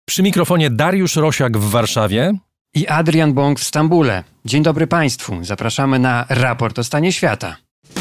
Przy mikrofonie Dariusz Rosiak w Warszawie i Adrian Bąk w Stambule. Dzień dobry Państwu. Zapraszamy na raport o stanie świata.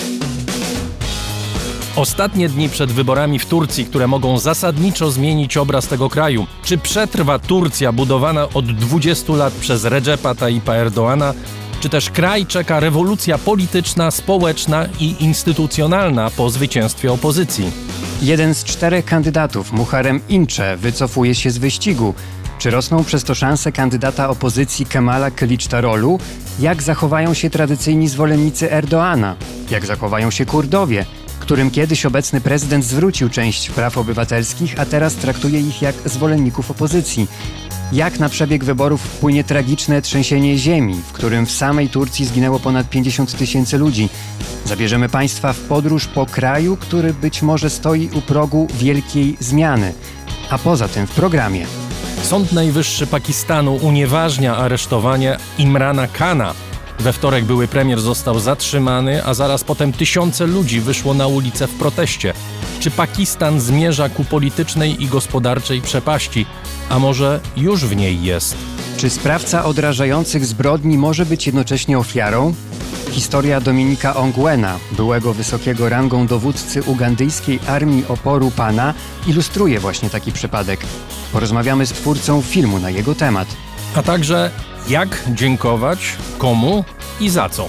Ostatnie dni przed wyborami w Turcji, które mogą zasadniczo zmienić obraz tego kraju. Czy przetrwa Turcja budowana od 20 lat przez Recepa Tayyipa Erdoğana, czy też kraj czeka rewolucja polityczna, społeczna i instytucjonalna po zwycięstwie opozycji? Jeden z 4 kandydatów, Muharrem Ince, wycofuje się z wyścigu. Czy rosną przez to szanse kandydata opozycji Kemala Kılıçdaroğlu? Jak zachowają się tradycyjni zwolennicy Erdoğana? Jak zachowają się Kurdowie, którym kiedyś obecny prezydent zwrócił część praw obywatelskich, a teraz traktuje ich jak zwolenników opozycji? Jak na przebieg wyborów wpłynie tragiczne trzęsienie ziemi, w którym w samej Turcji zginęło ponad 50 000 ludzi? Zabierzemy Państwa w podróż po kraju, który być może stoi u progu wielkiej zmiany. A poza tym w programie Sąd Najwyższy Pakistanu unieważnia aresztowanie Imrana Khana. We wtorek były premier został zatrzymany, a zaraz potem tysiące ludzi wyszło na ulicę w proteście. Czy Pakistan zmierza ku politycznej i gospodarczej przepaści? A może już w niej jest? Czy sprawca odrażających zbrodni może być jednocześnie ofiarą? Historia Dominika Ongwena, byłego wysokiego rangą dowódcy ugandyjskiej Armii Oporu Pana, ilustruje właśnie taki przypadek. Porozmawiamy z twórcą filmu na jego temat. A także jak dziękować, komu i za co.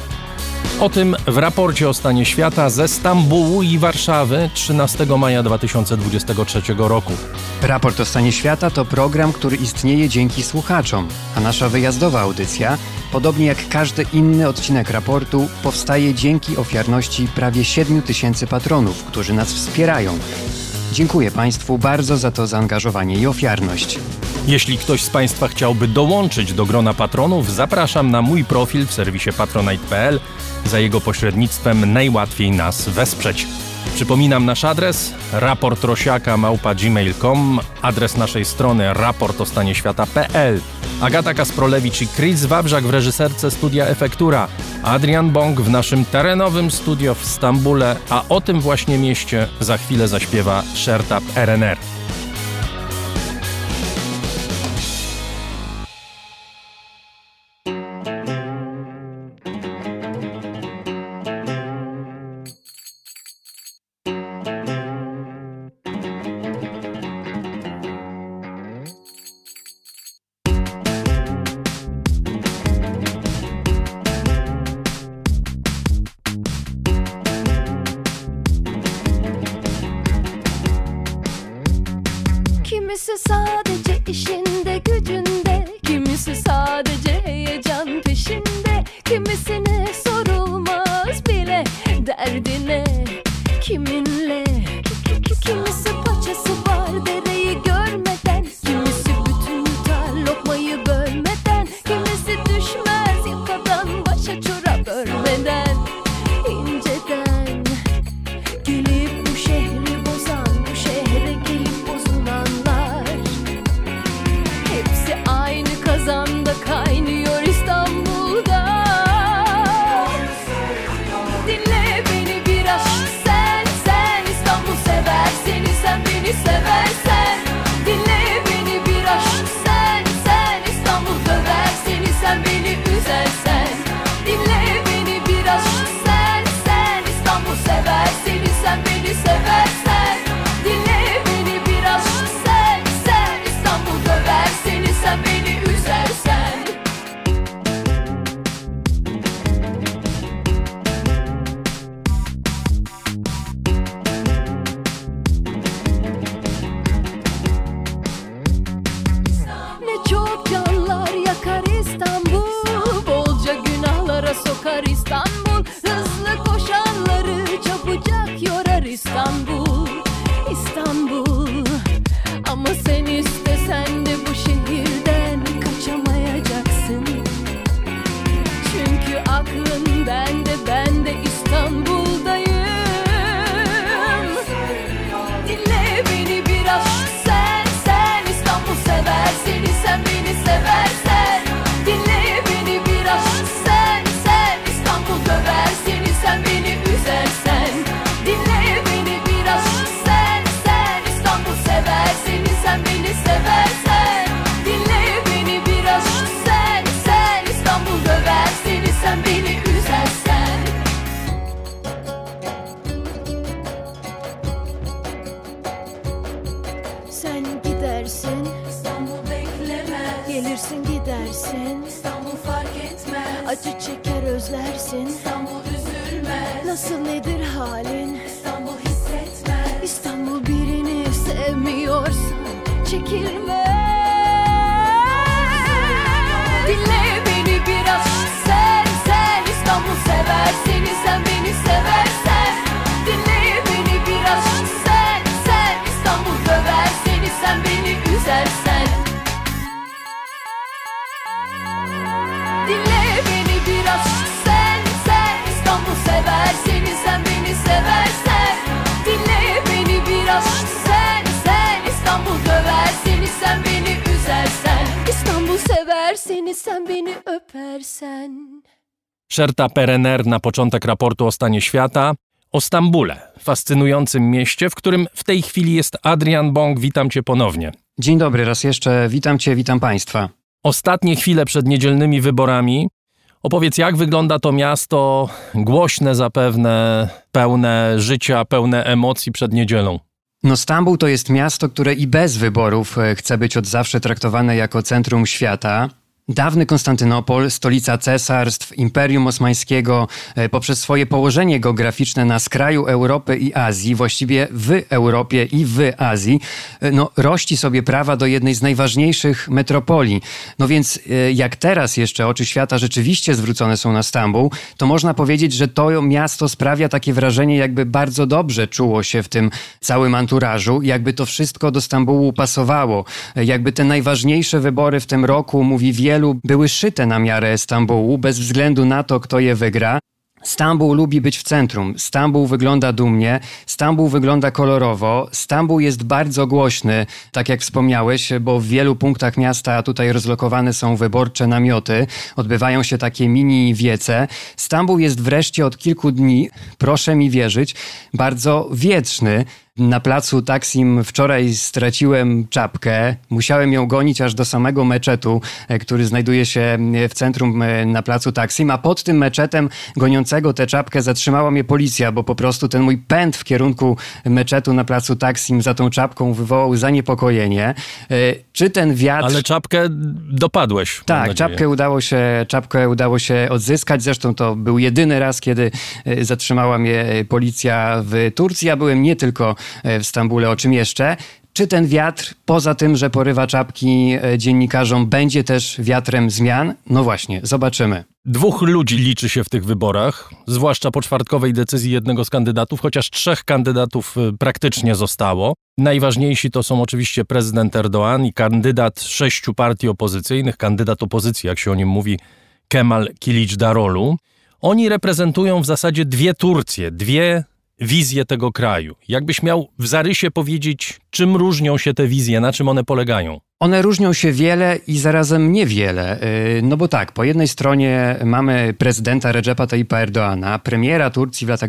O tym w raporcie o stanie świata ze Stambułu i Warszawy 13 maja 2023 roku. Raport o stanie świata to program, który istnieje dzięki słuchaczom, a nasza wyjazdowa audycja, podobnie jak każdy inny odcinek raportu, powstaje dzięki ofiarności prawie 7 000 patronów, którzy nas wspierają. Dziękuję Państwu bardzo za to zaangażowanie i ofiarność. Jeśli ktoś z Państwa chciałby dołączyć do grona patronów, zapraszam na mój profil w serwisie patronite.pl. Za jego pośrednictwem najłatwiej nas wesprzeć. Przypominam nasz adres raportrosiaka@gmail.com, adres naszej strony raportostanieświata.pl. Agata Kasprolewicz i Chris Wawrzak w reżyserce Studia Efektura, Adrian Bąk w naszym terenowym studio w Stambule, a o tym właśnie mieście za chwilę zaśpiewa Shertab Erener. Seversin gidersin, İstanbul fark etmez. acı çeker özlersin. İstanbul üzülmez. Nasıl nedir halin? İstanbul hissetmez. İstanbul birini sevmiyorsan çekilme. Dinle beni biraz, sen İstanbul sever seni, sen beni seversen. Dinle beni biraz, sen İstanbul döver seni, sen beni üzersen. Dinle beni biraz, sen İstanbul sever seni, sen beni seversen. Dinle beni biraz, sen İstanbul döver seni, sen beni üzersen. İstanbul sever seni, sen beni öpersen. Sherta Perener na początek raportu o stanie świata, o Stambule, fascynującym mieście, w którym w tej chwili jest Adrian Bąk. Witam cię ponownie. Dzień dobry raz jeszcze, witam cię, witam państwa. Ostatnie chwile przed niedzielnymi wyborami. Opowiedz, jak wygląda to miasto, głośne zapewne, pełne życia, pełne emocji przed niedzielą. No Stambuł to jest miasto, które i bez wyborów chce być od zawsze traktowane jako centrum świata. Dawny Konstantynopol, stolica cesarstw, Imperium Osmańskiego, poprzez swoje położenie geograficzne na skraju Europy i Azji, właściwie w Europie i w Azji, rości sobie prawa do jednej z najważniejszych metropolii. No więc jak teraz jeszcze oczy świata rzeczywiście zwrócone są na Stambuł, to można powiedzieć, że to miasto sprawia takie wrażenie, jakby bardzo dobrze czuło się w tym całym anturażu, jakby to wszystko do Stambułu pasowało, jakby te najważniejsze wybory w tym roku, mówi wielu, były szyte na miarę Stambułu, bez względu na to, kto je wygra. Stambuł lubi być w centrum. Stambuł wygląda dumnie, Stambuł wygląda kolorowo, Stambuł jest bardzo głośny, tak jak wspomniałeś, bo w wielu punktach miasta tutaj rozlokowane są wyborcze namioty, odbywają się takie mini wiece. Stambuł jest wreszcie od kilku dni, proszę mi wierzyć, bardzo wietrzny. Na placu Taksim wczoraj straciłem czapkę. Musiałem ją gonić aż do samego meczetu, który znajduje się w centrum na placu Taksim, a pod tym meczetem goniącego tę czapkę zatrzymała mnie policja, bo po prostu ten mój pęd w kierunku meczetu na placu Taksim za tą czapką wywołał zaniepokojenie. Czy ten wiatr... Ale czapkę dopadłeś. Tak, czapkę udało się odzyskać. Zresztą to był jedyny raz, kiedy zatrzymała mnie policja w Turcji. Ja byłem nie tylko w Stambule, o czym jeszcze. Czy ten wiatr, poza tym, że porywa czapki dziennikarzom, będzie też wiatrem zmian? No właśnie, zobaczymy. 2 ludzi liczy się w tych wyborach, zwłaszcza po czwartkowej decyzji jednego z kandydatów, chociaż 3 kandydatów praktycznie zostało. Najważniejsi to są oczywiście prezydent Erdoğan i kandydat 6 partii opozycyjnych, kandydat opozycji, jak się o nim mówi, Kemal Kılıçdaroğlu. Oni reprezentują w zasadzie 2 Turcje, 2 wizję tego kraju. Jakbyś miał w zarysie powiedzieć, czym różnią się te wizje, na czym one polegają? One różnią się wiele i zarazem niewiele. No bo tak, po jednej stronie mamy prezydenta Recepa Tayyipa Erdoğana, premiera Turcji w latach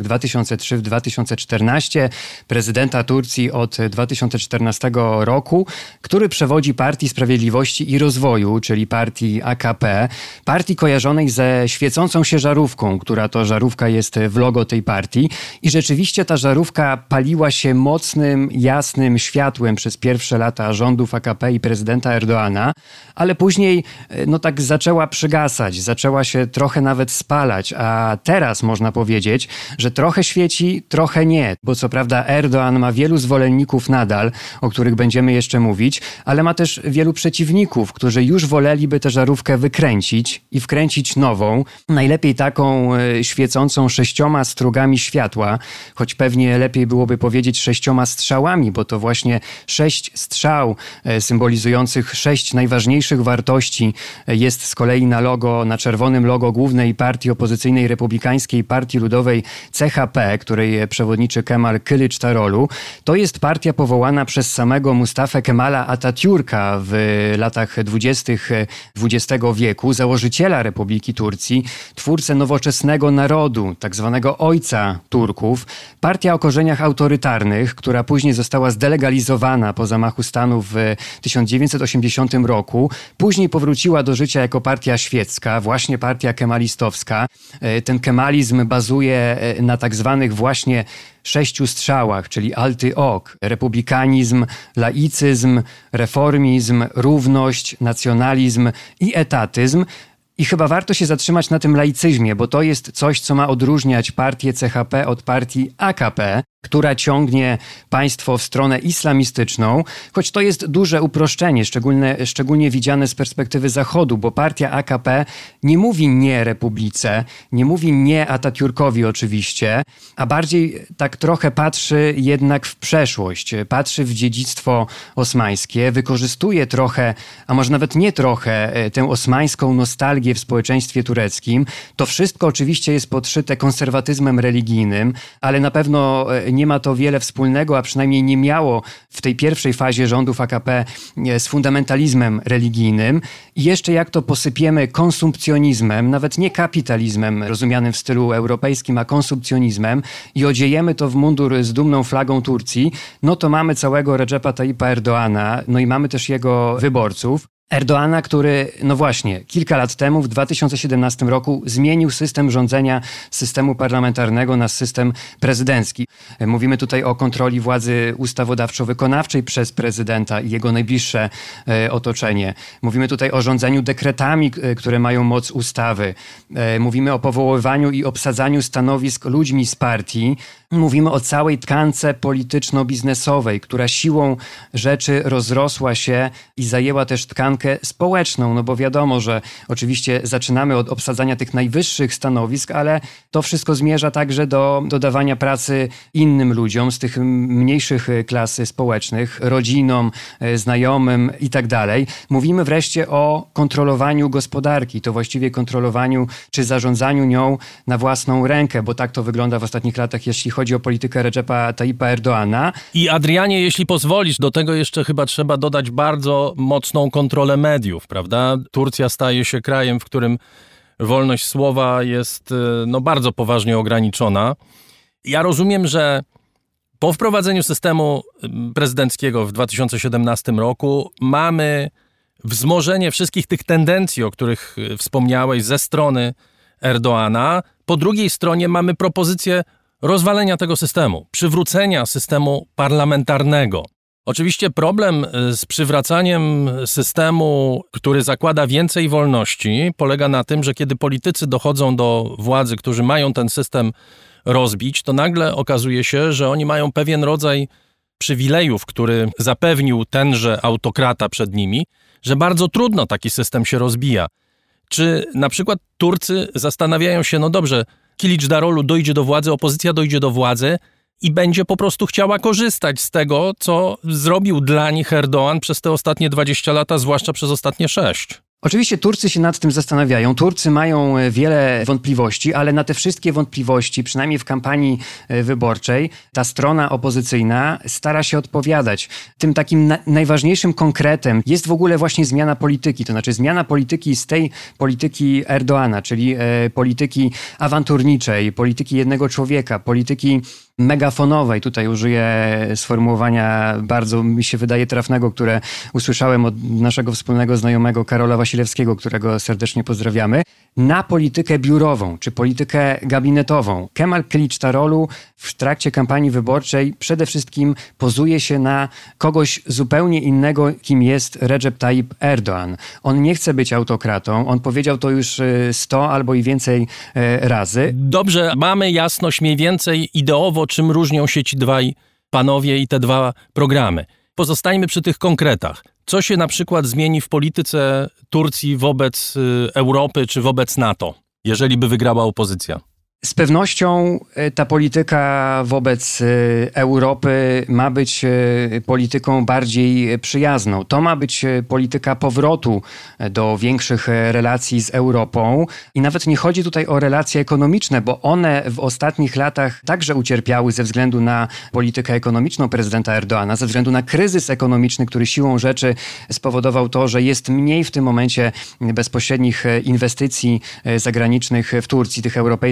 2003-2014, prezydenta Turcji od 2014 roku, który przewodzi Partii Sprawiedliwości i Rozwoju, czyli partii AKP, partii kojarzonej ze świecącą się żarówką, która to żarówka jest w logo tej partii. I rzeczywiście ta żarówka paliła się mocnym, jasnym światłem przez pierwsze lata rządów AKP i prezydenta Erdoğana, ale później tak zaczęła przygasać, zaczęła się trochę nawet spalać, a teraz można powiedzieć, że trochę świeci, trochę nie, bo co prawda Erdoğan ma wielu zwolenników nadal, o których będziemy jeszcze mówić, ale ma też wielu przeciwników, którzy już woleliby tę żarówkę wykręcić i wkręcić nową, najlepiej taką świecącą 6 strugami światła, choć pewnie lepiej byłoby powiedzieć 6 strzałami, bo to właśnie 6 strzał symbolizujących 6 najważniejszych wartości jest z kolei na logo, na czerwonym logo głównej partii opozycyjnej republikańskiej Partii Ludowej CHP, której przewodniczy Kemal Kılıçdaroğlu. To jest partia powołana przez samego Mustafę Kemala Atatürka w latach 20. XX wieku, założyciela Republiki Turcji, twórcę nowoczesnego narodu, tak zwanego ojca Turków. Partia o korzeniach autorytarnych, która później została zdelegalizowana zmarginalizowana po zamachu stanu w 1980 roku. Później powróciła do życia jako partia świecka, właśnie partia kemalistowska. Ten kemalizm bazuje na tak zwanych właśnie 6 strzałach, czyli alty ok, republikanizm, laicyzm, reformizm, równość, nacjonalizm i etatyzm. I chyba warto się zatrzymać na tym laicyzmie, bo to jest coś, co ma odróżniać partię CHP od partii AKP, która ciągnie państwo w stronę islamistyczną, choć to jest duże uproszczenie, szczególnie widziane z perspektywy Zachodu, bo partia AKP nie mówi nie republice, nie mówi nie Atatürkowi oczywiście, a bardziej tak trochę patrzy jednak w przeszłość, patrzy w dziedzictwo osmańskie, wykorzystuje trochę, a może nawet nie trochę, tę osmańską nostalgię w społeczeństwie tureckim. To wszystko oczywiście jest podszyte konserwatyzmem religijnym, ale na pewno nie ma to wiele wspólnego, a przynajmniej nie miało w tej pierwszej fazie rządów AKP z fundamentalizmem religijnym. I jeszcze jak to posypiemy konsumpcjonizmem, nawet nie kapitalizmem rozumianym w stylu europejskim, a konsumpcjonizmem i odziejemy to w mundur z dumną flagą Turcji, no to mamy całego Recepa Tayyipa Erdoğana, no i mamy też jego wyborców. Erdoğana, który, no właśnie, kilka lat temu, w 2017 roku zmienił system rządzenia z systemu parlamentarnego na system prezydencki. Mówimy tutaj o kontroli władzy ustawodawczo-wykonawczej przez prezydenta i jego najbliższe otoczenie. Mówimy tutaj o rządzeniu dekretami, które mają moc ustawy. Mówimy o powoływaniu i obsadzaniu stanowisk ludźmi z partii. Mówimy o całej tkance polityczno-biznesowej, która siłą rzeczy rozrosła się i zajęła też tkankę społeczną, no bo wiadomo, że oczywiście zaczynamy od obsadzania tych najwyższych stanowisk, ale to wszystko zmierza także do dawania pracy innym ludziom z tych mniejszych klas społecznych, rodzinom, znajomym i tak dalej. Mówimy wreszcie o kontrolowaniu gospodarki, to właściwie kontrolowaniu czy zarządzaniu nią na własną rękę, bo tak to wygląda w ostatnich latach, jeśli chodzi o politykę Recepa Tayyipa Erdoğana. I Adrianie, jeśli pozwolisz, do tego jeszcze chyba trzeba dodać bardzo mocną kontrolę mediów, prawda? Turcja staje się krajem, w którym wolność słowa jest bardzo poważnie ograniczona. Ja rozumiem, że po wprowadzeniu systemu prezydenckiego w 2017 roku mamy wzmożenie wszystkich tych tendencji, o których wspomniałeś, ze strony Erdoğana. Po drugiej stronie mamy propozycję rozwalenia tego systemu, przywrócenia systemu parlamentarnego. Oczywiście problem z przywracaniem systemu, który zakłada więcej wolności, polega na tym, że kiedy politycy dochodzą do władzy, którzy mają ten system rozbić, to nagle okazuje się, że oni mają pewien rodzaj przywilejów, który zapewnił tenże autokrata przed nimi, że bardzo trudno taki system się rozbija. Czy na przykład Turcy zastanawiają się, no dobrze, Kilicdaroglu dojdzie do władzy, opozycja dojdzie do władzy i będzie po prostu chciała korzystać z tego, co zrobił dla nich Erdoğan przez te ostatnie 20 lat, a zwłaszcza przez ostatnie 6. Oczywiście Turcy się nad tym zastanawiają. Turcy mają wiele wątpliwości, ale na te wszystkie wątpliwości, przynajmniej w kampanii wyborczej, ta strona opozycyjna stara się odpowiadać. Tym takim najważniejszym konkretem jest w ogóle właśnie zmiana polityki. To znaczy zmiana polityki z tej polityki Erdoğana, czyli polityki awanturniczej, polityki jednego człowieka, polityki megafonowej. Tutaj użyję sformułowania bardzo, mi się wydaje, trafnego, które usłyszałem od naszego wspólnego znajomego Karola Wasilewskiego, którego serdecznie pozdrawiamy, na politykę biurową, czy politykę gabinetową. Kemal Kilicdaroglu w trakcie kampanii wyborczej przede wszystkim pozuje się na kogoś zupełnie innego, kim jest Recep Tayyip Erdoğan. On nie chce być autokratą, on powiedział to już 100 albo i więcej razy. Dobrze, mamy jasność mniej więcej ideowo, czym różnią się ci dwaj panowie i te dwa programy. Pozostańmy przy tych konkretach. Co się na przykład zmieni w polityce Turcji wobec Europy czy wobec NATO, jeżeli by wygrała opozycja? Z pewnością ta polityka wobec Europy ma być polityką bardziej przyjazną. To ma być polityka powrotu do większych relacji z Europą. I nawet nie chodzi tutaj o relacje ekonomiczne, bo one w ostatnich latach także ucierpiały ze względu na politykę ekonomiczną prezydenta Erdoğana, ze względu na kryzys ekonomiczny, który siłą rzeczy spowodował to, że jest mniej w tym momencie bezpośrednich inwestycji zagranicznych w Turcji, tych europejskich inwestycji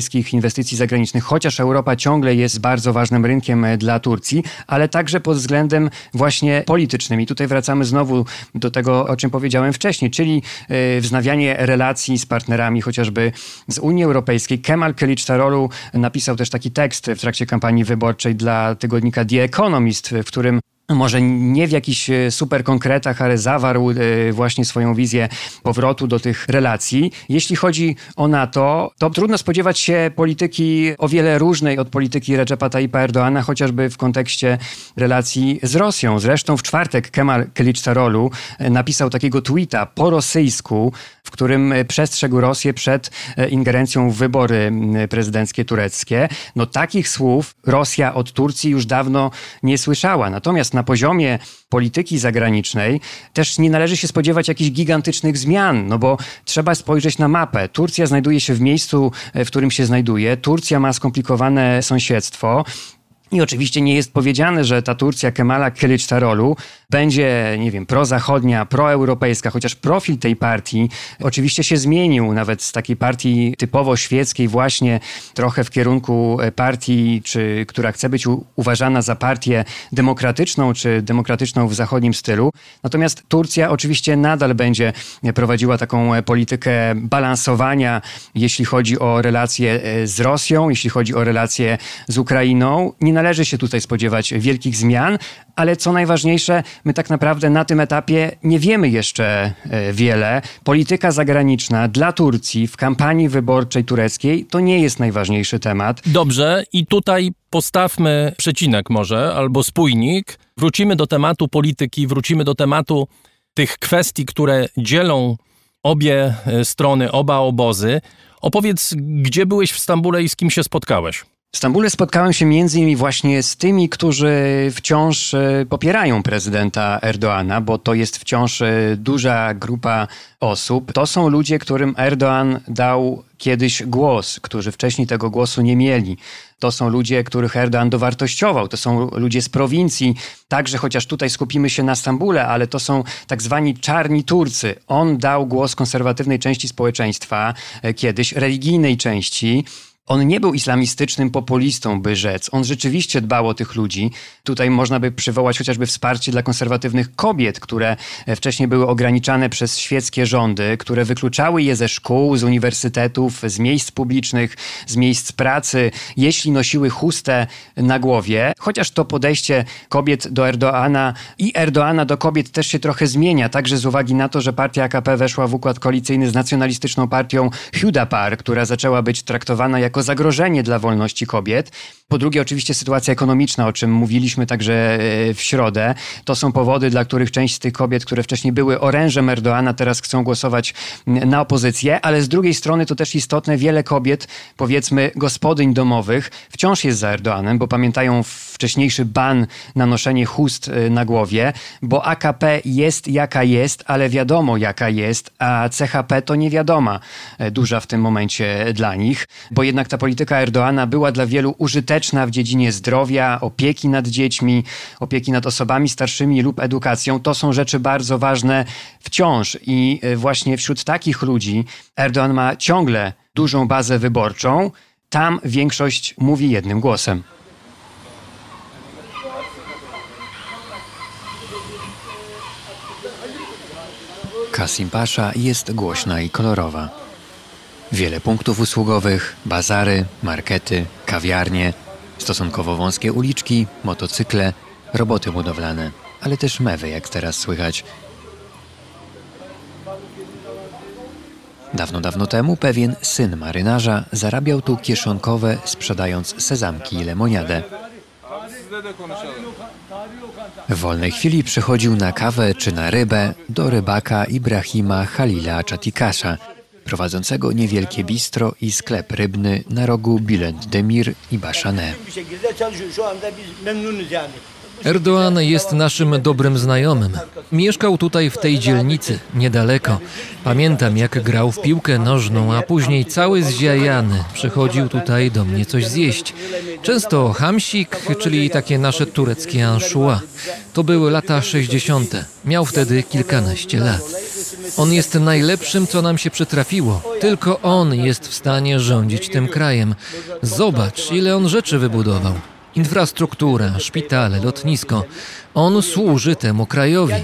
inwestycji zagranicznych, chociaż Europa ciągle jest bardzo ważnym rynkiem dla Turcji, ale także pod względem właśnie politycznym. I tutaj wracamy znowu do tego, o czym powiedziałem wcześniej, czyli wznawianie relacji z partnerami, chociażby z Unii Europejskiej. Kemal Kılıçdaroğlu napisał też taki tekst w trakcie kampanii wyborczej dla tygodnika The Economist, w którym może nie w jakichś super konkretach, ale zawarł właśnie swoją wizję powrotu do tych relacji. Jeśli chodzi o NATO, to trudno spodziewać się polityki o wiele różnej od polityki Recepa Tayyipa Erdoğana, chociażby w kontekście relacji z Rosją. Zresztą w czwartek Kemal Kılıçdaroğlu napisał takiego tweeta po rosyjsku, w którym przestrzegł Rosję przed ingerencją w wybory prezydenckie tureckie. No takich słów Rosja od Turcji już dawno nie słyszała. Natomiast na poziomie polityki zagranicznej też nie należy się spodziewać jakichś gigantycznych zmian, no bo trzeba spojrzeć na mapę. Turcja znajduje się w miejscu, w którym się znajduje. Turcja ma skomplikowane sąsiedztwo. I oczywiście nie jest powiedziane, że ta Turcja Kemala Kılıçdaroğlu będzie, nie wiem, prozachodnia, proeuropejska, chociaż profil tej partii oczywiście się zmienił, nawet z takiej partii typowo świeckiej właśnie trochę w kierunku partii, która chce być uważana za partię demokratyczną, czy demokratyczną w zachodnim stylu. Natomiast Turcja oczywiście nadal będzie prowadziła taką politykę balansowania, jeśli chodzi o relacje z Rosją, jeśli chodzi o relacje z Ukrainą. Nie należy się tutaj spodziewać wielkich zmian, ale co najważniejsze, my tak naprawdę na tym etapie nie wiemy jeszcze wiele. Polityka zagraniczna dla Turcji w kampanii wyborczej tureckiej to nie jest najważniejszy temat. Dobrze, i tutaj postawmy przecinek może, albo spójnik. Wrócimy do tematu polityki, wrócimy do tematu tych kwestii, które dzielą obie strony, oba obozy. Opowiedz, gdzie byłeś w Stambule i z kim się spotkałeś? W Stambule spotkałem się między innymi właśnie z tymi, którzy wciąż popierają prezydenta Erdoğana, bo to jest wciąż duża grupa osób. To są ludzie, którym Erdoğan dał kiedyś głos, którzy wcześniej tego głosu nie mieli. To są ludzie, których Erdoğan dowartościował. To są ludzie z prowincji. Także, chociaż tutaj skupimy się na Stambule, ale to są tak zwani czarni Turcy. On dał głos konserwatywnej części społeczeństwa, kiedyś religijnej części. On nie był islamistycznym populistą, by rzec. On rzeczywiście dbał o tych ludzi. Tutaj można by przywołać chociażby wsparcie dla konserwatywnych kobiet, które wcześniej były ograniczane przez świeckie rządy, które wykluczały je ze szkół, z uniwersytetów, z miejsc publicznych, z miejsc pracy, jeśli nosiły chustę na głowie. Chociaż to podejście kobiet do Erdoğana i Erdoğana do kobiet też się trochę zmienia, także z uwagi na to, że partia AKP weszła w układ koalicyjny z nacjonalistyczną partią Hüdapar, która zaczęła być traktowana jako zagrożenie dla wolności kobiet. Po drugie, oczywiście sytuacja ekonomiczna, o czym mówiliśmy także w środę. To są powody, dla których część z tych kobiet, które wcześniej były orężem Erdoğana, teraz chcą głosować na opozycję, ale z drugiej strony to też istotne, wiele kobiet, powiedzmy gospodyń domowych, wciąż jest za Erdoğanem, bo pamiętają wcześniejszy ban na noszenie chust na głowie, bo AKP jest jaka jest, ale wiadomo jaka jest, a CHP to niewiadoma duża w tym momencie dla nich, bo jednak ta polityka Erdoğana była dla wielu użyteczna w dziedzinie zdrowia, opieki nad dziećmi, opieki nad osobami starszymi lub edukacją. To są rzeczy bardzo ważne wciąż i właśnie wśród takich ludzi Erdoğan ma ciągle dużą bazę wyborczą. Tam większość mówi jednym głosem. Kasimpasza jest głośna i kolorowa. Wiele punktów usługowych, bazary, markety, kawiarnie, stosunkowo wąskie uliczki, motocykle, roboty budowlane, ale też mewy, jak teraz słychać. Dawno, dawno temu pewien syn marynarza zarabiał tu kieszonkowe, sprzedając sezamki i lemoniadę. W wolnej chwili przychodził na kawę czy na rybę do rybaka Ibrahima Halila Chatikasza, prowadzącego niewielkie bistro i sklep rybny na rogu Bülent Demir i Bashane. Erdoğan jest naszym dobrym znajomym. Mieszkał tutaj w tej dzielnicy, niedaleko. Pamiętam, jak grał w piłkę nożną, a później cały zziajany przychodził tutaj do mnie coś zjeść. Często hamsik, czyli takie nasze tureckie anchois. To były lata 60. Miał wtedy kilkanaście lat. On jest najlepszym, co nam się przytrafiło. Tylko on jest w stanie rządzić tym krajem. Zobacz, ile on rzeczy wybudował. Infrastruktura, szpitale, lotnisko. On służy temu krajowi.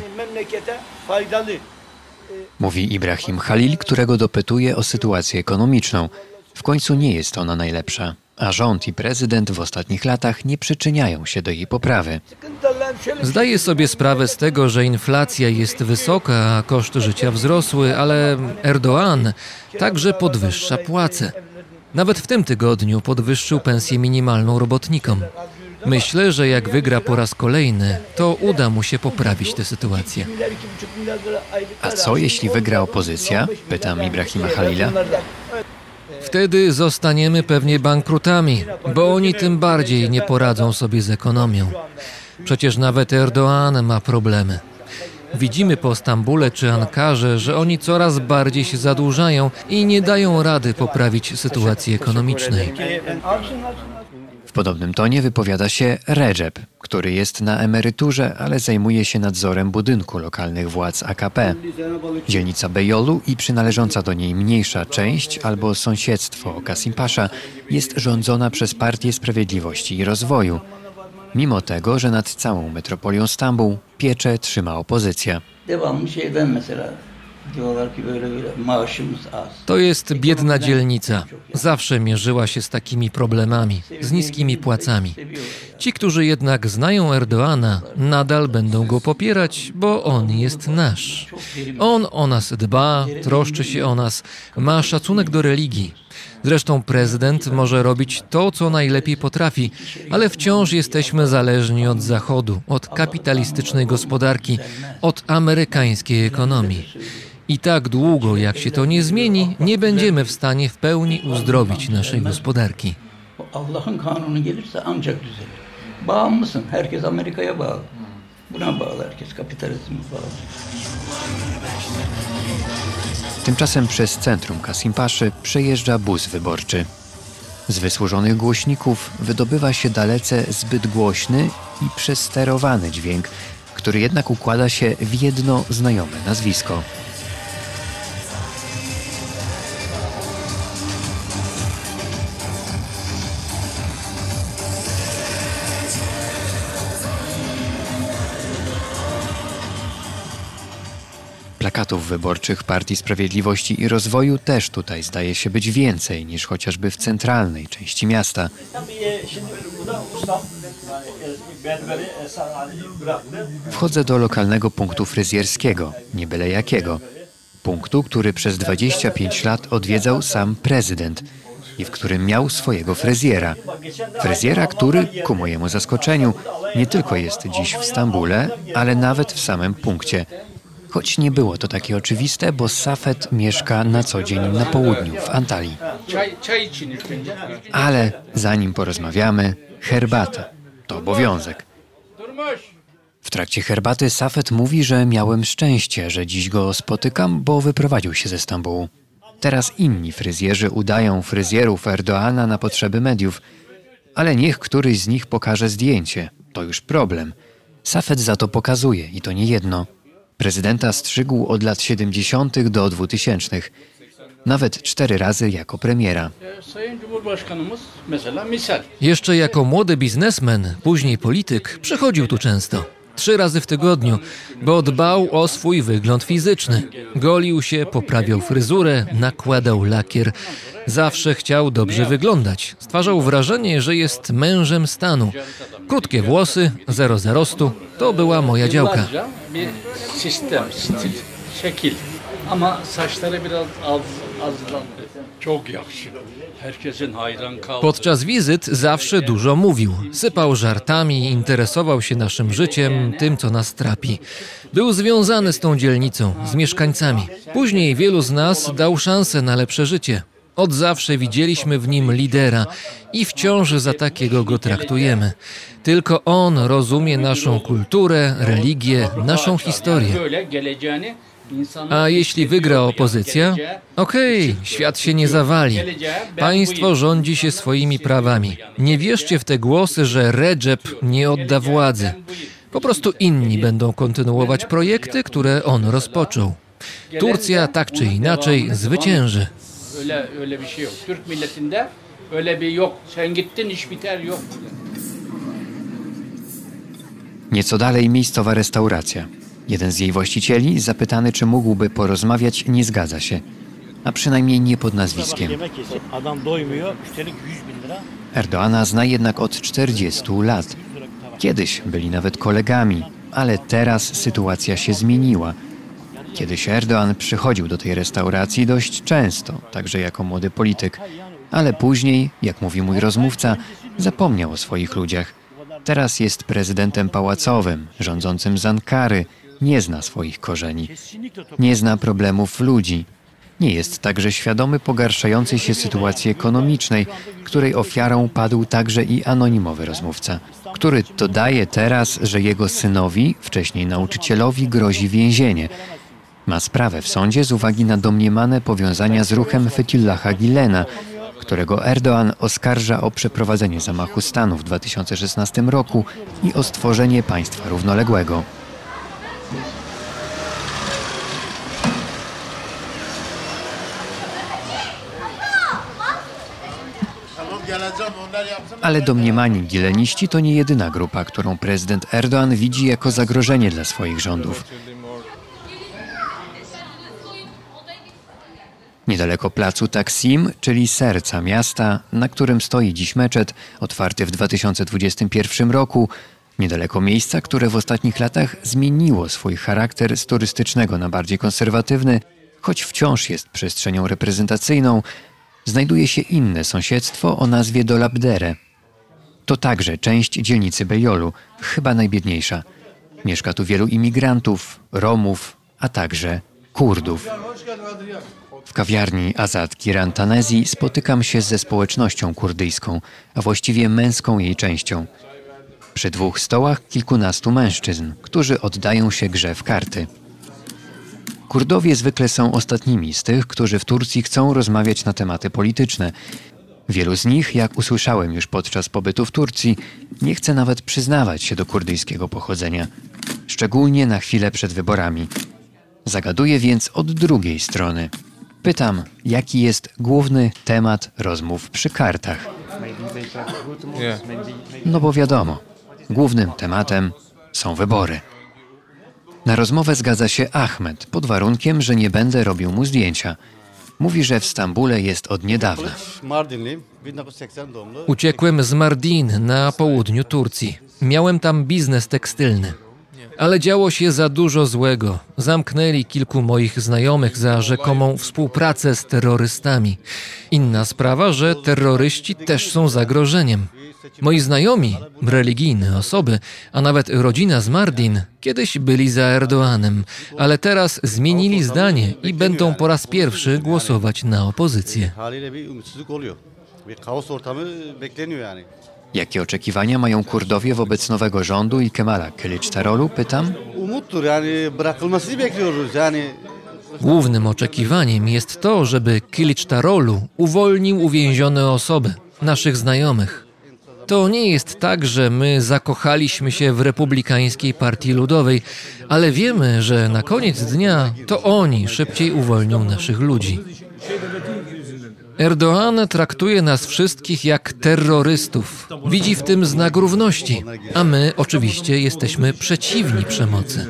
Mówi Ibrahim Halil, którego dopytuje o sytuację ekonomiczną. W końcu nie jest ona najlepsza, a rząd i prezydent w ostatnich latach nie przyczyniają się do jej poprawy. Zdaję sobie sprawę z tego, że inflacja jest wysoka, a koszty życia wzrosły, ale Erdoğan także podwyższa płace. Nawet w tym tygodniu podwyższył pensję minimalną robotnikom. Myślę, że jak wygra po raz kolejny, to uda mu się poprawić tę sytuację. A co jeśli wygra opozycja? Pytam Ibrahima Halila. Wtedy zostaniemy pewnie bankrutami, bo oni tym bardziej nie poradzą sobie z ekonomią. Przecież nawet Erdoğan ma problemy. Widzimy po Stambule czy Ankarze, że oni coraz bardziej się zadłużają i nie dają rady poprawić sytuacji ekonomicznej. W podobnym tonie wypowiada się Recep, który jest na emeryturze, ale zajmuje się nadzorem budynku lokalnych władz AKP. Dzielnica Beyoğlu i przynależąca do niej mniejsza część albo sąsiedztwo Kasimpasza jest rządzona przez Partię Sprawiedliwości i Rozwoju. Mimo tego, że nad całą metropolią Stambuł pieczę trzyma opozycja. To jest biedna dzielnica. Zawsze mierzyła się z takimi problemami, z niskimi płacami. Ci, którzy jednak znają Erdoğana, nadal będą go popierać, bo on jest nasz. On o nas dba, troszczy się o nas, ma szacunek do religii. Zresztą prezydent może robić to, co najlepiej potrafi, ale wciąż jesteśmy zależni od Zachodu, od kapitalistycznej gospodarki, od amerykańskiej ekonomii. I tak długo, jak się to nie zmieni, nie będziemy w stanie w pełni uzdrowić naszej gospodarki. Allah'ın kanunu gelirse ancak düzelir. Bağımlısın. Herkes Amerika'ya bağlı. Buna bağlı herkes. Kapitalizme bağlı. Tymczasem przez centrum Kasimpaszy przejeżdża bus wyborczy. Z wysłużonych głośników wydobywa się dalece zbyt głośny i przesterowany dźwięk, który jednak układa się w jedno znajome nazwisko. Plakatów wyborczych Partii Sprawiedliwości i Rozwoju też tutaj zdaje się być więcej niż chociażby w centralnej części miasta. Wchodzę do lokalnego punktu fryzjerskiego, nie byle jakiego. Punktu, który przez 25 lat odwiedzał sam prezydent i w którym miał swojego fryzjera. Fryzjera, który, ku mojemu zaskoczeniu, nie tylko jest dziś w Stambule, ale nawet w samym punkcie. Choć nie było to takie oczywiste, bo Safet mieszka na co dzień na południu, w Antalii. Ale zanim porozmawiamy, herbata. To obowiązek. W trakcie herbaty Safet mówi, że miałem szczęście, że dziś go spotykam, bo wyprowadził się ze Stambułu. Teraz inni fryzjerzy udają fryzjerów Erdoğana na potrzeby mediów. Ale niech któryś z nich pokaże zdjęcie. To już problem. Safet za to pokazuje i to nie jedno. Prezydenta strzygł od lat 70. do 2000. Nawet 4 razy jako premiera. Jeszcze jako młody biznesmen, później polityk, przychodził tu często. 3 razy w tygodniu, bo dbał o swój wygląd fizyczny. Golił się, poprawiał fryzurę, nakładał lakier. Zawsze chciał dobrze wyglądać. Stwarzał wrażenie, że jest mężem stanu. Krótkie włosy, zero zarostu, to była moja działka. Podczas wizyt zawsze dużo mówił. Sypał żartami, interesował się naszym życiem, tym, co nas trapi. Był związany z tą dzielnicą, z mieszkańcami. Później wielu z nas dał szansę na lepsze życie. Od zawsze widzieliśmy w nim lidera i wciąż za takiego go traktujemy. Tylko on rozumie naszą kulturę, religię, naszą historię. A jeśli wygra opozycja? Okej, świat się nie zawali. Państwo rządzi się swoimi prawami. Nie wierzcie w te głosy, że Recep nie odda władzy. Po prostu inni będą kontynuować projekty, które on rozpoczął. Turcja tak czy inaczej zwycięży. Öyle bir şey yok. Türk milletinde öyle bir yok. Sen gittin iş biter yok. Nieco dalej miejscowa restauracja. Jeden z jej właścicieli, zapytany czy mógłby porozmawiać, nie zgadza się. A przynajmniej nie pod nazwiskiem. Adam doymuyor, üstelik 100.000 lira. Erdoğana zna jednak od 40 lat. Kiedyś byli nawet kolegami, ale teraz sytuacja się zmieniła. Kiedyś Erdoğan przychodził do tej restauracji dość często, także jako młody polityk, ale później, jak mówi mój rozmówca, zapomniał o swoich ludziach. Teraz jest prezydentem pałacowym, rządzącym z Ankary, nie zna swoich korzeni, nie zna problemów ludzi. Nie jest także świadomy pogarszającej się sytuacji ekonomicznej, której ofiarą padł także i anonimowy rozmówca, który dodaje teraz, że jego synowi, wcześniej nauczycielowi, grozi więzienie. Ma sprawę w sądzie z uwagi na domniemane powiązania z ruchem Fethullaha Gülena, którego Erdoğan oskarża o przeprowadzenie zamachu stanu w 2016 roku i o stworzenie państwa równoległego. Ale domniemani gileniści to nie jedyna grupa, którą prezydent Erdoğan widzi jako zagrożenie dla swoich rządów. Niedaleko placu Taksim, czyli serca miasta, na którym stoi dziś meczet, otwarty w 2021 roku, niedaleko miejsca, które w ostatnich latach zmieniło swój charakter z turystycznego na bardziej konserwatywny, choć wciąż jest przestrzenią reprezentacyjną, znajduje się inne sąsiedztwo o nazwie Dolabdere. To także część dzielnicy Bejolu, chyba najbiedniejsza. Mieszka tu wielu imigrantów, Romów, a także Kurdów. W kawiarni Azad Kiran Tanezi spotykam się ze społecznością kurdyjską, a właściwie męską jej częścią. Przy 2 stołach kilkunastu mężczyzn, którzy oddają się grze w karty. Kurdowie zwykle są ostatnimi z tych, którzy w Turcji chcą rozmawiać na tematy polityczne. Wielu z nich, jak usłyszałem już podczas pobytu w Turcji, nie chce nawet przyznawać się do kurdyjskiego pochodzenia. Szczególnie na chwilę przed wyborami. Zagaduję więc od drugiej strony. Pytam, jaki jest główny temat rozmów przy kartach. No bo wiadomo, głównym tematem są wybory. Na rozmowę zgadza się Ahmed, pod warunkiem, że nie będę robił mu zdjęcia. Mówi, że w Stambule jest od niedawna. Uciekłem z Mardin na południu Turcji. Miałem tam biznes tekstylny. Ale działo się za dużo złego. Zamknęli kilku moich znajomych za rzekomą współpracę z terrorystami. Inna sprawa, że terroryści też są zagrożeniem. Moi znajomi, religijne osoby, a nawet rodzina z Mardin kiedyś byli za Erdoğanem, ale teraz zmienili zdanie i będą po raz pierwszy głosować na opozycję. Jakie oczekiwania mają Kurdowie wobec nowego rządu i Kemala Kılıçdaroğlu, pytam? Głównym oczekiwaniem jest to, żeby Kılıçdaroğlu uwolnił uwięzione osoby, naszych znajomych. To nie jest tak, że my zakochaliśmy się w Republikańskiej Partii Ludowej, ale wiemy, że na koniec dnia to oni szybciej uwolnią naszych ludzi. Erdoğan traktuje nas wszystkich jak terrorystów. Widzi w tym znak równości, a my oczywiście jesteśmy przeciwni przemocy.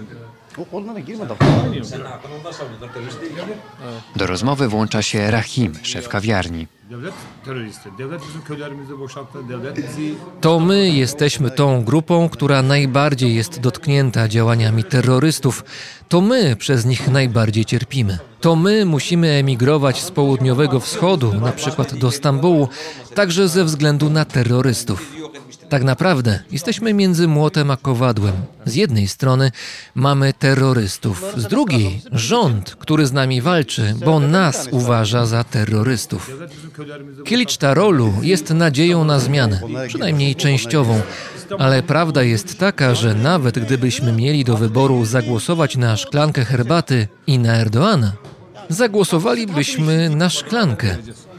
Do rozmowy włącza się Rahim, szef kawiarni. To my jesteśmy tą grupą, która najbardziej jest dotknięta działaniami terrorystów. To my przez nich najbardziej cierpimy. To my musimy emigrować z południowego wschodu, na przykład do Stambułu, także ze względu na terrorystów. Tak naprawdę jesteśmy między młotem a kowadłem. Z jednej strony mamy terrorystów, z drugiej rząd, który z nami walczy, bo nas uważa za terrorystów. Kılıçdaroğlu jest nadzieją na zmianę, przynajmniej częściową, ale prawda jest taka, że nawet gdybyśmy mieli do wyboru zagłosować na szklankę herbaty i na Erdoğana, zagłosowalibyśmy na szklankę.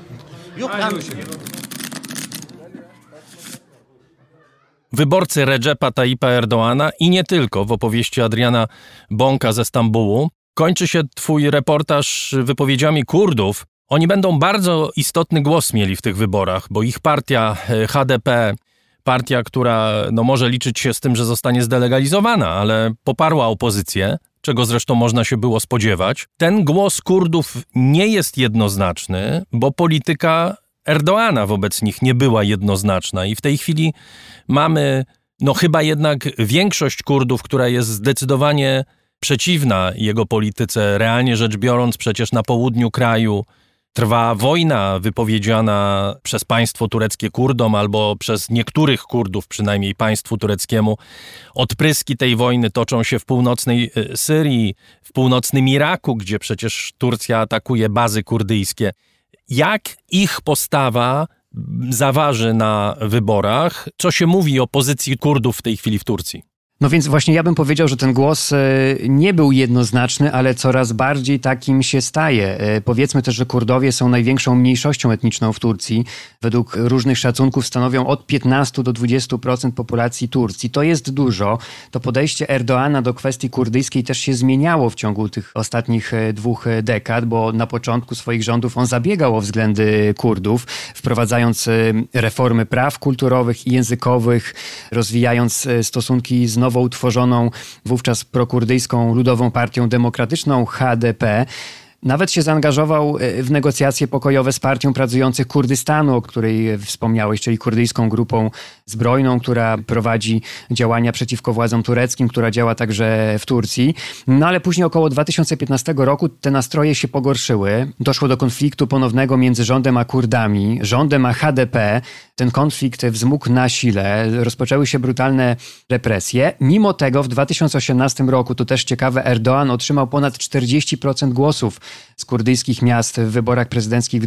Wyborcy Recepa Tayyipa Erdoğana i nie tylko, w opowieści Adriana Bąka ze Stambułu, kończy się twój reportaż wypowiedziami Kurdów. Oni będą bardzo istotny głos mieli w tych wyborach, bo ich partia HDP, partia, która może liczyć się z tym, że zostanie zdelegalizowana, ale poparła opozycję, czego zresztą można się było spodziewać. Ten głos Kurdów nie jest jednoznaczny, bo polityka Erdoana wobec nich nie była jednoznaczna i w tej chwili mamy chyba jednak większość Kurdów, która jest zdecydowanie przeciwna jego polityce. Realnie rzecz biorąc, przecież na południu kraju trwa wojna wypowiedziana przez państwo tureckie Kurdom albo przez niektórych Kurdów, przynajmniej państwu tureckiemu. Odpryski tej wojny toczą się w północnej Syrii, w północnym Iraku, gdzie przecież Turcja atakuje bazy kurdyjskie. Jak ich postawa zaważy na wyborach? Co się mówi o pozycji Kurdów w tej chwili w Turcji? No więc właśnie ja bym powiedział, że ten głos nie był jednoznaczny, ale coraz bardziej takim się staje. Powiedzmy też, że Kurdowie są największą mniejszością etniczną w Turcji. Według różnych szacunków stanowią od 15 do 20% populacji Turcji. To jest dużo. To podejście Erdoana do kwestii kurdyjskiej też się zmieniało w ciągu tych ostatnich 2 dekad, bo na początku swoich rządów on zabiegał o względy Kurdów, wprowadzając reformy praw kulturowych i językowych, rozwijając stosunki z nowo utworzoną wówczas prokurdyjską Ludową Partią Demokratyczną HDP. Nawet się zaangażował w negocjacje pokojowe z Partią Pracujących Kurdystanu, o której wspomniałeś, czyli kurdyjską grupą zbrojną, która prowadzi działania przeciwko władzom tureckim, która działa także w Turcji. No ale później około 2015 roku te nastroje się pogorszyły. Doszło do konfliktu ponownego między rządem a Kurdami, rządem a HDP. Ten konflikt wzmógł na sile, rozpoczęły się brutalne represje. Mimo tego w 2018 roku, to też ciekawe, Erdoğan otrzymał ponad 40% głosów z kurdyjskich miast w wyborach prezydenckich w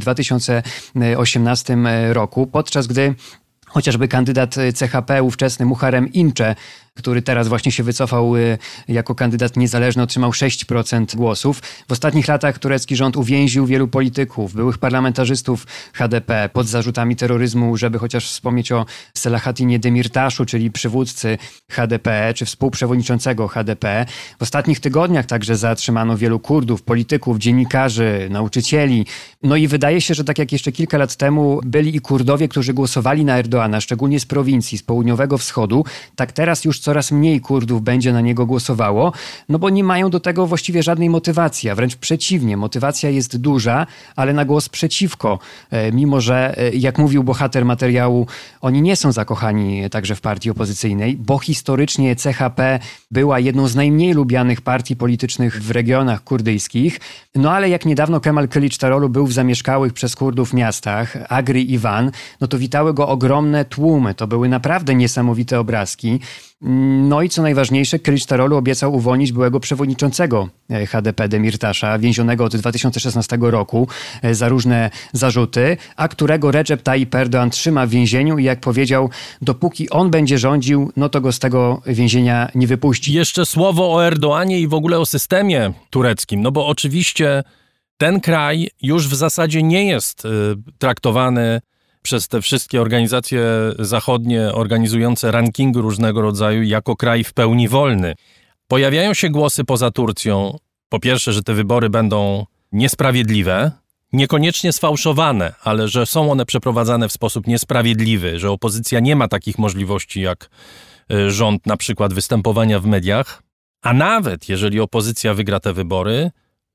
2018 roku, podczas gdy chociażby kandydat CHP, ówczesny Muharrem İnce, który teraz właśnie się wycofał jako kandydat niezależny, otrzymał 6% głosów. W ostatnich latach turecki rząd uwięził wielu polityków, byłych parlamentarzystów HDP pod zarzutami terroryzmu, żeby chociaż wspomnieć o Selahatinie Demirtaszu, czyli przywódcy HDP, czy współprzewodniczącego HDP. W ostatnich tygodniach także zatrzymano wielu Kurdów, polityków, dziennikarzy, nauczycieli. No i wydaje się, że tak jak jeszcze kilka lat temu byli i Kurdowie, którzy głosowali na Erdoana, szczególnie z prowincji, z południowego wschodu, tak teraz już coraz mniej Kurdów będzie na niego głosowało, no bo nie mają do tego właściwie żadnej motywacji, a wręcz przeciwnie. Motywacja jest duża, ale na głos przeciwko. Mimo że, jak mówił bohater materiału, oni nie są zakochani także w partii opozycyjnej, bo historycznie CHP była jedną z najmniej lubianych partii politycznych w regionach kurdyjskich. No ale jak niedawno Kemal Kılıçdaroğlu był w zamieszkałych przez Kurdów miastach, Agri i Van, no to witały go ogromne tłumy. To były naprawdę niesamowite obrazki. No i co najważniejsze, Kılıçdaroğlu obiecał uwolnić byłego przewodniczącego HDP Demirtasza, więzionego od 2016 roku za różne zarzuty, a którego Recep Tayyip Erdoğan trzyma w więzieniu i jak powiedział, dopóki on będzie rządził, no to go z tego więzienia nie wypuści. Jeszcze słowo o Erdoğanie i w ogóle o systemie tureckim, no bo oczywiście ten kraj już w zasadzie nie jest traktowany przez te wszystkie organizacje zachodnie organizujące rankingi różnego rodzaju jako kraj w pełni wolny. Pojawiają się głosy poza Turcją, po pierwsze, że te wybory będą niesprawiedliwe, niekoniecznie sfałszowane, ale że są one przeprowadzane w sposób niesprawiedliwy, że opozycja nie ma takich możliwości jak rząd, na przykład występowania w mediach, a nawet jeżeli opozycja wygra te wybory,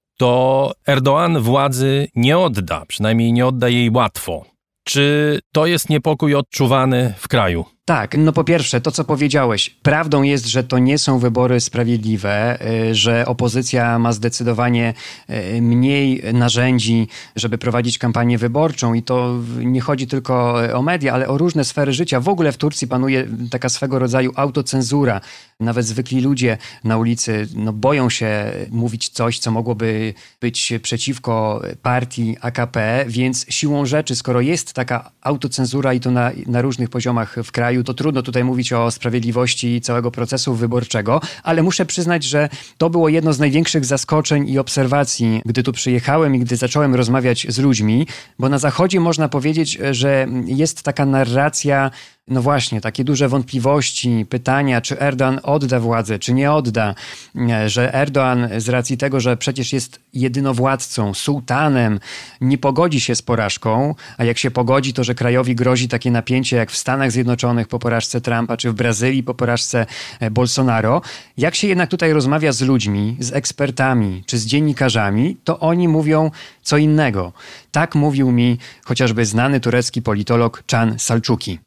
to Erdoğan władzy nie odda, przynajmniej nie odda jej łatwo. Czy to jest niepokój odczuwany w kraju? Tak, no po pierwsze, to co powiedziałeś. Prawdą jest, że to nie są wybory sprawiedliwe, że opozycja ma zdecydowanie mniej narzędzi, żeby prowadzić kampanię wyborczą i to nie chodzi tylko o media, ale o różne sfery życia. W ogóle w Turcji panuje taka swego rodzaju autocenzura. Nawet zwykli ludzie na ulicy boją się mówić coś, co mogłoby być przeciwko partii AKP, więc siłą rzeczy, skoro jest taka autocenzura i to na różnych poziomach w kraju, to trudno tutaj mówić o sprawiedliwości całego procesu wyborczego, ale muszę przyznać, że to było jedno z największych zaskoczeń i obserwacji, gdy tu przyjechałem i gdy zacząłem rozmawiać z ludźmi, bo na Zachodzie można powiedzieć, że jest taka narracja No właśnie, takie duże wątpliwości, pytania, czy Erdoğan odda władzę, czy nie odda, że Erdoğan z racji tego, że przecież jest jedynowładcą, sułtanem, nie pogodzi się z porażką, a jak się pogodzi, to że krajowi grozi takie napięcie jak w Stanach Zjednoczonych po porażce Trumpa, czy w Brazylii po porażce Bolsonaro. Jak się jednak tutaj rozmawia z ludźmi, z ekspertami, czy z dziennikarzami, to oni mówią co innego. Tak mówił mi chociażby znany turecki politolog Can Salcuki.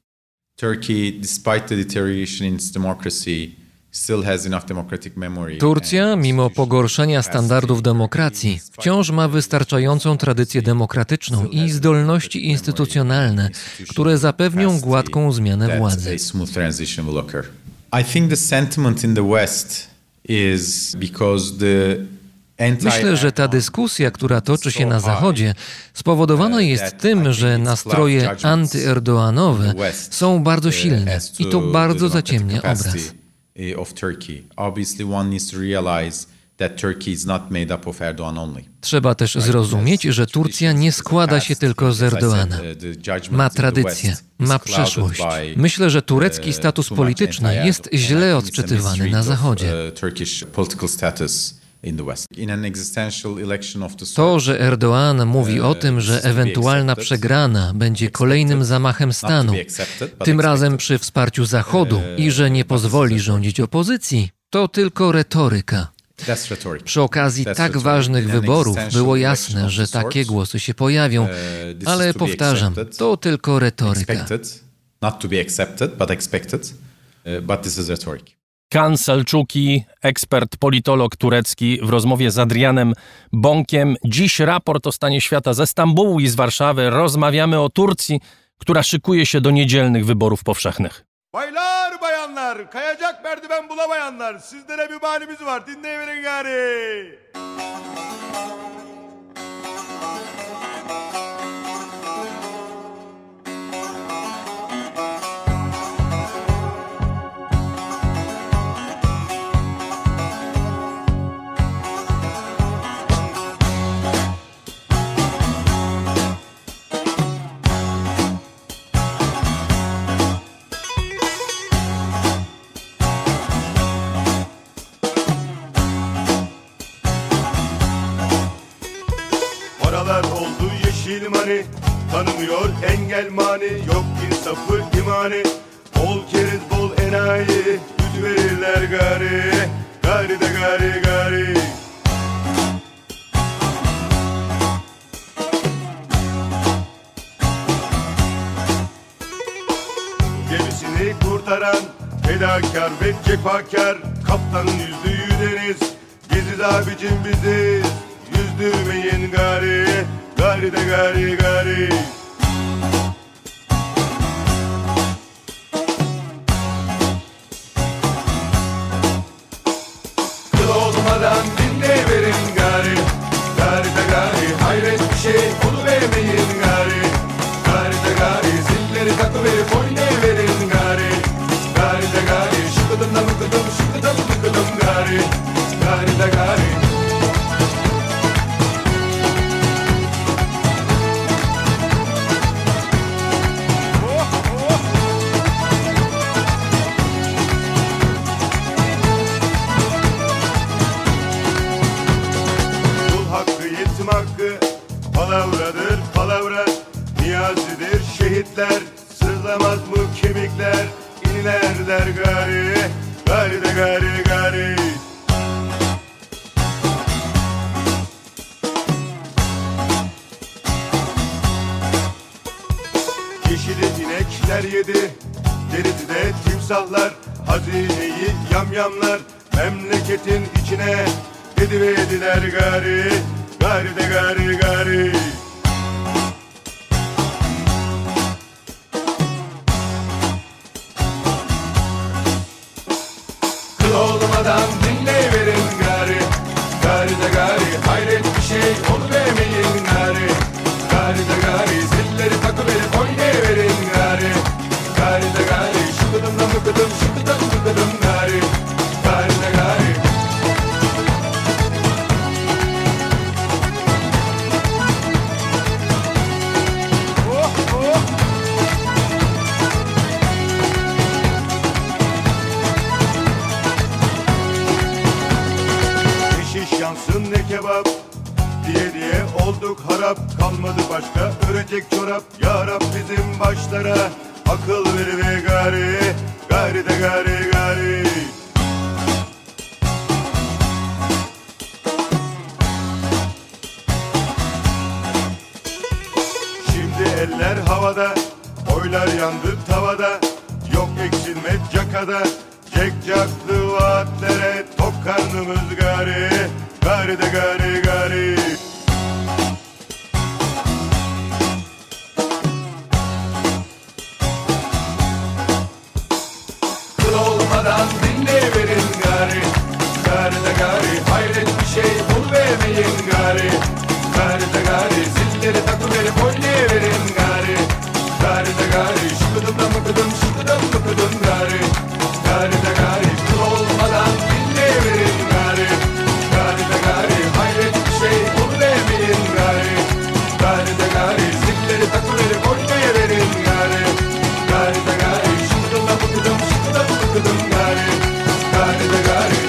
Turcja, mimo pogorszenia standardów demokracji, wciąż ma wystarczającą tradycję demokratyczną i zdolności instytucjonalne, które zapewnią gładką zmianę władzy. Myślę, że ta dyskusja, która toczy się na Zachodzie, spowodowana jest tym, że nastroje antyerdoanowe są bardzo silne i to bardzo zaciemnia obraz. Trzeba też zrozumieć, że Turcja nie składa się tylko z Erdoğana. Ma tradycję, ma przeszłość. Myślę, że turecki status polityczny jest źle odczytywany na Zachodzie. To, że Erdoğan mówi o tym, że ewentualna przegrana będzie kolejnym zamachem stanu, tym razem przy wsparciu Zachodu i że nie pozwoli rządzić opozycji, to tylko retoryka. Przy okazji tak ważnych wyborów było jasne, że takie głosy się pojawią, ale powtarzam, to tylko retoryka. Can Salcuki, ekspert, politolog turecki w rozmowie z Adrianem Bąkiem. Dziś raport o stanie świata ze Stambułu i z Warszawy. Rozmawiamy o Turcji, która szykuje się do niedzielnych wyborów powszechnych. Baylar bayanlar, kayacak merdiven bulamayanlar, sizlere bir halimiz var, dinleyiverin gari. Mani, tanımıyor engel mani, yok insafı imani, bol keriz bol enayi, yüz verirler gari, gari de gari gari. Gemisini kurtaran fedakar ve cefakar, kaptanın yüzdüğü deniz, biziz abicim biziz, yüzdürmeyin gari. Gari de gari gari. Kıl olmadan dinleyiverin gari. Gari de gari, hayret bir şey oluvermeyin gari. Gari de gari, zilleri takıverip oynayıverin gari. Gari de gari, şıkıdım da mıkıdım, şıkıdım mıkıdım gari. Gari de gari. Palavradır palavra, niyazidir şehitler, sızlamaz mı kemikler, inlerler gari, gari de gari gari. Yeşili inekler yedi, derisi de timsahlar, hazineyi yamyamlar, memleketin içine ediverdiler gari. Gari de gari gari. Kıl olmadan dinleyiverin gari. Gari de gari, hayret bir şey oluvermeyin gari. Gari de gari, zilleri takıverip oynayıverin gari. Gari de gari, şıkıdım da mıkıdım, şıkıdım mıkıdım gari. Gari de gari. Olduk harap kalmadı başka örecek çorap. Ya Rab bizim başlara akıl ver ve gari. Gari de gari gari. Şimdi eller havada, oylar yandı tavada. Yok eksilme cakada. Cekcaklı vaatlere tok karnımız gari. Gari de gari gari. Kıl olmadan dinleyiverin gari. Gari de gari, hayret bir şey buluvermeyin gari. Gari de gari, zilleri takıverip oynayıverin gari. Gari de gari, şıkıdım da mıkıdım, şıkıdım mıkıdım gari. Gari de gari, kıl olmadan dinleyiverin gari. Gari de gari, hayret bir şey buluvermeyin gari. Gari de gari, zilleri takıverip oynayıverin gari. Gari de gari, şıkıdım da mıkıdım, şıkıdım mıkıdım gari. Gari de gari.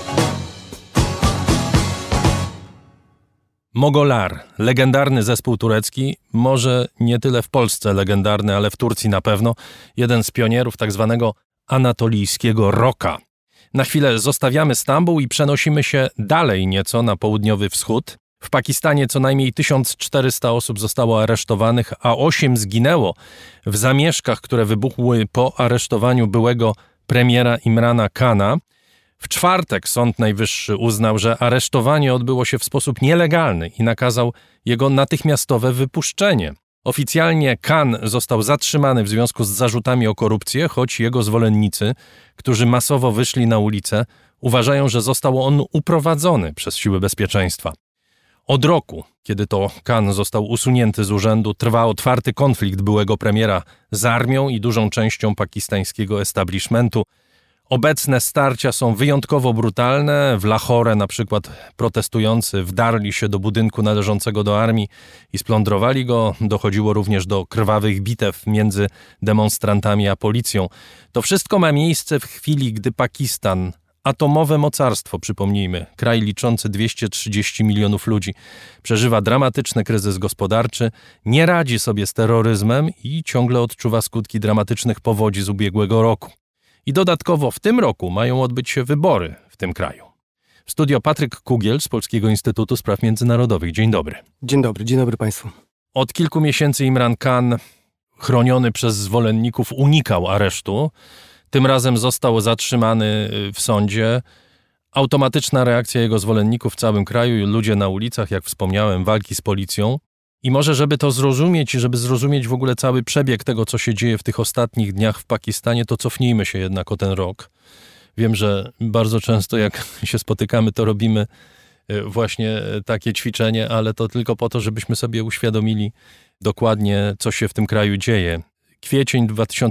Mogolar, legendarny zespół turecki, może nie tyle w Polsce legendarny, ale w Turcji na pewno, jeden z pionierów tak zwanego anatolijskiego rocka. Na chwilę zostawiamy Stambuł i przenosimy się dalej nieco na południowy wschód. W Pakistanie co najmniej 1400 osób zostało aresztowanych, a 8 zginęło w zamieszkach, które wybuchły po aresztowaniu byłego premiera Imrana Khana. W czwartek Sąd Najwyższy uznał, że aresztowanie odbyło się w sposób nielegalny i nakazał jego natychmiastowe wypuszczenie. Oficjalnie Khan został zatrzymany w związku z zarzutami o korupcję, choć jego zwolennicy, którzy masowo wyszli na ulicę, uważają, że został on uprowadzony przez siły bezpieczeństwa. Od roku, kiedy to Khan został usunięty z urzędu, trwa otwarty konflikt byłego premiera z armią i dużą częścią pakistańskiego establishmentu. Obecne starcia są wyjątkowo brutalne. W Lahore na przykład protestujący wdarli się do budynku należącego do armii i splądrowali go. Dochodziło również do krwawych bitew między demonstrantami a policją. To wszystko ma miejsce w chwili, gdy Pakistan, atomowe mocarstwo, przypomnijmy, kraj liczący 230 milionów ludzi, przeżywa dramatyczny kryzys gospodarczy, nie radzi sobie z terroryzmem i ciągle odczuwa skutki dramatycznych powodzi z ubiegłego roku. I dodatkowo w tym roku mają odbyć się wybory w tym kraju. W studio Patryk Kugiel z Polskiego Instytutu Spraw Międzynarodowych. Dzień dobry. Dzień dobry Państwu. Od kilku miesięcy Imran Khan, chroniony przez zwolenników, unikał aresztu. Tym razem został zatrzymany w sądzie. Automatyczna reakcja jego zwolenników w całym kraju, ludzie na ulicach, jak wspomniałem, walki z policją. I może, żeby to zrozumieć, żeby zrozumieć w ogóle cały przebieg tego, co się dzieje w tych ostatnich dniach w Pakistanie, to cofnijmy się jednak o ten rok. Wiem, że bardzo często jak się spotykamy, to robimy właśnie takie ćwiczenie, ale to tylko po to, żebyśmy sobie uświadomili dokładnie, co się w tym kraju dzieje. Kwiecień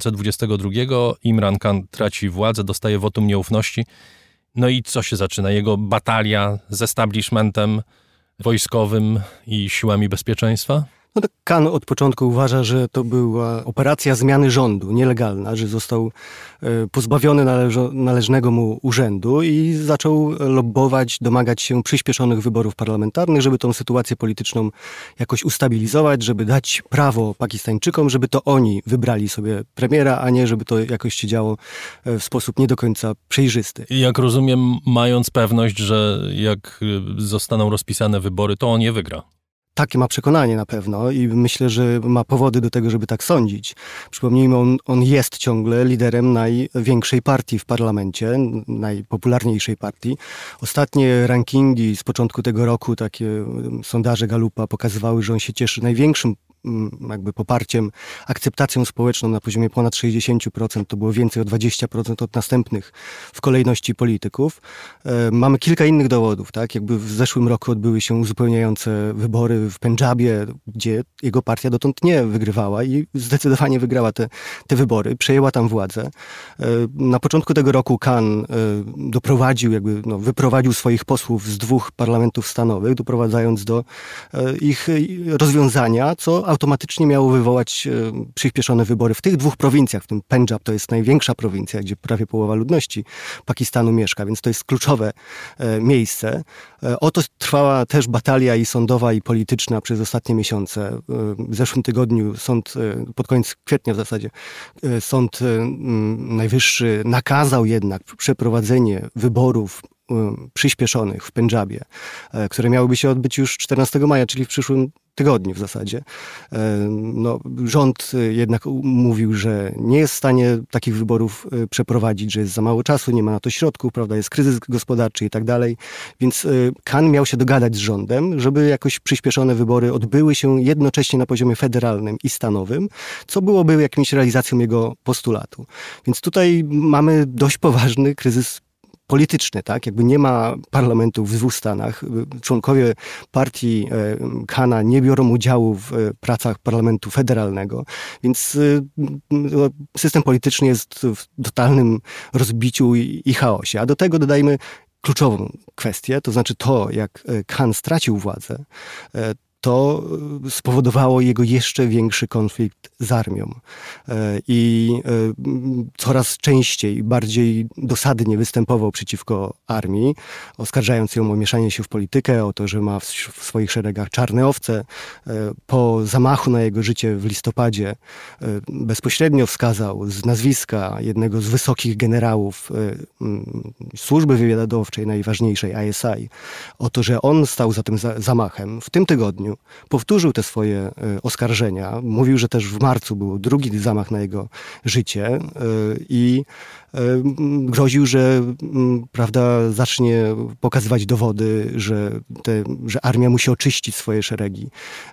2022, Imran Khan traci władzę, dostaje wotum nieufności. No i co się zaczyna? Jego batalia z establishmentem wojskowym i siłami bezpieczeństwa? No tak, Khan od początku uważa, że to była operacja zmiany rządu, nielegalna, że został pozbawiony należnego mu urzędu i zaczął lobbować, domagać się przyspieszonych wyborów parlamentarnych, żeby tą sytuację polityczną jakoś ustabilizować, żeby dać prawo Pakistańczykom, żeby to oni wybrali sobie premiera, a nie żeby to jakoś się działo w sposób nie do końca przejrzysty. I jak rozumiem, mając pewność, że jak zostaną rozpisane wybory, to on je wygra. Takie ma przekonanie na pewno i myślę, że ma powody do tego, żeby tak sądzić. Przypomnijmy, on jest ciągle liderem największej partii w parlamencie, najpopularniejszej partii. Ostatnie rankingi z początku tego roku, takie sondaże Gallupa pokazywały, że on się cieszy największym jakby poparciem, akceptacją społeczną na poziomie ponad 60%, to było więcej o 20% od następnych w kolejności polityków. Mamy kilka innych dowodów, tak? Jakby w zeszłym roku odbyły się uzupełniające wybory w Pendżabie, gdzie jego partia dotąd nie wygrywała i zdecydowanie wygrała te wybory, przejęła tam władzę. Na początku tego roku Khan wyprowadził swoich posłów z 2 parlamentów stanowych, doprowadzając do ich rozwiązania, co automatycznie miało wywołać przyspieszone wybory w tych 2 prowincjach, w tym Pendżab to jest największa prowincja, gdzie prawie połowa ludności Pakistanu mieszka, więc to jest kluczowe miejsce. O to trwała też batalia i sądowa, i polityczna przez ostatnie miesiące. W zeszłym tygodniu pod koniec kwietnia w zasadzie, Sąd Najwyższy nakazał jednak przeprowadzenie wyborów przyspieszonych w Pendżabie, które miałyby się odbyć już 14 maja, czyli w przyszłym tygodniu w zasadzie. Rząd jednak mówił, że nie jest w stanie takich wyborów przeprowadzić, że jest za mało czasu, nie ma na to środków, prawda, jest kryzys gospodarczy i tak dalej. Więc Khan miał się dogadać z rządem, żeby jakoś przyspieszone wybory odbyły się jednocześnie na poziomie federalnym i stanowym, co byłoby jakimś realizacją jego postulatu. Więc tutaj mamy dość poważny kryzys polityczny, tak? Jakby nie ma parlamentów w 2 stanach. Członkowie partii Khana nie biorą udziału w pracach parlamentu federalnego, więc system polityczny jest w totalnym rozbiciu i chaosie. A do tego dodajmy kluczową kwestię, to znaczy to, jak Khan stracił władzę, to spowodowało jego jeszcze większy konflikt z armią. I coraz częściej, bardziej dosadnie występował przeciwko armii, oskarżając ją o mieszanie się w politykę, o to, że ma w swoich szeregach czarne owce. Po zamachu na jego życie w listopadzie bezpośrednio wskazał z nazwiska jednego z wysokich generałów służby wywiadowczej, najważniejszej ISI, o to, że on stał za tym zamachem. W tym tygodniu powtórzył te swoje oskarżenia. Mówił, że też w marcu był drugi zamach na jego życie i groził, że prawda, zacznie pokazywać dowody, że armia musi oczyścić swoje szeregi.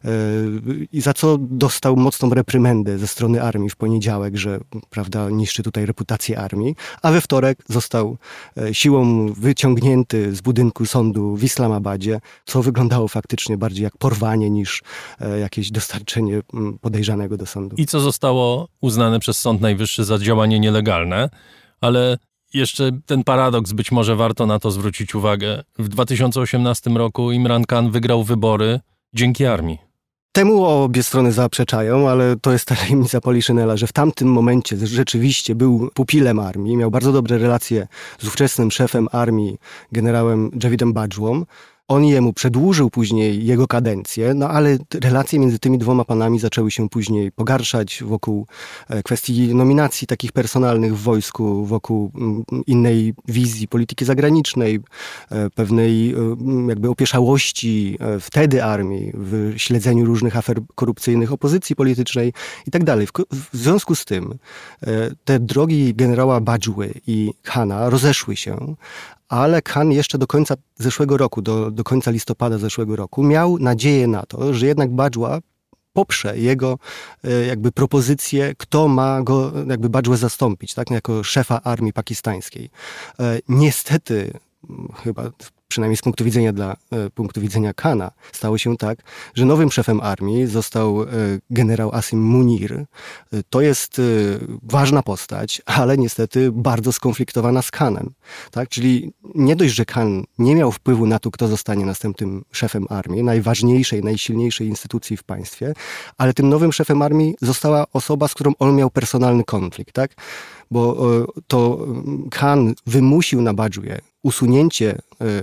I za co dostał mocną reprymendę ze strony armii w poniedziałek, że prawda, niszczy tutaj reputację armii, a we wtorek został siłą wyciągnięty z budynku sądu w Islamabadzie, co wyglądało faktycznie bardziej jak porwanie niż jakieś dostarczenie podejrzanego do sądu. I co zostało uznane przez Sąd Najwyższy za działanie nielegalne, ale jeszcze ten paradoks, być może warto na to zwrócić uwagę. W 2018 roku Imran Khan wygrał wybory dzięki armii. Temu obie strony zaprzeczają, ale to jest tajemnica Poliszynela, że w tamtym momencie rzeczywiście był pupilem armii, miał bardzo dobre relacje z ówczesnym szefem armii, generałem Javidem Bajwą. On jemu przedłużył później jego kadencję, no ale relacje między tymi 2 panami zaczęły się później pogarszać wokół kwestii nominacji takich personalnych w wojsku, wokół innej wizji polityki zagranicznej, pewnej jakby opieszałości wtedy armii w śledzeniu różnych afer korupcyjnych opozycji politycznej i tak dalej. W związku z tym te drogi generała Bajwy i Khana rozeszły się, ale Khan jeszcze do końca zeszłego roku, do końca listopada zeszłego roku miał nadzieję na to, że jednak Bajwa poprze jego jakby propozycję, kto ma go jakby Bajwę zastąpić, tak, jako szefa armii pakistańskiej. Niestety, chyba przynajmniej z punktu widzenia Khana, stało się tak, że nowym szefem armii został generał Asim Munir. To jest ważna postać, ale niestety bardzo skonfliktowana z Khanem. Tak? Czyli nie dość, że Khan nie miał wpływu na to, kto zostanie następnym szefem armii, najważniejszej, najsilniejszej instytucji w państwie, ale tym nowym szefem armii została osoba, z którą on miał personalny konflikt. Tak? Bo to Khan wymusił na Bajwie usunięcie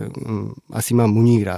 Asima Munira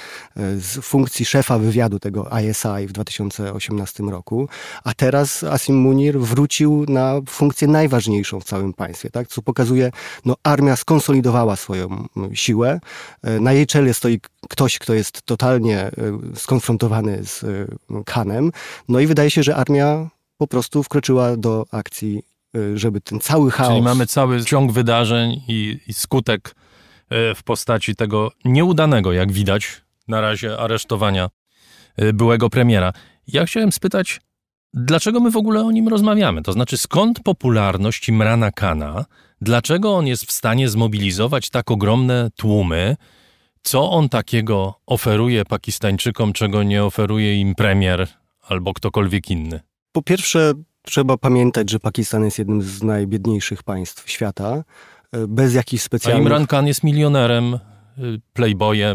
z funkcji szefa wywiadu tego ISI w 2018 roku, a teraz Asim Munir wrócił na funkcję najważniejszą w całym państwie, tak? Co pokazuje, no armia skonsolidowała swoją siłę, na jej czele stoi ktoś, kto jest totalnie skonfrontowany z Khanem, no i wydaje się, że armia po prostu wkroczyła do akcji, żeby ten cały chaos... Czyli mamy cały ciąg wydarzeń i skutek w postaci tego nieudanego, jak widać, na razie aresztowania byłego premiera. Ja chciałem spytać, dlaczego my w ogóle o nim rozmawiamy? To znaczy, skąd popularność Imrana Khana? Dlaczego on jest w stanie zmobilizować tak ogromne tłumy? Co on takiego oferuje Pakistańczykom, czego nie oferuje im premier albo ktokolwiek inny? Po pierwsze, trzeba pamiętać, że Pakistan jest jednym z najbiedniejszych państw świata. Bez jakichś specjalnych... A Imran Khan jest milionerem, playboyem,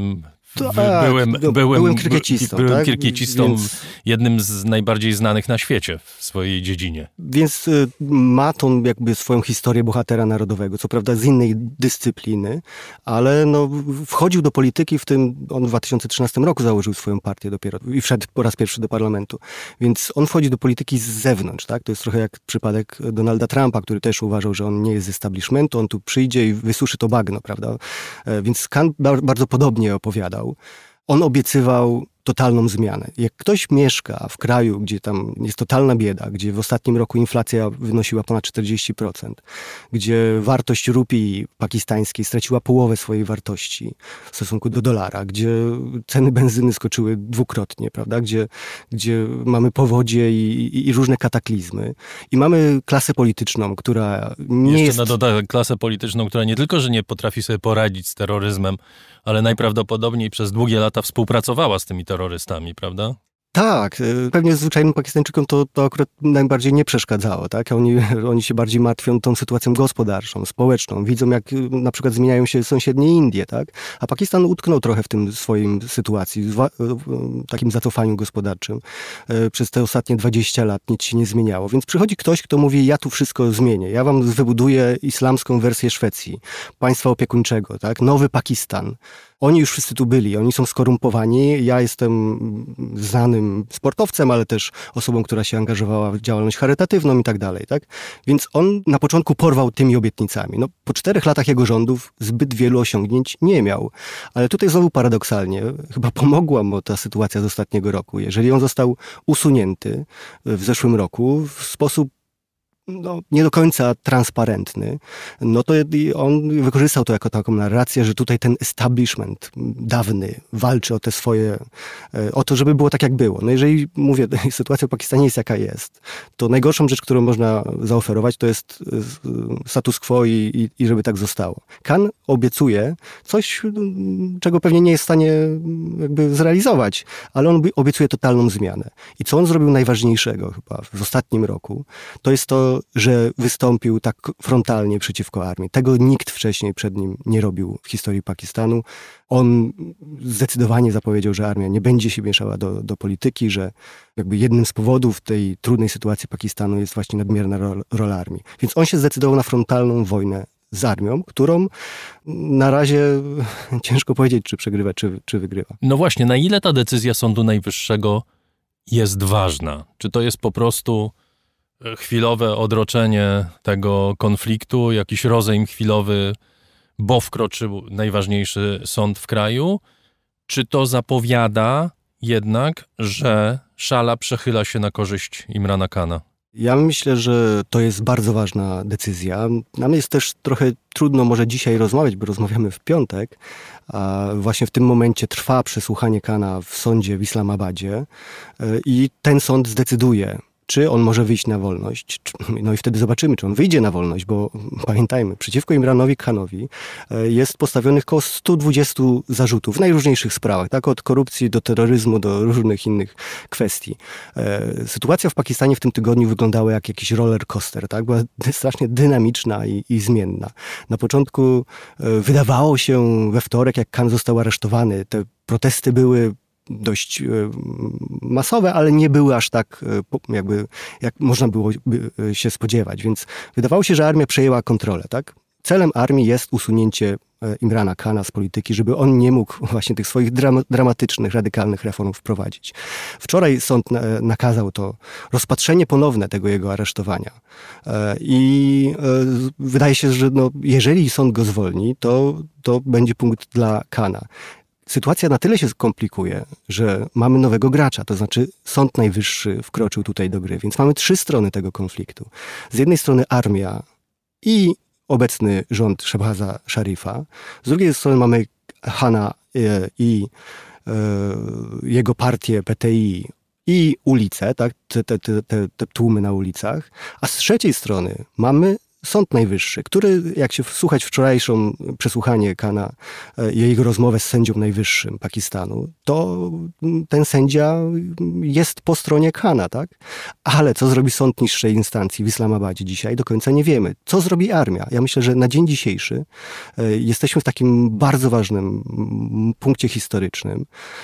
Byłem krykiecistą. Byłem tak? krykiecistą, jednym z najbardziej znanych na świecie w swojej dziedzinie. Więc ma tą jakby swoją historię bohatera narodowego, co prawda z innej dyscypliny, ale no, wchodził do polityki on w 2013 roku założył swoją partię dopiero i wszedł po raz pierwszy do parlamentu. Więc on wchodzi do polityki z zewnątrz, tak? To jest trochę jak przypadek Donalda Trumpa, który też uważał, że on nie jest z establishmentu, on tu przyjdzie i wysuszy to bagno, prawda? Więc Khan bardzo podobnie opowiadał. On obiecywał totalną zmianę. Jak ktoś mieszka w kraju, gdzie tam jest totalna bieda, gdzie w ostatnim roku inflacja wynosiła ponad 40%, gdzie wartość rupii pakistańskiej straciła połowę swojej wartości w stosunku do dolara, gdzie ceny benzyny skoczyły dwukrotnie, prawda? Gdzie mamy powodzie i różne kataklizmy. I mamy klasę polityczną, która nie jest... na dodatek klasę polityczną, która nie tylko, że nie potrafi sobie poradzić z terroryzmem, ale najprawdopodobniej przez długie lata współpracowała z tymi terrorystami, prawda? Tak, pewnie zwyczajnym Pakistańczykom to akurat najbardziej nie przeszkadzało, tak? Oni się bardziej martwią tą sytuacją gospodarczą, społeczną. Widzą, jak na przykład zmieniają się sąsiednie Indie, tak? A Pakistan utknął trochę w tym swoim sytuacji, takim zacofaniu gospodarczym. Przez te ostatnie 20 lat nic się nie zmieniało. Więc przychodzi ktoś, kto mówi, ja tu wszystko zmienię. Ja wam wybuduję islamską wersję Szwecji, państwa opiekuńczego, tak? Nowy Pakistan. Oni już wszyscy tu byli, oni są skorumpowani. Ja jestem znanym sportowcem, ale też osobą, która się angażowała w działalność charytatywną i tak dalej, tak? Więc on na początku porwał tymi obietnicami. No, po 4 latach jego rządów zbyt wielu osiągnięć nie miał. Ale tutaj znowu paradoksalnie, chyba pomogła mu ta sytuacja z ostatniego roku. Jeżeli on został usunięty w zeszłym roku w sposób nie do końca transparentny, no to on wykorzystał to jako taką narrację, że tutaj ten establishment dawny walczy o te swoje, o to, żeby było tak, jak było. No jeżeli, mówię, sytuacja w Pakistanie jest jaka jest, to najgorszą rzecz, którą można zaoferować, to jest status quo i żeby tak zostało. Khan obiecuje coś, czego pewnie nie jest w stanie jakby zrealizować, ale on obiecuje totalną zmianę. I co on zrobił najważniejszego chyba w ostatnim roku, to jest to, że wystąpił tak frontalnie przeciwko armii. Tego nikt wcześniej przed nim nie robił w historii Pakistanu. On zdecydowanie zapowiedział, że armia nie będzie się mieszała do polityki, że jakby jednym z powodów tej trudnej sytuacji Pakistanu jest właśnie nadmierna rola armii. Więc on się zdecydował na frontalną wojnę z armią, którą na razie ciężko powiedzieć, czy przegrywa, czy wygrywa. No właśnie, na ile ta decyzja Sądu Najwyższego jest ważna? Czy to jest po prostu chwilowe odroczenie tego konfliktu, jakiś rozejm chwilowy, bo wkroczył najważniejszy sąd w kraju? Czy to zapowiada jednak, że szala przechyla się na korzyść Imrana Khana? Ja myślę, że to jest bardzo ważna decyzja. Nam jest też trochę trudno może dzisiaj rozmawiać, bo rozmawiamy w piątek, a właśnie w tym momencie trwa przesłuchanie Khana w sądzie w Islamabadzie i ten sąd zdecyduje, czy on może wyjść na wolność. No i wtedy zobaczymy, czy on wyjdzie na wolność, bo pamiętajmy, przeciwko Imranowi Khanowi jest postawionych około 120 zarzutów w najróżniejszych sprawach, tak, od korupcji do terroryzmu, do różnych innych kwestii. Sytuacja w Pakistanie w tym tygodniu wyglądała jak jakiś roller coaster, tak, była strasznie dynamiczna i zmienna. Na początku wydawało się we wtorek, jak Khan został aresztowany, te protesty były dość masowe, ale nie były aż tak jakby, jak można było się spodziewać. Więc wydawało się, że armia przejęła kontrolę, tak? Celem armii jest usunięcie Imrana Khana z polityki, żeby on nie mógł właśnie tych swoich dramatycznych, radykalnych reform wprowadzić. Wczoraj sąd nakazał to rozpatrzenie ponowne tego jego aresztowania. I wydaje się, że jeżeli sąd go zwolni, to będzie punkt dla Khana. Sytuacja na tyle się skomplikuje, że mamy nowego gracza, to znaczy Sąd Najwyższy wkroczył tutaj do gry, więc mamy 3 strony tego konfliktu. Z jednej strony armia i obecny rząd Shehbaza Sharifa, z drugiej strony mamy Khana i jego partię PTI i ulice, tak, te tłumy na ulicach, a z trzeciej strony mamy Sąd Najwyższy, który, jak się słuchać wczorajszą przesłuchanie Khana i jego rozmowę z sędzią najwyższym Pakistanu, to ten sędzia jest po stronie Khana, tak? Ale co zrobi sąd niższej instancji w Islamabadzie dzisiaj, do końca nie wiemy. Co zrobi armia? Ja myślę, że na dzień dzisiejszy jesteśmy w takim bardzo ważnym punkcie historycznym,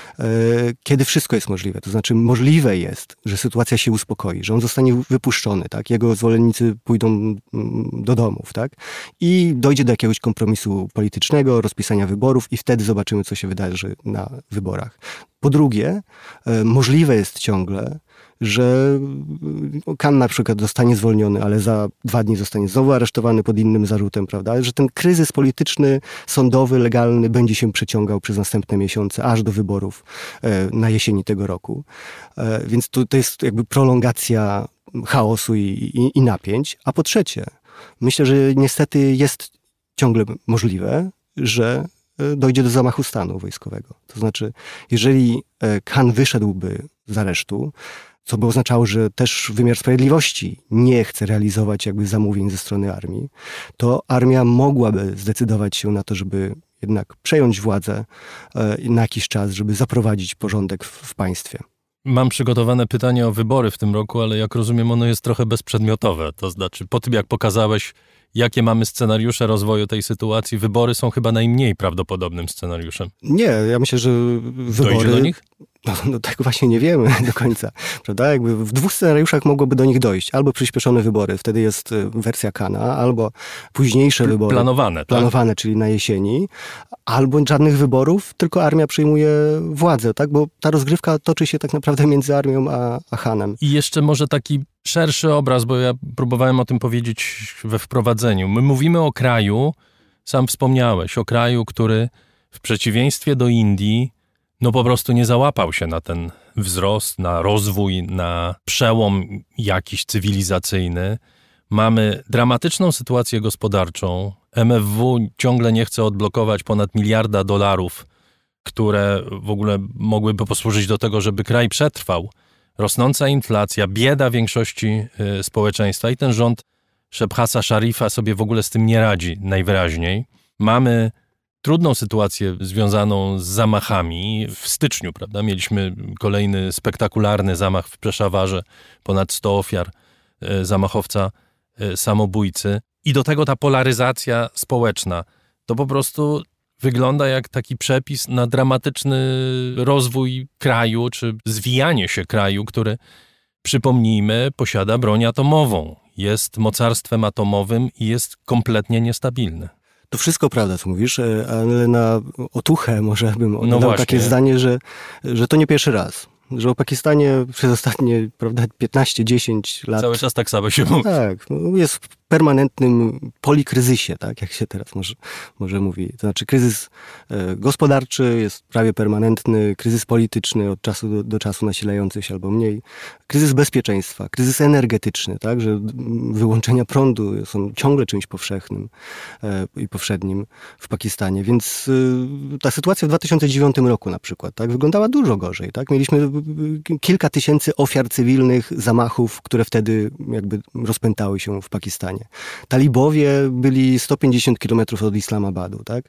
kiedy wszystko jest możliwe. To znaczy możliwe jest, że sytuacja się uspokoi, że on zostanie wypuszczony, tak? Jego zwolennicy pójdą do domów, tak? I dojdzie do jakiegoś kompromisu politycznego, rozpisania wyborów i wtedy zobaczymy, co się wydarzy na wyborach. Po drugie, możliwe jest ciągle, że Khan na przykład zostanie zwolniony, ale za 2 dni zostanie znowu aresztowany pod innym zarzutem, prawda? Że ten kryzys polityczny, sądowy, legalny będzie się przeciągał przez następne miesiące, aż do wyborów na jesieni tego roku. Więc to jest jakby prolongacja chaosu i napięć. A po trzecie, myślę, że niestety jest ciągle możliwe, że dojdzie do zamachu stanu wojskowego. To znaczy, jeżeli Khan wyszedłby z aresztu, co by oznaczało, że też wymiar sprawiedliwości nie chce realizować jakby zamówień ze strony armii, to armia mogłaby zdecydować się na to, żeby jednak przejąć władzę na jakiś czas, żeby zaprowadzić porządek w państwie. Mam przygotowane pytanie o wybory w tym roku, ale jak rozumiem, ono jest trochę bezprzedmiotowe. To znaczy, po tym jak pokazałeś, jakie mamy scenariusze rozwoju tej sytuacji, wybory są chyba najmniej prawdopodobnym scenariuszem. Nie, ja myślę, że wybory... Dojdzie do nich? No tak właśnie nie wiemy do końca, prawda? Jakby w 2 scenariuszach mogłoby do nich dojść. Albo przyspieszone wybory, wtedy jest wersja Khana, albo późniejsze wybory. Planowane, tak? Czyli na jesieni. Albo żadnych wyborów, tylko armia przyjmuje władzę, tak? Bo ta rozgrywka toczy się tak naprawdę między armią a Khanem. I jeszcze może taki szerszy obraz, bo ja próbowałem o tym powiedzieć we wprowadzeniu. My mówimy o kraju, sam wspomniałeś, o kraju, który w przeciwieństwie do Indii no po prostu nie załapał się na ten wzrost, na rozwój, na przełom jakiś cywilizacyjny. Mamy dramatyczną sytuację gospodarczą. MFW ciągle nie chce odblokować ponad $1 miliarda, które w ogóle mogłyby posłużyć do tego, żeby kraj przetrwał. Rosnąca inflacja, bieda większości społeczeństwa i ten rząd Shehbaza Sharifa sobie w ogóle z tym nie radzi najwyraźniej. Mamy trudną sytuację związaną z zamachami. W styczniu, prawda, mieliśmy kolejny spektakularny zamach w Peszawarze, ponad 100 ofiar, zamachowca samobójcy. I do tego ta polaryzacja społeczna. To po prostu wygląda jak taki przepis na dramatyczny rozwój kraju, czy zwijanie się kraju, który, przypomnijmy, posiada broń atomową. Jest mocarstwem atomowym i jest kompletnie niestabilny. To wszystko prawda, co mówisz, ale na otuchę może bym oddał takie zdanie, że to nie pierwszy raz. Że o Pakistanie przez ostatnie, prawda, 15-10 lat... Cały czas tak samo się mówi. Tak, jest w permanentnym polikryzysie, tak, jak się teraz może mówi. To znaczy kryzys gospodarczy jest prawie permanentny, kryzys polityczny od czasu do czasu nasilający się albo mniej, kryzys bezpieczeństwa, kryzys energetyczny, tak, że wyłączenia prądu są ciągle czymś powszechnym i powszednim w Pakistanie. Więc ta sytuacja w 2009 roku na przykład, tak, wyglądała dużo gorzej, tak. Mieliśmy kilka tysięcy ofiar cywilnych zamachów, które wtedy jakby rozpętały się w Pakistanie. Talibowie byli 150 kilometrów od Islamabadu, tak?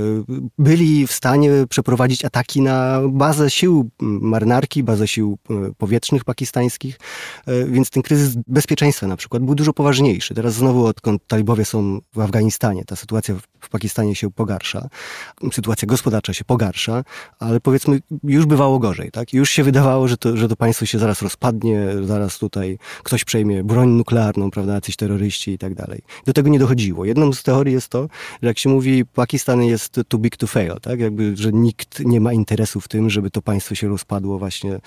Byli w stanie przeprowadzić ataki na bazę sił marynarki, bazę sił powietrznych pakistańskich, więc ten kryzys bezpieczeństwa na przykład był dużo poważniejszy. Teraz znowu, odkąd talibowie są w Afganistanie, ta sytuacja w Pakistanie się pogarsza, sytuacja gospodarcza się pogarsza, ale powiedzmy już bywało gorzej, tak? Już się wydawało, że to państwo się zaraz rozpadnie, zaraz tutaj ktoś przejmie broń nuklearną, prawda, jacyś terroryści i tak dalej. Do tego nie dochodziło. Jedną z teorii jest to, że jak się mówi, Pakistan jest too big to fail, tak? Jakby, że nikt nie ma interesu w tym, żeby to państwo się rozpadło właśnie,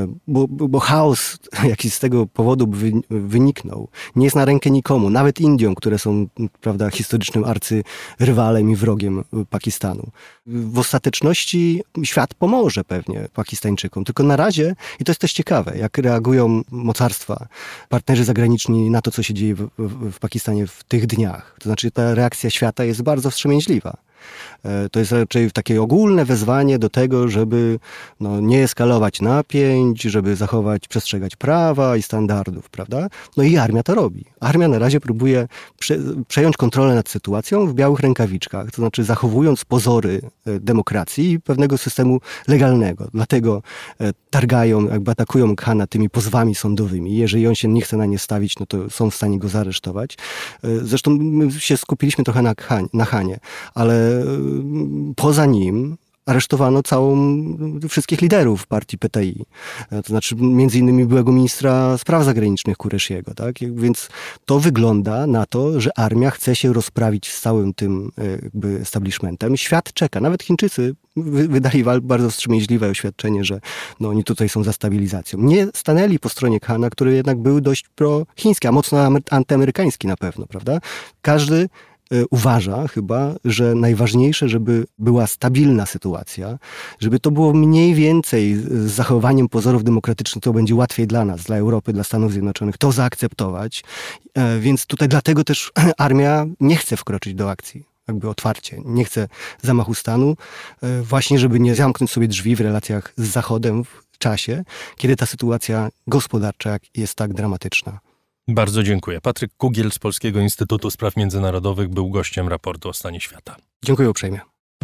bo chaos, jaki z tego powodu wyniknął, nie jest na rękę nikomu, nawet Indiom, które są, prawda, historycznym arcyrywalem i wrogiem Pakistanu. W ostateczności świat pomoże pewnie Pakistańczykom, tylko na razie, i to jest też ciekawe, jak reagują mocarstwa, partnerzy zagraniczni na to, co się dzieje w Pakistanie w tych dniach. To znaczy ta reakcja świata jest bardzo wstrzemięźliwa. To jest raczej takie ogólne wezwanie do tego, żeby nie eskalować napięć, żeby zachować, przestrzegać prawa i standardów, prawda? No i armia to robi. Armia na razie próbuje przejąć kontrolę nad sytuacją w białych rękawiczkach, to znaczy zachowując pozory demokracji i pewnego systemu legalnego. Dlatego targają, jakby atakują Khana tymi pozwami sądowymi. Jeżeli on się nie chce na nie stawić, no to są w stanie go zaaresztować. Zresztą my się skupiliśmy trochę na Khanie, ale poza nim aresztowano wszystkich liderów partii PTI. To znaczy między innymi byłego ministra spraw zagranicznych Qureshiego, tak? Więc to wygląda na to, że armia chce się rozprawić z całym tym jakby establishmentem. Świat czeka. Nawet Chińczycy wydali bardzo wstrzemięźliwe oświadczenie, że oni tutaj są za stabilizacją. Nie stanęli po stronie Khana, który jednak był dość prochiński, a mocno antyamerykański na pewno, prawda? Każdy uważa chyba, że najważniejsze, żeby była stabilna sytuacja, żeby to było mniej więcej z zachowaniem pozorów demokratycznych, to będzie łatwiej dla nas, dla Europy, dla Stanów Zjednoczonych, to zaakceptować. Więc tutaj dlatego też armia nie chce wkroczyć do akcji. Jakby otwarcie. Nie chce zamachu stanu, właśnie żeby nie zamknąć sobie drzwi w relacjach z Zachodem w czasie, kiedy ta sytuacja gospodarcza jest tak dramatyczna. Bardzo dziękuję. Patryk Kugiel z Polskiego Instytutu Spraw Międzynarodowych był gościem raportu o stanie świata. Dziękuję uprzejmie.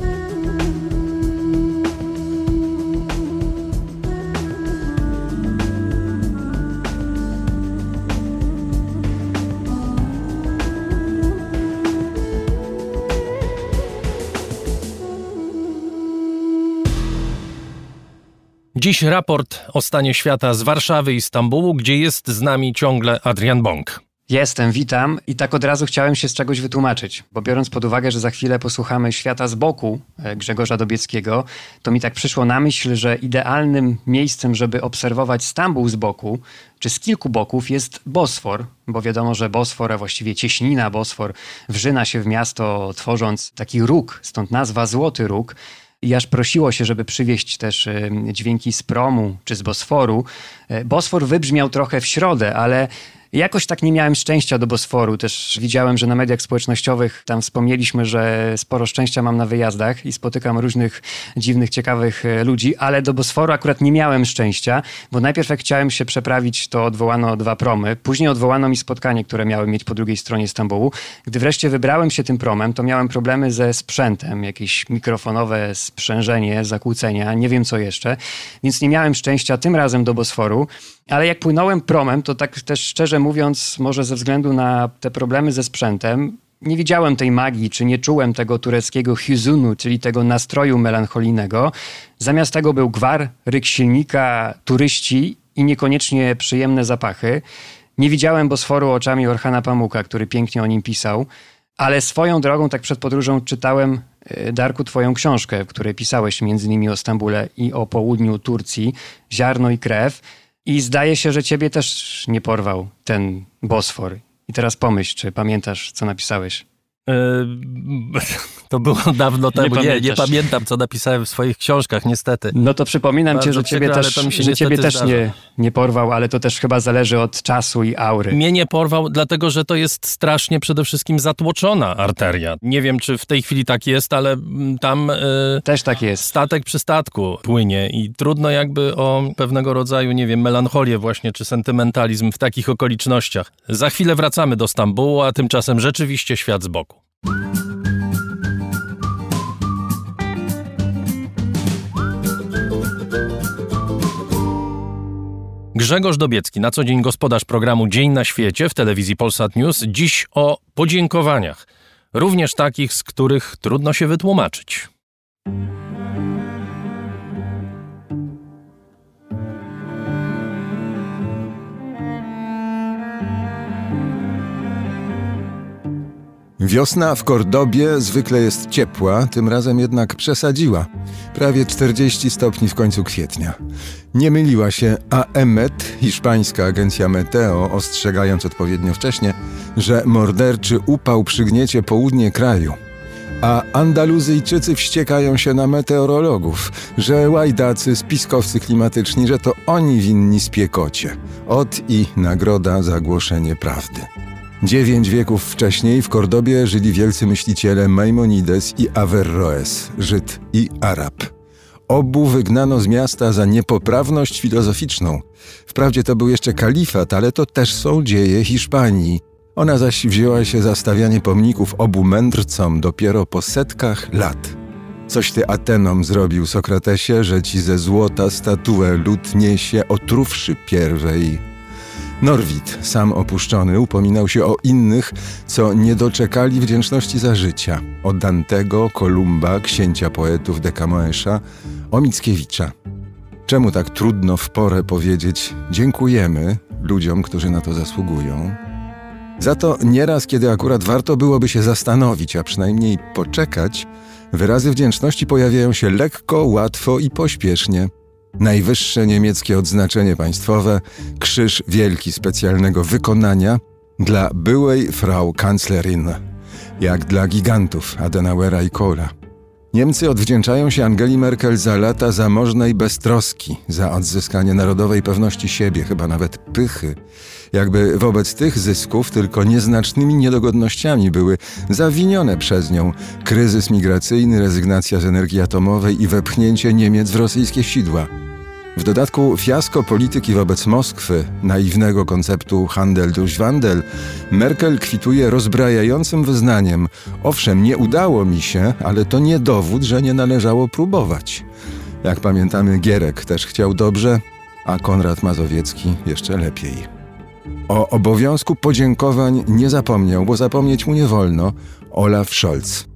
Dziś raport o stanie świata z Warszawy i Stambułu, gdzie jest z nami ciągle Adrian Bąk. Jestem, witam i tak od razu chciałem się z czegoś wytłumaczyć, bo biorąc pod uwagę, że za chwilę posłuchamy Świata z boku Grzegorza Dobieckiego, to mi tak przyszło na myśl, że idealnym miejscem, żeby obserwować Stambuł z boku, czy z kilku boków jest Bosfor, bo wiadomo, że Bosfor, a właściwie cieśnina Bosfor wrzyna się w miasto, tworząc taki róg, stąd nazwa Złoty Róg. I aż prosiło się, żeby przywieźć też dźwięki z promu czy z Bosforu. Bosfor wybrzmiał trochę w środę, ale jakoś tak nie miałem szczęścia do Bosforu. Też widziałem, że na mediach społecznościowych tam wspomnieliśmy, że sporo szczęścia mam na wyjazdach i spotykam różnych dziwnych, ciekawych ludzi, ale do Bosforu akurat nie miałem szczęścia, bo najpierw jak chciałem się przeprawić, to odwołano 2 promy. Później odwołano mi spotkanie, które miałem mieć po drugiej stronie Stambułu. Gdy wreszcie wybrałem się tym promem, to miałem problemy ze sprzętem, jakieś mikrofonowe sprzężenie, zakłócenia, nie wiem co jeszcze, więc nie miałem szczęścia tym razem do Bosforu. Ale jak płynąłem promem, to tak też szczerze mówiąc, może ze względu na te problemy ze sprzętem, nie widziałem tej magii, czy nie czułem tego tureckiego huzunu, czyli tego nastroju melancholijnego. Zamiast tego był gwar, ryk silnika, turyści i niekoniecznie przyjemne zapachy. Nie widziałem Bosforu oczami Orhana Pamuka, który pięknie o nim pisał, ale swoją drogą tak przed podróżą czytałem, Darku, twoją książkę, w której pisałeś m.in. o Stambule i o południu Turcji, Ziarno i krew. I zdaje się, że ciebie też nie porwał ten Bosfor. I teraz pomyśl, czy pamiętasz, co napisałeś? To było dawno temu. Nie pamiętam, co napisałem w swoich książkach, niestety. No to przypominam Bardzo cię, że ciebie też nie porwał, ale to też chyba zależy od czasu i aury. Mnie nie porwał, dlatego że to jest strasznie przede wszystkim zatłoczona arteria. Nie wiem, czy w tej chwili tak jest, ale tam też tak jest. Statek przy statku płynie i trudno jakby o pewnego rodzaju, nie wiem, melancholię właśnie, czy sentymentalizm w takich okolicznościach. Za chwilę wracamy do Stambułu, a tymczasem rzeczywiście świat z boku. Grzegorz Dobiecki, na co dzień gospodarz programu Dzień na świecie w telewizji Polsat News. Dziś o podziękowaniach, również takich, z których trudno się wytłumaczyć. Wiosna w Kordobie zwykle jest ciepła, tym razem jednak przesadziła. Prawie 40 stopni w końcu kwietnia. Nie myliła się, a EMET, hiszpańska agencja meteo, ostrzegając odpowiednio wcześnie, że morderczy upał przygniecie południe kraju. A Andaluzyjczycy wściekają się na meteorologów, że łajdacy, spiskowcy klimatyczni, że to oni winni spiekocie. Ot i nagroda za głoszenie prawdy. 9 wieków wcześniej w Kordobie żyli wielcy myśliciele Maimonides i Averroes, Żyd i Arab. Obu wygnano z miasta za niepoprawność filozoficzną. Wprawdzie to był jeszcze kalifat, ale to też są dzieje Hiszpanii. Ona zaś wzięła się za stawianie pomników obu mędrcom dopiero po setkach lat. Coś ty Atenom zrobił, Sokratesie, że ci ze złota statuę lud niesie, otruwszy pierwej. Norwid, sam opuszczony, upominał się o innych, co nie doczekali wdzięczności za życia. O Dantego, Kolumba, księcia poetów de Camõesa, o Mickiewicza. Czemu tak trudno w porę powiedzieć dziękujemy ludziom, którzy na to zasługują? Za to nieraz, kiedy akurat warto byłoby się zastanowić, a przynajmniej poczekać, wyrazy wdzięczności pojawiają się lekko, łatwo i pośpiesznie. Najwyższe niemieckie odznaczenie państwowe, krzyż wielki specjalnego wykonania dla byłej Frau Kanzlerin, jak dla gigantów Adenauera i Kohla. Niemcy odwdzięczają się Angeli Merkel za lata zamożnej beztroski, za odzyskanie narodowej pewności siebie, chyba nawet pychy. Jakby wobec tych zysków tylko nieznacznymi niedogodnościami były zawinione przez nią kryzys migracyjny, rezygnacja z energii atomowej i wepchnięcie Niemiec w rosyjskie sidła. W dodatku fiasko polityki wobec Moskwy, naiwnego konceptu Handel durch Wandel, Merkel kwituje rozbrajającym wyznaniem: owszem, nie udało mi się, ale to nie dowód, że nie należało próbować. Jak pamiętamy, Gierek też chciał dobrze, a Konrad Mazowiecki jeszcze lepiej. O obowiązku podziękowań nie zapomniał, bo zapomnieć mu nie wolno, Olaf Scholz.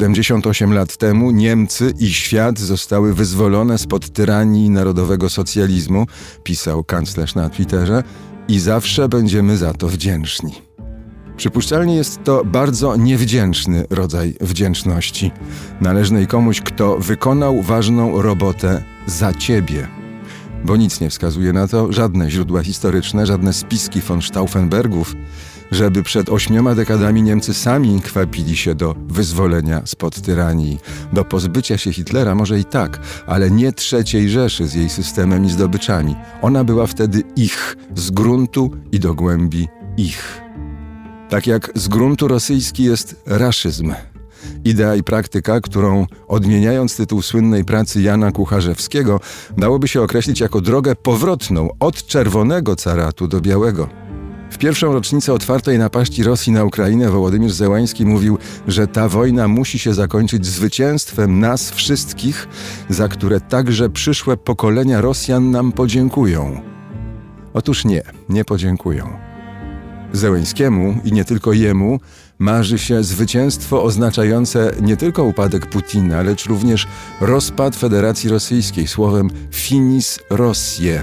78 lat temu Niemcy i świat zostały wyzwolone spod tyranii narodowego socjalizmu, pisał kanclerz na Twitterze, i zawsze będziemy za to wdzięczni. Przypuszczalnie jest to bardzo niewdzięczny rodzaj wdzięczności, należnej komuś, kto wykonał ważną robotę za ciebie. Bo nic nie wskazuje na to, żadne źródła historyczne, żadne spiski von Stauffenbergów, żeby przed 8 dekadami Niemcy sami kwapili się do wyzwolenia spod tyranii, do pozbycia się Hitlera może i tak, ale nie III Rzeszy z jej systemem i zdobyczami. Ona była wtedy ich, z gruntu i do głębi ich. Tak jak z gruntu rosyjski jest raszyzm. Idea i praktyka, którą, odmieniając tytuł słynnej pracy Jana Kucharzewskiego, dałoby się określić jako drogę powrotną od czerwonego caratu do białego. W pierwszą rocznicę otwartej napaści Rosji na Ukrainę Wołodymyr Zełański mówił, że ta wojna musi się zakończyć zwycięstwem nas wszystkich, za które także przyszłe pokolenia Rosjan nam podziękują. Otóż nie podziękują. Zełańskiemu i nie tylko jemu marzy się zwycięstwo oznaczające nie tylko upadek Putina, lecz również rozpad Federacji Rosyjskiej, słowem finis Rosje.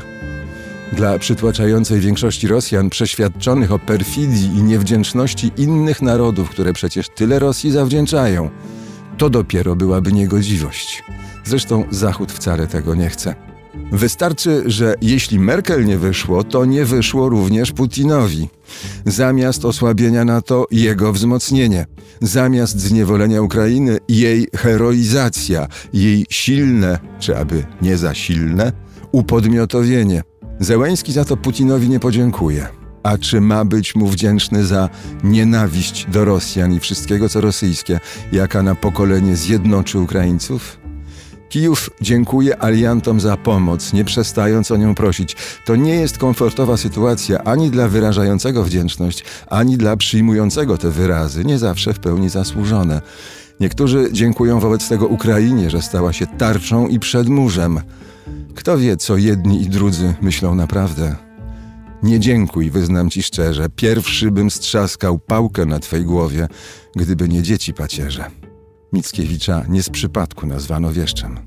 Dla przytłaczającej większości Rosjan przeświadczonych o perfidii i niewdzięczności innych narodów, które przecież tyle Rosji zawdzięczają, to dopiero byłaby niegodziwość. Zresztą Zachód wcale tego nie chce. Wystarczy, że jeśli Merkel nie wyszło, to nie wyszło również Putinowi. Zamiast osłabienia NATO, jego wzmocnienie. Zamiast zniewolenia Ukrainy, jej heroizacja, jej silne, czy aby nie za silne, upodmiotowienie. Zełański za to Putinowi nie podziękuje. A czy ma być mu wdzięczny za nienawiść do Rosjan i wszystkiego, co rosyjskie, jaka na pokolenie zjednoczy Ukraińców? Kijów dziękuje aliantom za pomoc, nie przestając o nią prosić. To nie jest komfortowa sytuacja ani dla wyrażającego wdzięczność, ani dla przyjmującego te wyrazy, nie zawsze w pełni zasłużone. Niektórzy dziękują wobec tego Ukrainie, że stała się tarczą i przedmurzem. Kto wie, co jedni i drudzy myślą naprawdę? Nie dziękuj, wyznam ci szczerze. Pierwszy bym strzaskał pałkę na twej głowie, gdyby nie dzieci pacierze. Mickiewicza nie z przypadku nazwano wieszczem.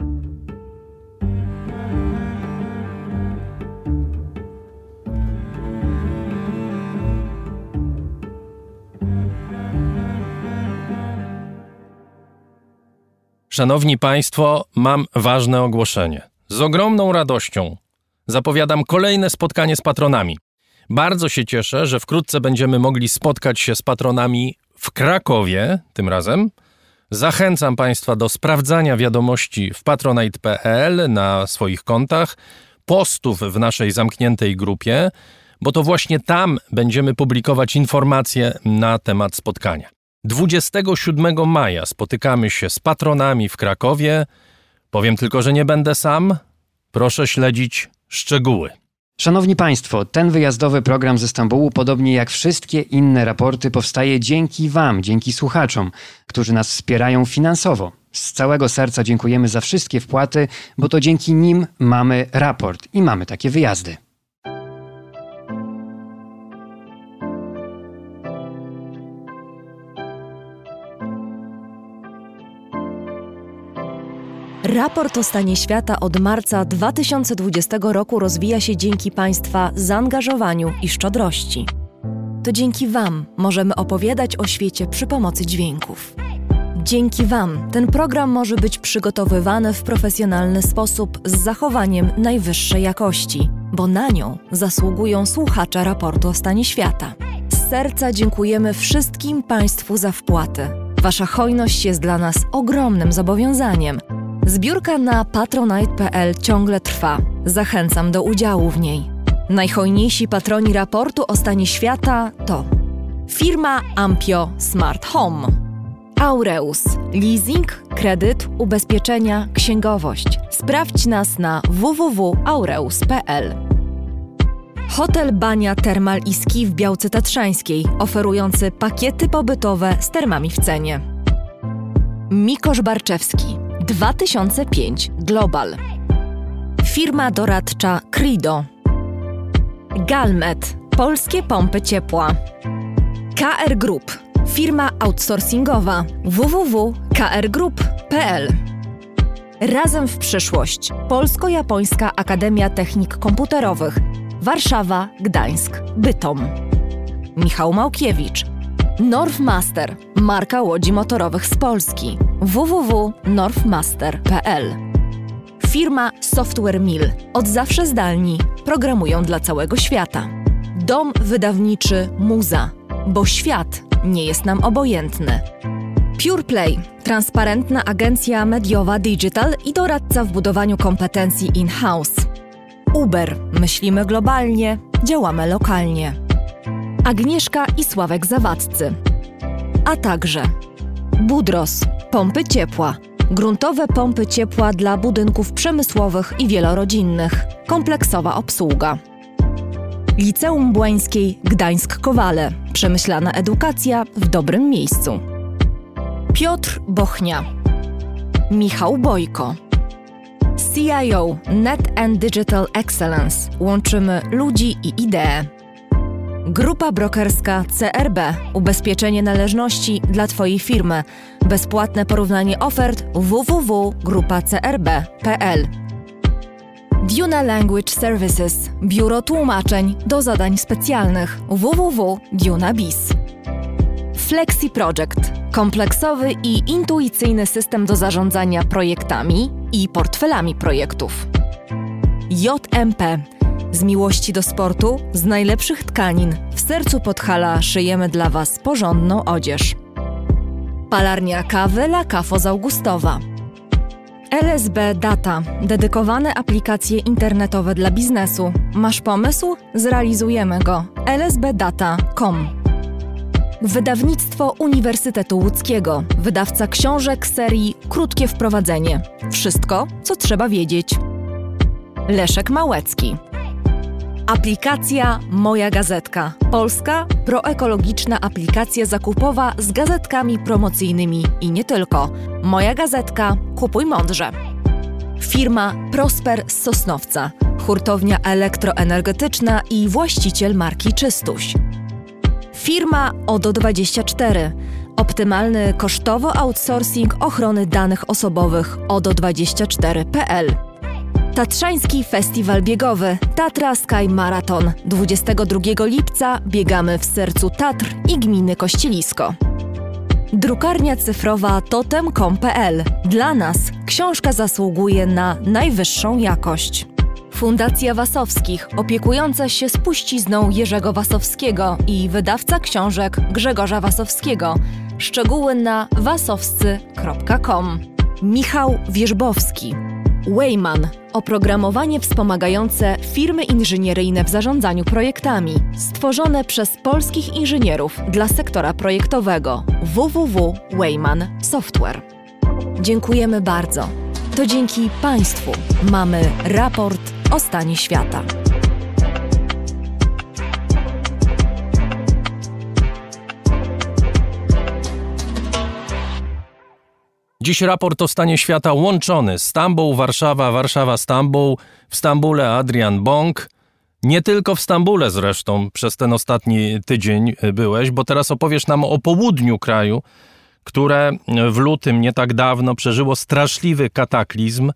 Szanowni Państwo, mam ważne ogłoszenie. Z ogromną radością zapowiadam kolejne spotkanie z patronami. Bardzo się cieszę, że wkrótce będziemy mogli spotkać się z patronami w Krakowie tym razem. Zachęcam Państwa do sprawdzania wiadomości w patronite.pl na swoich kontach, postów w naszej zamkniętej grupie, bo to właśnie tam będziemy publikować informacje na temat spotkania. 27 maja spotykamy się z patronami w Krakowie. Powiem tylko, że nie będę sam. Proszę śledzić szczegóły. Szanowni Państwo, ten wyjazdowy program ze Stambułu, podobnie jak wszystkie inne raporty, powstaje dzięki Wam, dzięki słuchaczom, którzy nas wspierają finansowo. Z całego serca dziękujemy za wszystkie wpłaty, bo to dzięki nim mamy raport i mamy takie wyjazdy. Raport o stanie świata od marca 2020 roku rozwija się dzięki Państwa zaangażowaniu i szczodrości. To dzięki Wam możemy opowiadać o świecie przy pomocy dźwięków. Dzięki Wam ten program może być przygotowywany w profesjonalny sposób z zachowaniem najwyższej jakości, bo na nią zasługują słuchacze raportu o stanie świata. Z serca dziękujemy wszystkim Państwu za wpłaty. Wasza hojność jest dla nas ogromnym zobowiązaniem. Zbiórka na patronite.pl ciągle trwa. Zachęcam do udziału w niej. Najhojniejsi patroni raportu o stanie świata to firma Ampio Smart Home, Aureus, leasing, kredyt, ubezpieczenia, księgowość. Sprawdź nas na www.aureus.pl. Hotel Bania Termal i Ski w Białce Tatrzańskiej, oferujący pakiety pobytowe z termami w cenie. Mikosz Barczewski, 2005 Global. Firma doradcza Crido. Galmet, polskie pompy ciepła. KR Group, firma outsourcingowa, www.krgroup.pl. Razem w przyszłość, Polsko-Japońska Akademia Technik Komputerowych, Warszawa, Gdańsk, Bytom. Michał Małkiewicz, Northmaster, marka łodzi motorowych z Polski, www.northmaster.pl. Firma Software Mill, od zawsze zdalni, programują dla całego świata. Dom wydawniczy Muza, bo świat nie jest nam obojętny. PurePlay, transparentna agencja mediowa digital i doradca w budowaniu kompetencji in-house. Uber, myślimy globalnie, działamy lokalnie. Agnieszka i Sławek Zawadcy. A także Budros, pompy ciepła. Gruntowe pompy ciepła dla budynków przemysłowych i wielorodzinnych. Kompleksowa obsługa. Liceum Błańskiej Gdańsk-Kowale. Przemyślana edukacja w dobrym miejscu. Piotr Bochnia. Michał Bojko. CIO Net and Digital Excellence. Łączymy ludzi i idee. Grupa brokerska CRB. Ubezpieczenie należności dla Twojej firmy. Bezpłatne porównanie ofert www.grupacrb.pl. Duna Language Services. Biuro tłumaczeń do zadań specjalnych www.duna.biz. Flexi Project. Kompleksowy i intuicyjny system do zarządzania projektami i portfelami projektów. JMP. Z miłości do sportu, z najlepszych tkanin, w sercu Podhala szyjemy dla Was porządną odzież. Palarnia kawy La Cafo z Augustowa. LSB Data. Dedykowane aplikacje internetowe dla biznesu. Masz pomysł? Zrealizujemy go. lsbdata.com. Wydawnictwo Uniwersytetu Łódzkiego. Wydawca książek serii Krótkie wprowadzenie. Wszystko, co trzeba wiedzieć. Leszek Małecki. Aplikacja Moja Gazetka. Polska proekologiczna aplikacja zakupowa z gazetkami promocyjnymi i nie tylko. Moja Gazetka. Kupuj mądrze. Firma Prosper z Sosnowca. Hurtownia elektroenergetyczna i właściciel marki Czystuś. Firma ODO24. Optymalny kosztowo outsourcing ochrony danych osobowych ODO24.pl. Tatrzański Festiwal Biegowy Tatra Sky Marathon. 22 lipca biegamy w sercu Tatr i gminy Kościelisko. Drukarnia cyfrowa totem.com.pl. Dla nas książka zasługuje na najwyższą jakość. Fundacja Wasowskich, opiekująca się spuścizną Jerzego Wasowskiego i wydawca książek Grzegorza Wasowskiego. Szczegóły na wasowscy.com. Michał Wierzbowski. Wayman – oprogramowanie wspomagające firmy inżynieryjne w zarządzaniu projektami, stworzone przez polskich inżynierów dla sektora projektowego. www.wayman Software. Dziękujemy bardzo. To dzięki Państwu mamy raport o stanie świata. Dziś raport o stanie świata łączony. Stambuł, Warszawa, Warszawa, Stambuł. W Stambule Adrian Bąk. Nie tylko w Stambule zresztą przez ten ostatni tydzień byłeś, bo teraz opowiesz nam o południu kraju, które w lutym nie tak dawno przeżyło straszliwy kataklizm.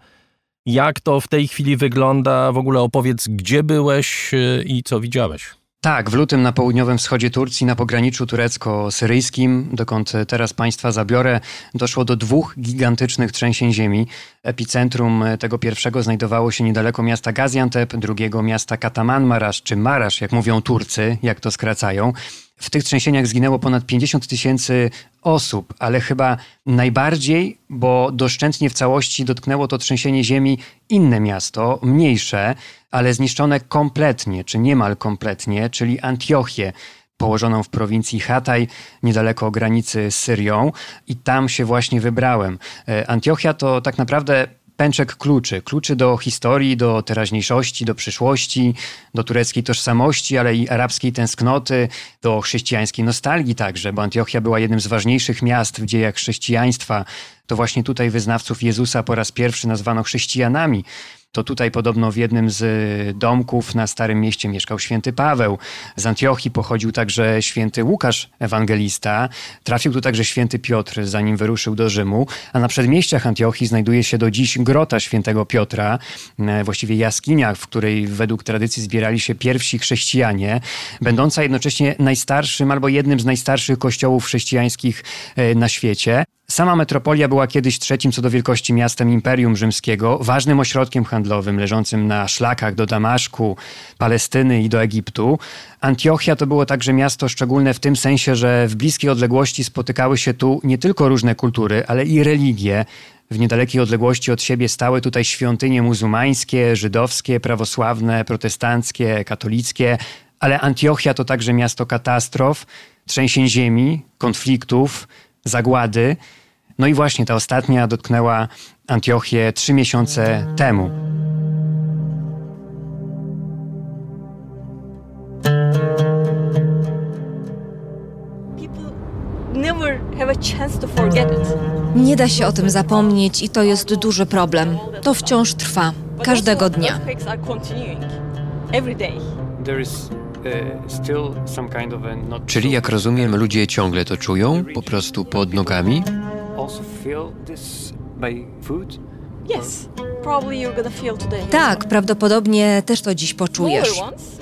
Jak to w tej chwili wygląda? W ogóle opowiedz, gdzie byłeś i co widziałeś. Tak, w lutym na południowym wschodzie Turcji, na pograniczu turecko-syryjskim, dokąd teraz Państwa zabiorę, doszło do 2 gigantycznych trzęsień ziemi. Epicentrum tego pierwszego znajdowało się niedaleko miasta Gaziantep, drugiego miasta Kahramanmaraş, czy Marasz, jak mówią Turcy, jak to skracają. W tych trzęsieniach zginęło ponad 50 000 osób, ale chyba najbardziej, bo doszczętnie w całości dotknęło to trzęsienie ziemi inne miasto, mniejsze, ale zniszczone kompletnie, czy niemal kompletnie, czyli Antiochię, położoną w prowincji Hatay, niedaleko granicy z Syrią. I tam się właśnie wybrałem. Antiochia to tak naprawdę pęczek kluczy do historii, do teraźniejszości, do przyszłości, do tureckiej tożsamości, ale i arabskiej tęsknoty, do chrześcijańskiej nostalgii także, bo Antiochia była jednym z ważniejszych miast w dziejach chrześcijaństwa. To właśnie tutaj wyznawców Jezusa po raz pierwszy nazwano chrześcijanami. To tutaj podobno w jednym z domków na Starym Mieście mieszkał święty Paweł. Z Antiochii pochodził także święty Łukasz Ewangelista. Trafił tu także święty Piotr, zanim wyruszył do Rzymu. A na przedmieściach Antiochii znajduje się do dziś grota świętego Piotra, właściwie jaskinia, w której według tradycji zbierali się pierwsi chrześcijanie, będąca jednocześnie najstarszym albo jednym z najstarszych kościołów chrześcijańskich na świecie. Sama metropolia była kiedyś 3. co do wielkości miastem Imperium Rzymskiego, ważnym ośrodkiem handlowym leżącym na szlakach do Damaszku, Palestyny i do Egiptu. Antiochia to było także miasto szczególne w tym sensie, że w bliskiej odległości spotykały się tu nie tylko różne kultury, ale i religie. W niedalekiej odległości od siebie stały tutaj świątynie muzułmańskie, żydowskie, prawosławne, protestanckie, katolickie, ale Antiochia to także miasto katastrof, trzęsień ziemi, konfliktów, zagłady. No i właśnie ta ostatnia dotknęła Antiochię 3 miesiące temu. Nie da się o tym zapomnieć i to jest duży problem. To wciąż trwa, każdego dnia. Czyli jak rozumiem, ludzie ciągle to czują, po prostu pod nogami? Tak, prawdopodobnie też to dziś poczujesz.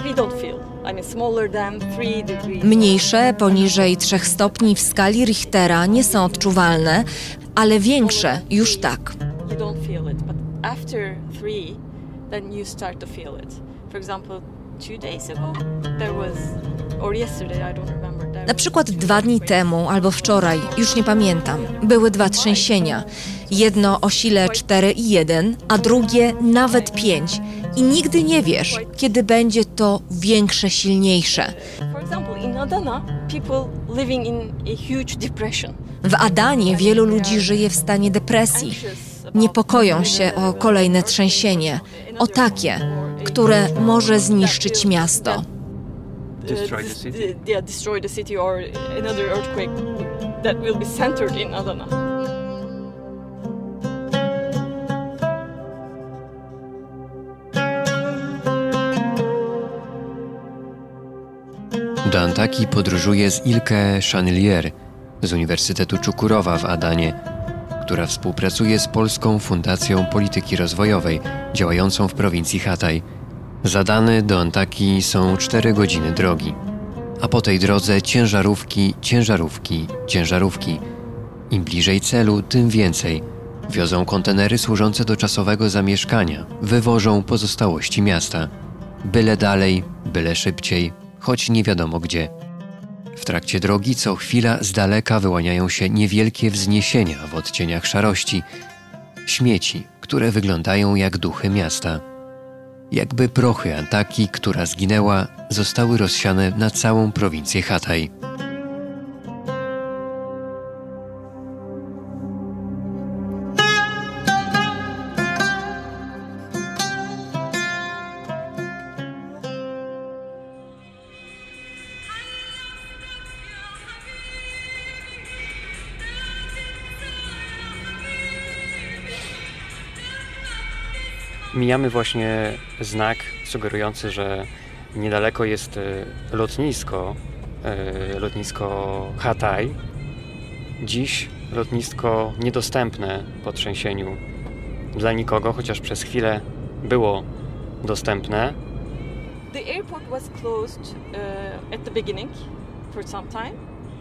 Mniejsze, poniżej 3 stopni w skali Richtera nie są odczuwalne, ale większe już tak. Na przykład 2 dni temu albo wczoraj, już nie pamiętam, były 2 trzęsienia. Jedno o sile 4,1, a drugie nawet 5. I nigdy nie wiesz, kiedy będzie to większe, silniejsze. W Adanie wielu ludzi żyje w stanie depresji. Niepokoją się o kolejne trzęsienie, o takie, które może zniszczyć miasto. Do Antakii podróżuje z Ilke Chanelier z Uniwersytetu Czukurowa w Adanie, która współpracuje z Polską Fundacją Polityki Rozwojowej działającą w prowincji Hatay. Z Adany do Antakii są 4 godziny drogi, a po tej drodze ciężarówki. Im bliżej celu, tym więcej. Wiozą kontenery służące do czasowego zamieszkania, wywożą pozostałości miasta. Byle dalej, byle szybciej, choć nie wiadomo gdzie. W trakcie drogi co chwila z daleka wyłaniają się niewielkie wzniesienia w odcieniach szarości. Śmieci, które wyglądają jak duchy miasta. Jakby prochy Antaki, która zginęła, zostały rozsiane na całą prowincję Hatay. Mijamy właśnie znak sugerujący, że niedaleko jest lotnisko Hatay. Dziś lotnisko niedostępne po trzęsieniu dla nikogo, chociaż przez chwilę było dostępne. The airport was closed at the beginning for some time.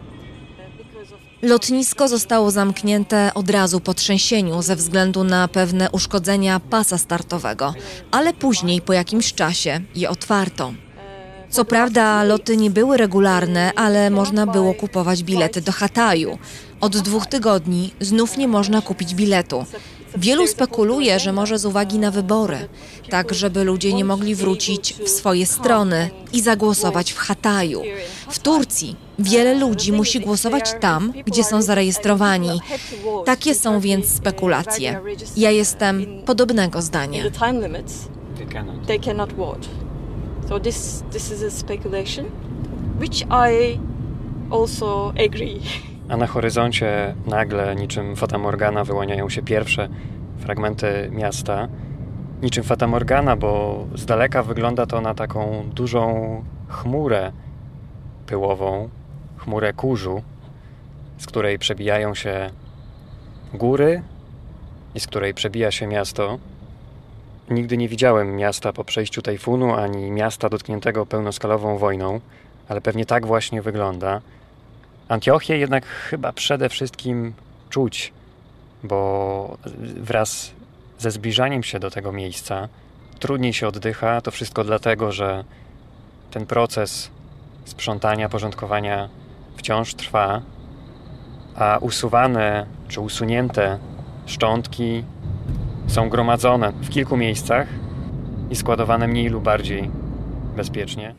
Lotnisko zostało zamknięte od razu po trzęsieniu ze względu na pewne uszkodzenia pasa startowego, ale później po jakimś czasie je otwarto. Co prawda loty nie były regularne, ale można było kupować bilety do Hatayu. Od 2 tygodni znów nie można kupić biletu. Wielu spekuluje, że może z uwagi na wybory, tak żeby ludzie nie mogli wrócić w swoje strony i zagłosować w Hatayu. W Turcji wiele ludzi musi głosować tam, gdzie są zarejestrowani. Takie są więc spekulacje. Ja jestem podobnego zdania. They cannot vote. So this is a speculation, which I also agree. A na horyzoncie nagle, niczym Fata Morgana, wyłaniają się pierwsze fragmenty miasta. Niczym Fata Morgana, bo z daleka wygląda to na taką dużą chmurę pyłową, chmurę kurzu, z której przebijają się góry i z której przebija się miasto. Nigdy nie widziałem miasta po przejściu tajfunu, ani miasta dotkniętego pełnoskalową wojną, ale pewnie tak właśnie wygląda. Antiochię jednak chyba przede wszystkim czuć, bo wraz ze zbliżaniem się do tego miejsca trudniej się oddycha. To wszystko dlatego, że ten proces sprzątania, porządkowania wciąż trwa, a usuwane czy usunięte szczątki są gromadzone w kilku miejscach i składowane mniej lub bardziej bezpiecznie.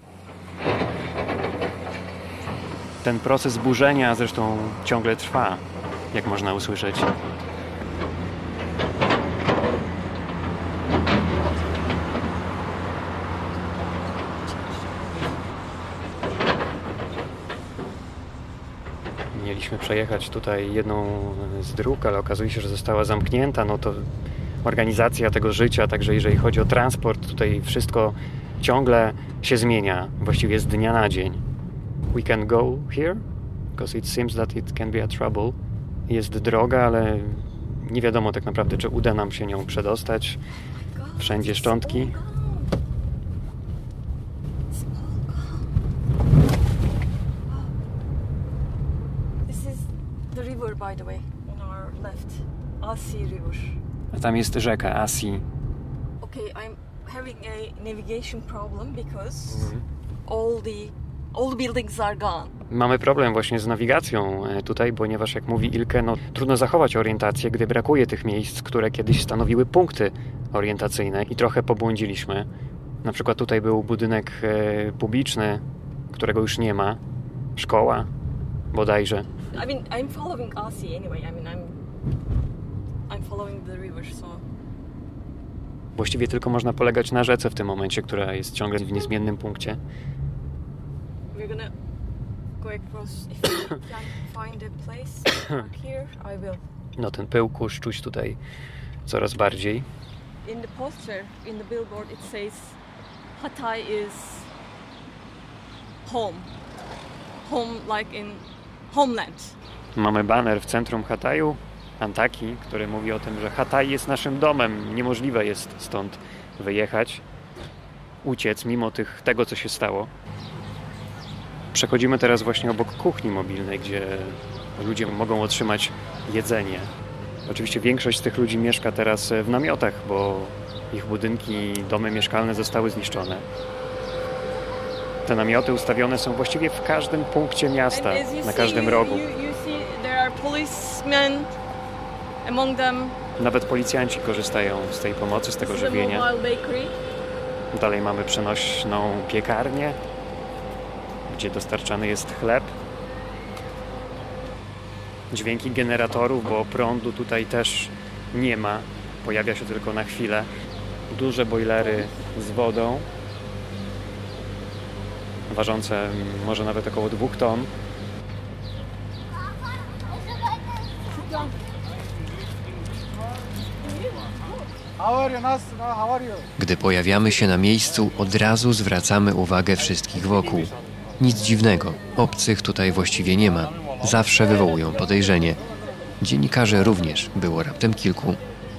Ten proces burzenia zresztą ciągle trwa, jak można usłyszeć. Mieliśmy przejechać tutaj jedną z dróg, ale okazuje się, że została zamknięta. No to organizacja tego życia, także jeżeli chodzi o transport, tutaj wszystko ciągle się zmienia, właściwie z dnia na dzień. We can go here, because it seems that it can be a trouble. Jest droga, ale nie wiadomo tak naprawdę, czy uda nam się nią przedostać. Wszędzie szczątki. This is the river, by the way, on our left. Asi River. A tam jest rzeka Asi. Okay, I'm having a navigation problem because all the buildings are gone. Mamy problem właśnie z nawigacją tutaj, ponieważ jak mówi Ilke, no, trudno zachować orientację, gdy brakuje tych miejsc, które kiedyś stanowiły punkty orientacyjne i trochę pobłądziliśmy. Na przykład tutaj był budynek publiczny, którego już nie ma. Szkoła bodajże. I mean, I'm following Asi anyway. I mean, I'm following the river, so... Właściwie tylko można polegać na rzece w tym momencie, która jest ciągle w niezmiennym punkcie. We're gonna go across. If you can find a place here, I will. No ten pył, kurz czuć tutaj coraz bardziej. In the poster, in the billboard, it says Hatay is home. Home like in homeland. Mamy baner w centrum Hatayu, Antaki, który mówi o tym, że Hatay jest naszym domem. Niemożliwe jest stąd wyjechać, uciec mimo tego, co się stało. Przechodzimy teraz właśnie obok kuchni mobilnej, gdzie ludzie mogą otrzymać jedzenie. Oczywiście większość z tych ludzi mieszka teraz w namiotach, bo ich budynki, domy mieszkalne zostały zniszczone. Te namioty ustawione są właściwie w każdym punkcie miasta, na każdym rogu. You see there are policemen among them, Nawet policjanci korzystają z tej pomocy, z tego żywienia. Dalej mamy przenośną piekarnię, gdzie dostarczany jest chleb. Dźwięki generatorów, bo prądu tutaj też nie ma. Pojawia się tylko na chwilę. Duże bojlery z wodą, ważące może nawet około 2 ton. Gdy pojawiamy się na miejscu, od razu zwracamy uwagę wszystkich wokół. Nic dziwnego, obcych tutaj właściwie nie ma. Zawsze wywołują podejrzenie. Dziennikarzy również było raptem kilku.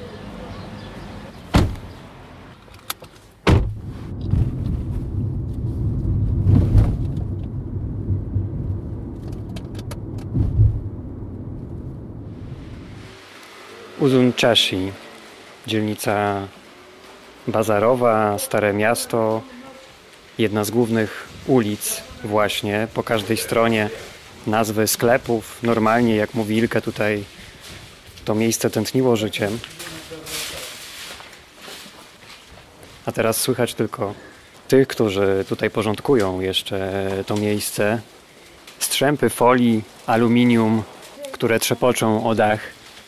Uzun Chashi, dzielnica bazarowa, Stare Miasto, jedna z głównych ulic właśnie, po każdej stronie nazwy sklepów. Normalnie, jak mówi Ilka, tutaj to miejsce tętniło życiem. A teraz słychać tylko tych, którzy tutaj porządkują jeszcze to miejsce. Strzępy folii, aluminium, które trzepoczą o dach.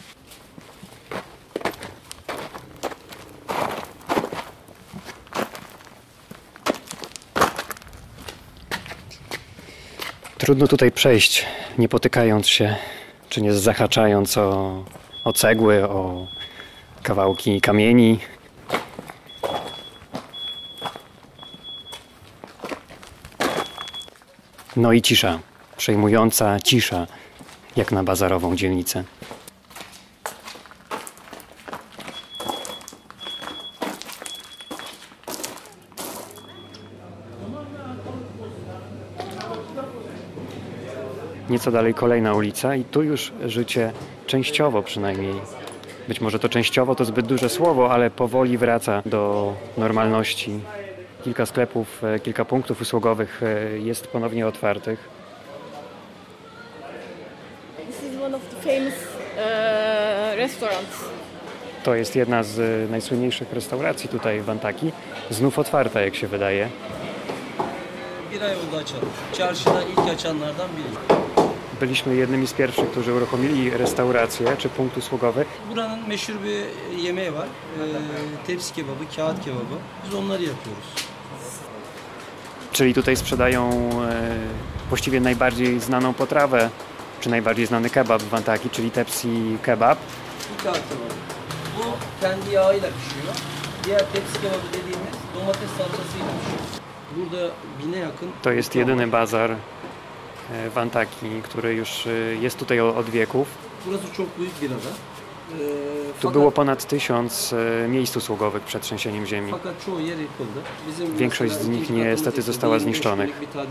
Trudno tutaj przejść, nie potykając się, czy nie zahaczając o cegły, o kawałki kamieni. No i cisza, przejmująca cisza, jak na bazarową dzielnicę. Nieco dalej kolejna ulica i tu już życie częściowo przynajmniej. Być może to częściowo to zbyt duże słowo, ale powoli wraca do normalności. Kilka sklepów, kilka punktów usługowych jest ponownie otwartych. To jest jedna z najsłynniejszych restauracji tutaj w Antaki. Znów otwarta, jak się wydaje. Byliśmy jednymi z pierwszych, którzy uruchomili restaurację czy punkt usługowy. Buranın meşhur bir yemeği var. Tepsi kebabı, kağıt kebabı. Biz onları yapıyoruz. Czyli tutaj sprzedają właściwie najbardziej znaną potrawę, czy najbardziej znany kebab w Antaki, czyli tepsi kebab. Kağıt kebabı. Bu kendi yağıyla pişiyor. Diğer tepsi kebabı dediğimiz domates salçasıyla pişiyor. Burada 1000'e yakın. To jest jedyny bazar w Antaki, który już jest tutaj od wieków. Tu było ponad 1000 miejsc usługowych przed trzęsieniem ziemi. Większość z nich niestety została zniszczonych.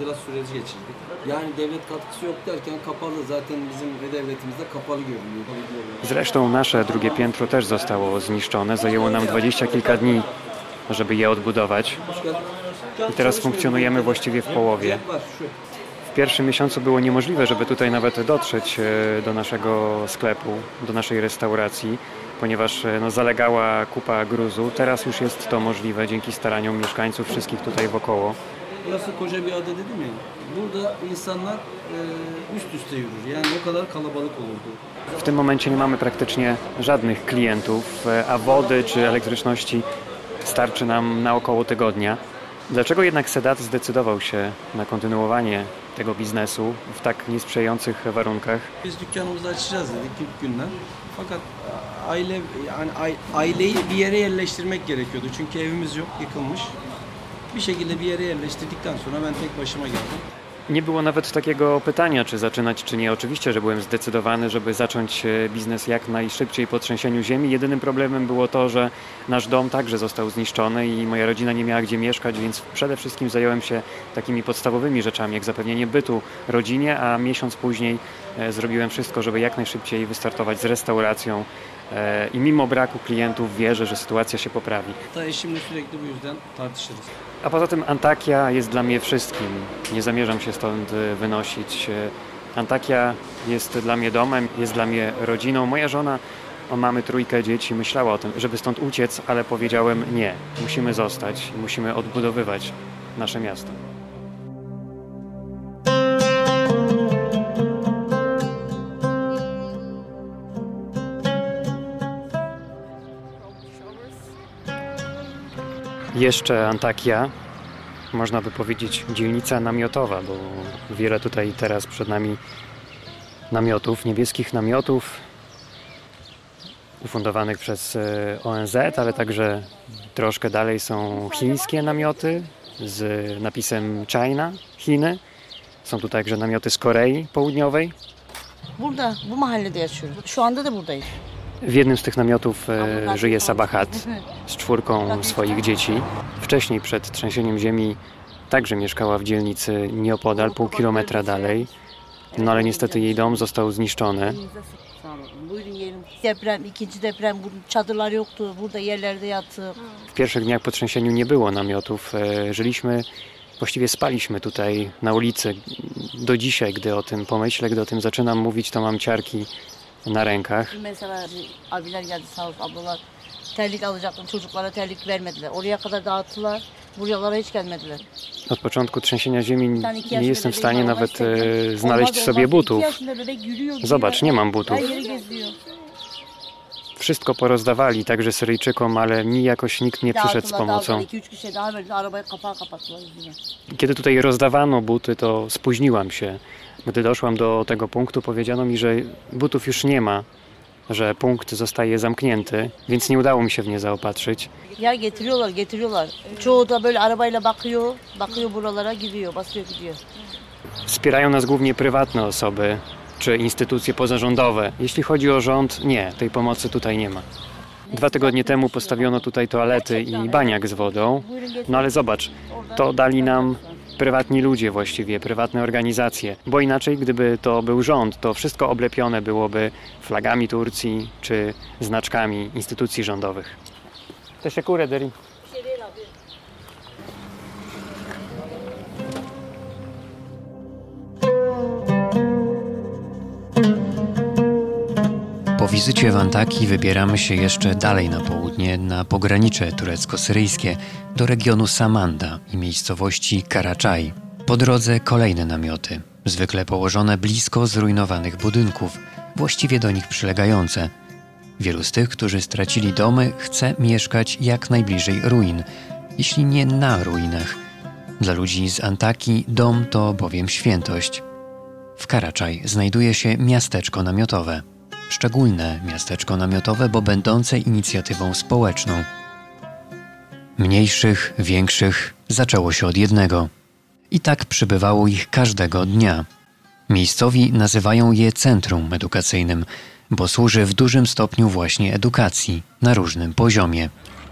Zresztą nasze drugie piętro też zostało zniszczone. Zajęło nam 20 kilka dni, żeby je odbudować. I teraz funkcjonujemy właściwie w połowie. W pierwszym miesiącu było niemożliwe, żeby tutaj nawet dotrzeć do naszego sklepu, do naszej restauracji, ponieważ zalegała kupa gruzu. Teraz już jest to możliwe dzięki staraniom mieszkańców wszystkich tutaj wokoło. Burası koca bir ada dedim ya. Burada insanlar üst üste yürür. Yani o kadar kalabalık olurdu. W tym momencie nie mamy praktycznie żadnych klientów, a wody czy elektryczności starczy nam na około tygodnia. Dlaczego jednak Sedat zdecydował się na kontynuowanie tego biznesu w tak niesprzyjających warunkach? Biz dükkanımızı açacağız dedik ilk günden. Fakat aileyi bir yere yerleştirmek gerekiyordu. Çünkü evimiz yok, yıkılmış. Bir şekilde bir yere yerleştirdikten sonra ben tek başıma geldim. Nie było nawet takiego pytania, czy zaczynać, czy nie. Oczywiście, że byłem zdecydowany, żeby zacząć biznes jak najszybciej po trzęsieniu ziemi. Jedynym problemem było to, że nasz dom także został zniszczony i moja rodzina nie miała gdzie mieszkać, więc przede wszystkim zająłem się takimi podstawowymi rzeczami, jak zapewnienie bytu rodzinie, a miesiąc później zrobiłem wszystko, żeby jak najszybciej wystartować z restauracją. I mimo braku klientów wierzę, że sytuacja się poprawi. A poza tym Antakya jest dla mnie wszystkim. Nie zamierzam się stąd wynosić. Antakya jest dla mnie domem, jest dla mnie rodziną. Moja żona mamy 3 dzieci, myślała o tym, żeby stąd uciec, ale powiedziałem nie, musimy zostać, musimy odbudowywać nasze miasto. Jeszcze Antakya, można by powiedzieć dzielnica namiotowa, bo wiele tutaj teraz przed nami namiotów, niebieskich namiotów ufundowanych przez ONZ, ale także troszkę dalej są chińskie namioty z napisem China, Chiny. Są tu także namioty z Korei Południowej. Burada, bu mahallede yaşıyoruz. Şu anda da buradayız. W jednym z tych namiotów żyje Sabahat z 4 swoich dzieci. Wcześniej, przed trzęsieniem ziemi, także mieszkała w dzielnicy nieopodal, pół kilometra dalej. No ale niestety jej dom został zniszczony. Deprem, ikinci deprem, çadırlar yoktu. Burada yerlerde yattık. W pierwszych dniach po trzęsieniu nie było namiotów. Żyliśmy, właściwie spaliśmy tutaj na ulicy. Do dzisiaj, gdy o tym pomyślę, gdy o tym zaczynam mówić, to mam ciarki na rękach. Mesela abiler geldi sağ olsun, ablalar terlik alacaktım, çocuklara terlik vermediler. Oraya kadar dağıttılar, buralara hiç gelmediler. Od początku trzęsienia ziemi nie jestem w stanie nawet znaleźć sobie butów. Zobacz, nie mam butów. Wszystko porozdawali, także Syryjczykom, ale mi jakoś nikt nie przyszedł z pomocą. Kiedy tutaj rozdawano buty, to spóźniłam się. Gdy doszłam do tego punktu, powiedziano mi, że butów już nie ma, że punkt zostaje zamknięty, więc nie udało mi się w nie zaopatrzyć. Ya getiriyorlar. Çoğu da böyle arabayla bakıyor buralara gidiyor, basıyor gidiyor. Wspierają nas głównie prywatne osoby czy instytucje pozarządowe. Jeśli chodzi o rząd, nie, tej pomocy tutaj nie ma. 2 tygodnie temu postawiono tutaj toalety i baniak z wodą, no ale zobacz, to dali nam prywatni ludzie właściwie, prywatne organizacje, bo inaczej gdyby to był rząd, to wszystko oblepione byłoby flagami Turcji czy znaczkami instytucji rządowych. Teşekkür ederim. Po wizycie w Antakii wybieramy się jeszcze dalej na południe, na pogranicze turecko-syryjskie, do regionu Samanda i miejscowości Karaczaj. Po drodze kolejne namioty, zwykle położone blisko zrujnowanych budynków, właściwie do nich przylegające. Wielu z tych, którzy stracili domy, chce mieszkać jak najbliżej ruin, jeśli nie na ruinach. Dla ludzi z Antakii dom to bowiem świętość. W Karaczaj znajduje się miasteczko namiotowe. Szczególne miasteczko namiotowe, bo będące inicjatywą społeczną. Mniejszych, większych zaczęło się od jednego. I tak przybywało ich każdego dnia. Miejscowi nazywają je centrum edukacyjnym, bo służy w dużym stopniu właśnie edukacji na różnym poziomie.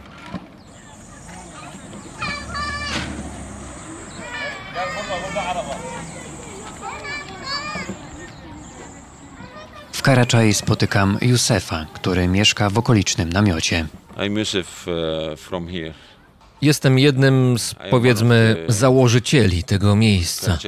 W Karaczaj spotykam Józefa, który mieszka w okolicznym namiocie. Jestem jednym z, powiedzmy, założycieli tego miejsca.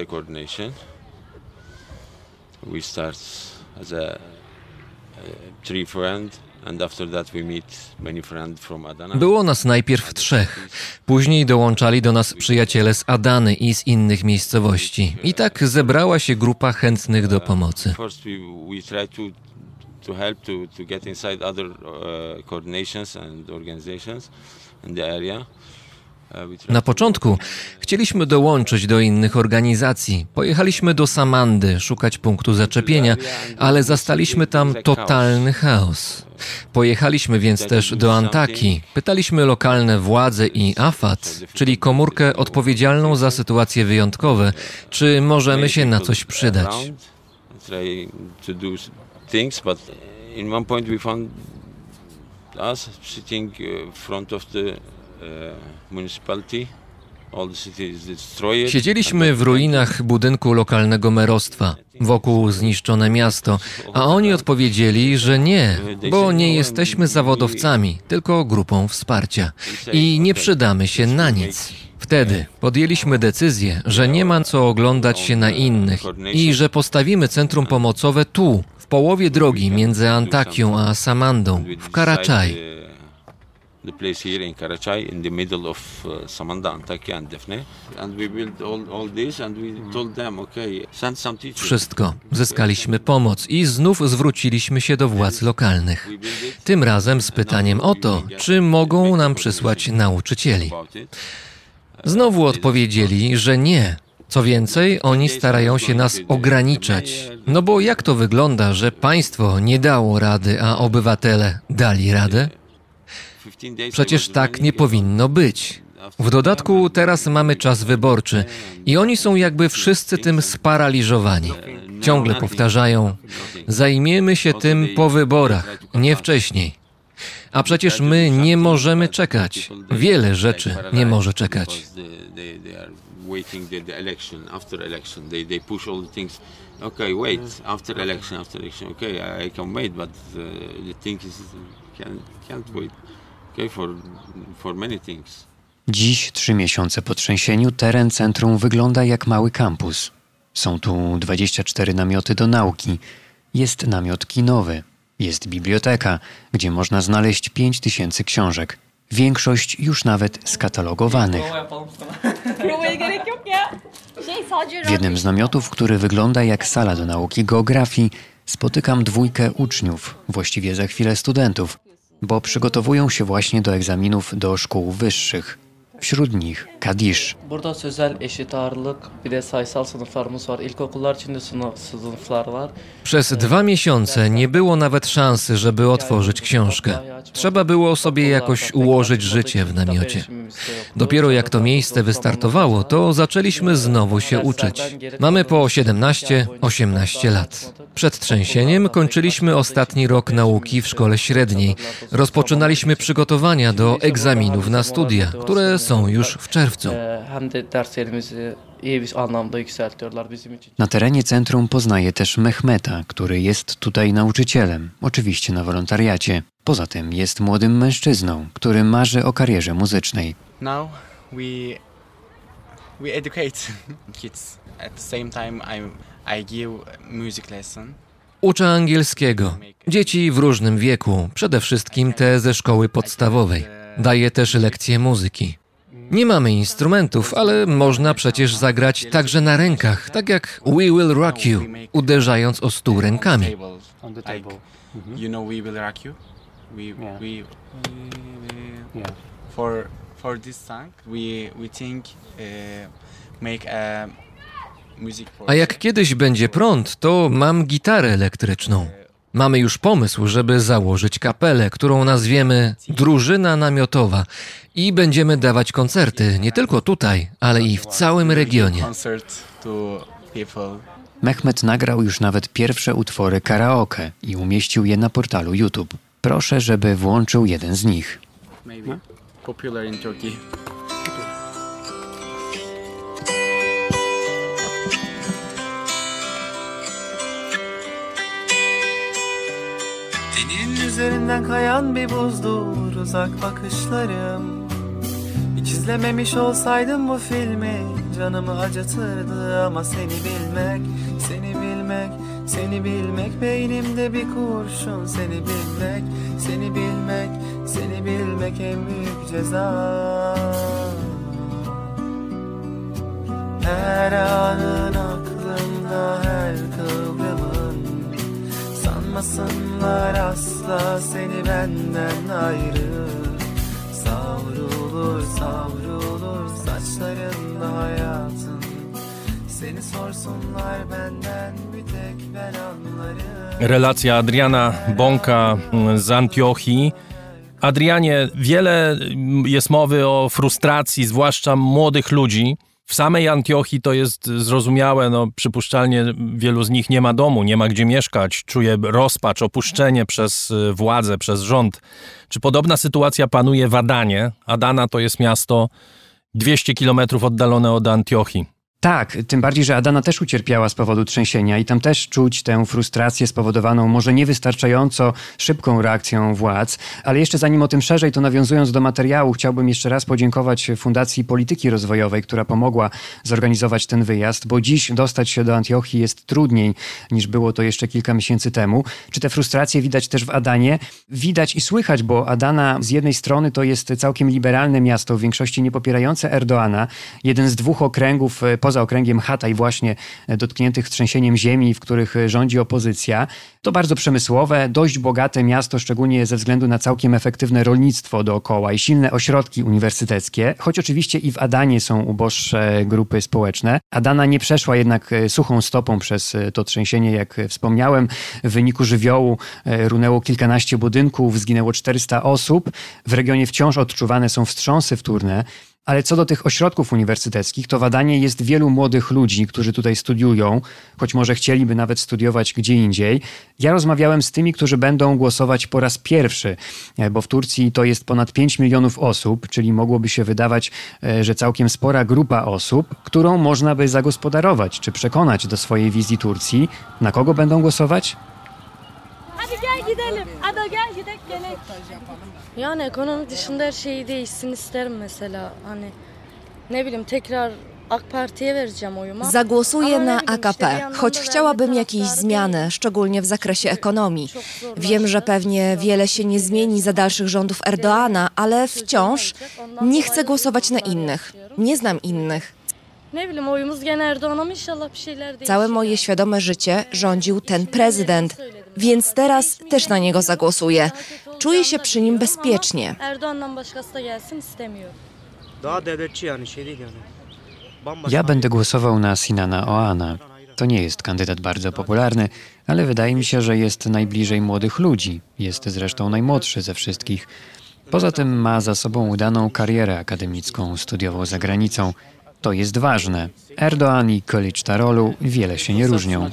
Było nas najpierw 3, później dołączali do nas przyjaciele z Adany i z innych miejscowości. I tak zebrała się grupa chętnych do pomocy. Na początku chcieliśmy dołączyć do innych organizacji. Pojechaliśmy do Samandy szukać punktu zaczepienia, ale zastaliśmy tam totalny chaos. Pojechaliśmy więc też do Antakii. Pytaliśmy lokalne władze i AFAD, czyli komórkę odpowiedzialną za sytuacje wyjątkowe, czy możemy się na coś przydać. Siedzieliśmy w ruinach budynku lokalnego merostwa, wokół zniszczone miasto, a oni odpowiedzieli, że nie, bo nie jesteśmy zawodowcami, tylko grupą wsparcia i nie przydamy się na nic. Wtedy podjęliśmy decyzję, że nie ma co oglądać się na innych i że postawimy centrum pomocowe tu, w połowie drogi między Antakyą a Samandą, w Karachay. The place here in Karachay, in the middle of Samanda, Antakya and Defne. And we built all this and we told them, okay, send some teachers. Wszystko. Zyskaliśmy pomoc i znów zwróciliśmy się do władz lokalnych. Tym razem z pytaniem o to, czy mogą nam przysłać nauczycieli. Znowu odpowiedzieli, że nie. Co więcej, oni starają się nas ograniczać. No bo jak to wygląda, że państwo nie dało rady, a obywatele dali radę? Przecież tak nie powinno być. W dodatku teraz mamy czas wyborczy i oni są jakby wszyscy tym sparaliżowani. Ciągle powtarzają, zajmiemy się tym po wyborach, nie wcześniej. A przecież my nie możemy czekać. Wiele rzeczy nie może czekać. Okay, wait, after election, okay, I can wait, but the thing is, can't wait, okay, for many things. Dziś, 3 miesiące po trzęsieniu, teren centrum wygląda jak mały kampus. Są tu 24 namioty do nauki. Jest namiot kinowy. Jest biblioteka, gdzie można znaleźć 5000 książek. Większość już nawet skatalogowanych. W jednym z namiotów, który wygląda jak sala do nauki geografii, spotykam 2 uczniów, właściwie za chwilę studentów, bo przygotowują się właśnie do egzaminów do szkół wyższych. Wśród nich Kadish. Burada sözel eşit ağırlık, bir de sayısal sınıflarımız var. İlkokullar için de sınıflar var. Przez 2 miesiące nie było nawet szansy, żeby otworzyć książkę. Trzeba było sobie jakoś ułożyć życie w namiocie. Dopiero jak to miejsce wystartowało, to zaczęliśmy znowu się uczyć. Mamy po 17-18 lat. Przed trzęsieniem kończyliśmy ostatni rok nauki w szkole średniej. Rozpoczynaliśmy przygotowania do egzaminów na studia, które są już w czerwcu. Na terenie centrum poznaje też Mehmeta, który jest tutaj nauczycielem, oczywiście na wolontariacie. Poza tym jest młodym mężczyzną, który marzy o karierze muzycznej. Now we educate kids. At the same time I give music lesson. Uczę angielskiego. Dzieci w różnym wieku, przede wszystkim te ze szkoły podstawowej. Daję też lekcje muzyki. Nie mamy instrumentów, ale można przecież zagrać także na rękach, tak jak We Will Rock You, uderzając o stół rękami. You know We Will Rock You? For this song we think make a music for. A jak kiedyś będzie prąd, to mam gitarę elektryczną. Mamy już pomysł, żeby założyć kapelę, którą nazwiemy Drużyna Namiotowa i będziemy dawać koncerty nie tylko tutaj, ale i w całym regionie. Mehmet nagrał już nawet pierwsze utwory karaoke i umieścił je na portalu YouTube. Proszę, żeby włączył jeden z nich. Popular in Turkey. Tenin üzerinden kayan bir buzdur uzak bakışlarım. Hiç izlememiş olsaydım bu filmi canımı acıtırdı ama seni bilmek, seni bilmek, seni bilmek beynimde bir kurşun seni bilmek, seni bilmek, seni bilmek en büyük ceza. Her anın aklımda her kıvrımın sanmasınlar asla seni benden ayrı. Savrulur savrulur saçlarında hayatın. Seni sorsunlar benden bir tek ben anlarım. Relacja Adriana Bąka z Antiochii. Adrianie, wiele jest mowy o frustracji, zwłaszcza młodych ludzi. W samej Antiochii to jest zrozumiałe, przypuszczalnie wielu z nich nie ma domu, nie ma gdzie mieszkać, czuje rozpacz, opuszczenie przez władzę, przez rząd. Czy podobna sytuacja panuje w Adanie? Adana to jest miasto 200 kilometrów oddalone od Antiochii. Tak, tym bardziej, że Adana też ucierpiała z powodu trzęsienia i tam też czuć tę frustrację spowodowaną może niewystarczająco szybką reakcją władz. Ale jeszcze zanim o tym szerzej, to nawiązując do materiału, chciałbym jeszcze raz podziękować Fundacji Polityki Rozwojowej, która pomogła zorganizować ten wyjazd, bo dziś dostać się do Antiochii jest trudniej niż było to jeszcze kilka miesięcy temu. Czy te frustracje widać też w Adanie? Widać i słychać, bo Adana z jednej strony to jest całkiem liberalne miasto, w większości niepopierające Erdoana, jeden z 2 okręgów poza okręgiem Hatay właśnie dotkniętych trzęsieniem ziemi, w których rządzi opozycja. To bardzo przemysłowe, dość bogate miasto, szczególnie ze względu na całkiem efektywne rolnictwo dookoła i silne ośrodki uniwersyteckie, choć oczywiście i w Adanie są uboższe grupy społeczne. Adana nie przeszła jednak suchą stopą przez to trzęsienie, jak wspomniałem. W wyniku żywiołu runęło kilkanaście budynków, zginęło 400 osób. W regionie wciąż odczuwane są wstrząsy wtórne. Ale co do tych ośrodków uniwersyteckich, to w Adanie jest wielu młodych ludzi, którzy tutaj studiują, choć może chcieliby nawet studiować gdzie indziej. Ja rozmawiałem z tymi, którzy będą głosować po raz pierwszy, bo w Turcji to jest ponad 5 milionów osób, czyli mogłoby się wydawać, że całkiem spora grupa osób, którą można by zagospodarować czy przekonać do swojej wizji Turcji. Na kogo będą głosować? Hadi gel gidelim. Ada gel gidelim. Yani ekonomi dışında her şey değişsin isterim mesela. Hani ne bileyim tekrar AK Parti'ye vereceğim oyumu. Zagłosuję na AKP, choć chciałabym jakiejś zmiany, szczególnie w zakresie ekonomii. Wiem, że pewnie wiele się nie zmieni za dalszych rządów Erdoana, ale wciąż nie chcę głosować na innych. Nie znam innych. Ne bileyim oyumuz gene Erdoğan'a mı inşallah bir şeyler değişir. Całe moje świadome życie rządził ten prezydent, więc teraz też na niego zagłosuję. Czuję się przy nim bezpiecznie. Erdoğan'dan başkası da gelsin istemiyorum. Daha devletçi yani şey değil yani. Ja będę głosował na Sinana Oğan'a. To nie jest kandydat bardzo popularny, ale wydaje mi się, że jest najbliżej młodych ludzi. Jest zresztą najmłodszy ze wszystkich. Poza tym ma za sobą udaną karierę akademicką, studiował za granicą. To jest ważne. Erdoğan i Kılıçdaroğlu wiele się nie różnią.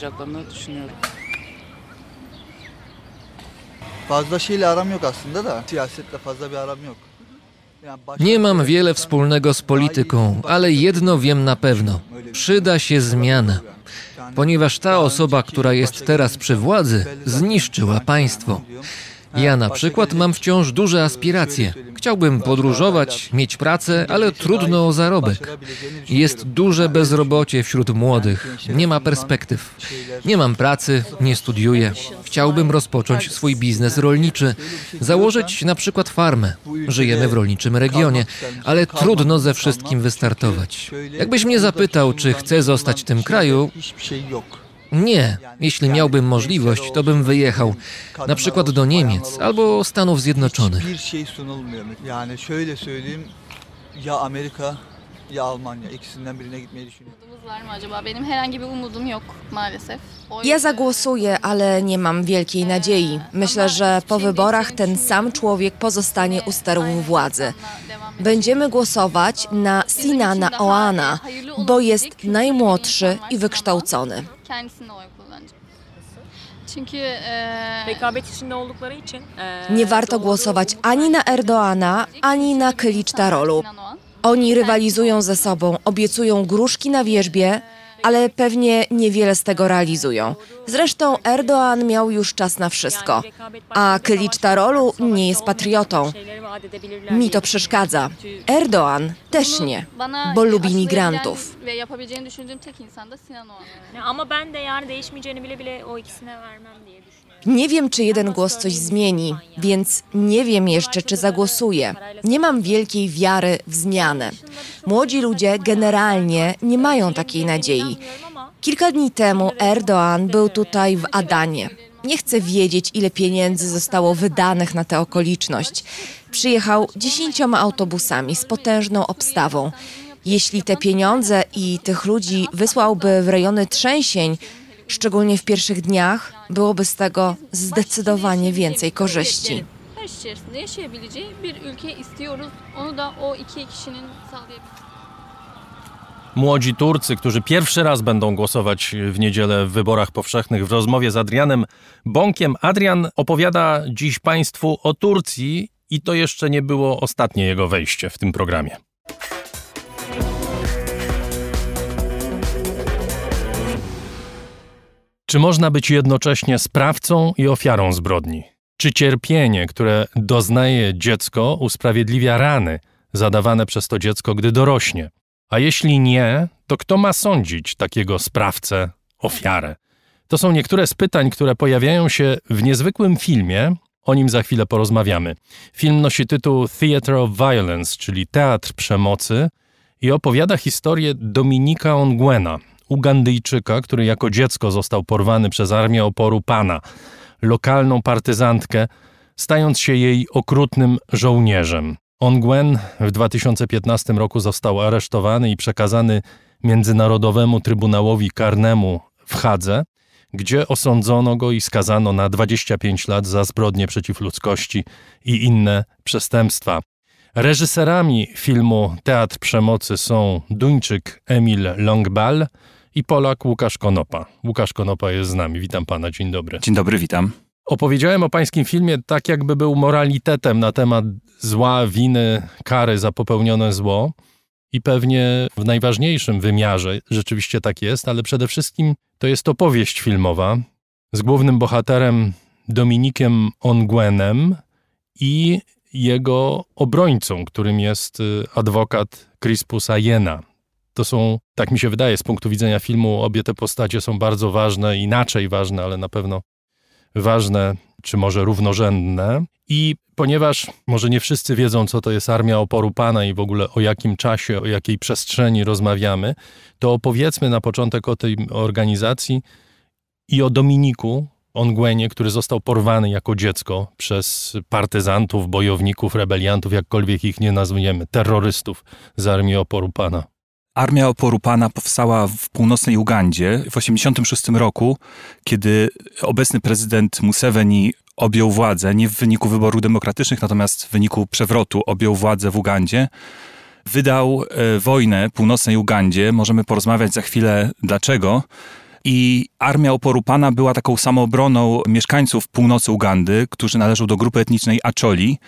Fazla şeyle aram yok aslında da siyasetle fazla bir aram yok. Nie mam wiele wspólnego z polityką, ale jedno wiem na pewno. Przyda się zmiana. Ponieważ ta osoba, która jest teraz przy władzy, zniszczyła państwo. Ja na przykład mam wciąż duże aspiracje. Chciałbym podróżować, mieć pracę, ale trudno o zarobek. Jest duże bezrobocie wśród młodych. Nie ma perspektyw. Nie mam pracy, nie studiuję. Chciałbym rozpocząć swój biznes rolniczy, założyć na przykład farmę. Żyjemy w rolniczym regionie, ale trudno ze wszystkim wystartować. Jakbyś mnie zapytał, czy chcę zostać w tym kraju, nie. Jeśli miałbym możliwość, to bym wyjechał, na przykład do Niemiec albo Stanów Zjednoczonych. Ja zagłosuję, ale nie mam wielkiej nadziei. Myślę, że po wyborach ten sam człowiek pozostanie u sterów władzy. Będziemy głosować na Sinana Oğan'a, bo jest najmłodszy i wykształcony. Nie warto głosować ani na Erdoğana, ani na Kılıçdaroğlu. Oni rywalizują ze sobą, obiecują gruszki na wierzbie, ale pewnie niewiele z tego realizują. Zresztą Erdoğan miał już czas na wszystko, a Kılıçdaroğlu nie jest patriotą. Mi to przeszkadza. Erdoğan też nie, bo lubi migrantów. Nie wiem, czy jeden głos coś zmieni, więc nie wiem jeszcze, czy zagłosuję. Nie mam wielkiej wiary w zmianę. Młodzi ludzie generalnie nie mają takiej nadziei. Kilka dni temu Erdoğan był tutaj w Adanie. Nie chcę wiedzieć, ile pieniędzy zostało wydanych na tę okoliczność. Przyjechał 10 autobusami z potężną obstawą. Jeśli te pieniądze i tych ludzi wysłałby w rejony trzęsień, szczególnie w pierwszych dniach, byłoby z tego zdecydowanie więcej korzyści. Młodzi Turcy, którzy pierwszy raz będą głosować w niedzielę w wyborach powszechnych, w rozmowie z Adrianem Bąkiem. Adrian opowiada dziś Państwu o Turcji i to jeszcze nie było ostatnie jego wejście w tym programie. Czy można być jednocześnie sprawcą i ofiarą zbrodni? Czy cierpienie, które doznaje dziecko, usprawiedliwia rany zadawane przez to dziecko, gdy dorośnie? A jeśli nie, to kto ma sądzić takiego sprawcę, ofiarę? To są niektóre z pytań, które pojawiają się w niezwykłym filmie. O nim za chwilę porozmawiamy. Film nosi tytuł Theatre of Violence, czyli Teatr Przemocy, i opowiada historię Dominika Ongwena, Ugandyjczyka, który jako dziecko został porwany przez Armię Oporu Pana, lokalną partyzantkę, stając się jej okrutnym żołnierzem. Ongwen w 2015 roku został aresztowany i przekazany Międzynarodowemu Trybunałowi Karnemu w Hadze, gdzie osądzono go i skazano na 25 lat za zbrodnie przeciw ludzkości i inne przestępstwa. Reżyserami filmu Teatr Przemocy są Duńczyk Emil Longbal i Polak Łukasz Konopa. Łukasz Konopa jest z nami. Witam pana, dzień dobry. Dzień dobry, witam. Opowiedziałem o pańskim filmie tak, jakby był moralitetem na temat zła, winy, kary za popełnione zło. I pewnie w najważniejszym wymiarze rzeczywiście tak jest, ale przede wszystkim to jest opowieść filmowa z głównym bohaterem Dominikiem Ongwenem i jego obrońcą, którym jest adwokat Crispus Ayena. To są, tak mi się wydaje, z punktu widzenia filmu, obie te postacie są bardzo ważne, inaczej ważne, ale na pewno ważne, czy może równorzędne. I ponieważ może nie wszyscy wiedzą, co to jest Armia Oporu Pana i w ogóle o jakim czasie, o jakiej przestrzeni rozmawiamy, to opowiedzmy na początek o tej organizacji i o Dominiku Ongwenie, który został porwany jako dziecko przez partyzantów, bojowników, rebeliantów, jakkolwiek ich nie nazwiemy, terrorystów z Armii Oporu Pana. Armia Oporu Pana powstała w północnej Ugandzie w 1986 roku, kiedy obecny prezydent Museveni objął władzę, nie w wyniku wyborów demokratycznych, natomiast w wyniku przewrotu objął władzę w Ugandzie. Wydał wojnę północnej Ugandzie, możemy porozmawiać za chwilę dlaczego. I Armia Oporu Pana była taką samoobroną mieszkańców północy Ugandy, którzy należą do grupy etnicznej Acholi.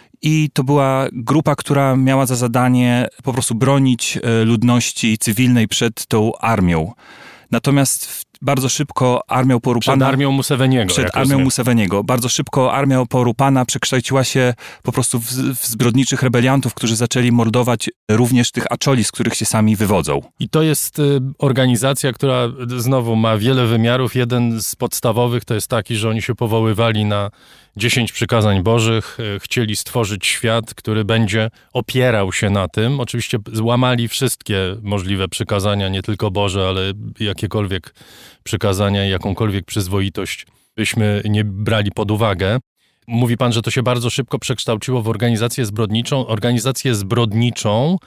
I to była grupa, która miała za zadanie po prostu bronić ludności cywilnej przed tą armią. Natomiast bardzo szybko Armia Oporu Pana... Przed Armią Museveniego. Przed Armią Museveniego. Bardzo szybko Armia Oporu Pana przekształciła się po prostu w zbrodniczych rebeliantów, którzy zaczęli mordować również tych Acholi, z których się sami wywodzą. I to jest organizacja, która znowu ma wiele wymiarów. Jeden z podstawowych to jest taki, że oni się powoływali na 10 przykazań Bożych, chcieli stworzyć świat, który będzie opierał się na tym. Oczywiście złamali wszystkie możliwe przykazania, nie tylko Boże, ale jakiekolwiek przykazania i jakąkolwiek przyzwoitość byśmy nie brali pod uwagę. Mówi pan, że to się bardzo szybko przekształciło w organizację zbrodniczą. Organizację zbrodniczą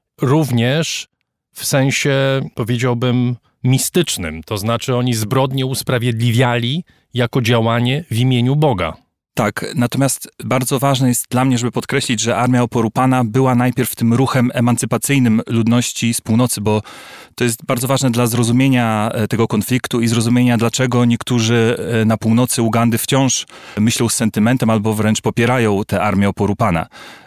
również w sensie, powiedziałbym, mistycznym. To znaczy oni zbrodnie usprawiedliwiali jako działanie w imieniu Boga. Tak, natomiast bardzo ważne jest dla mnie, żeby podkreślić, że Armia Oporu Pana była najpierw tym ruchem emancypacyjnym ludności z północy, bo to jest bardzo ważne dla zrozumienia tego konfliktu i zrozumienia, dlaczego niektórzy na północy Ugandy wciąż myślą z sentymentem albo wręcz popierają tę Armię Oporu Pana.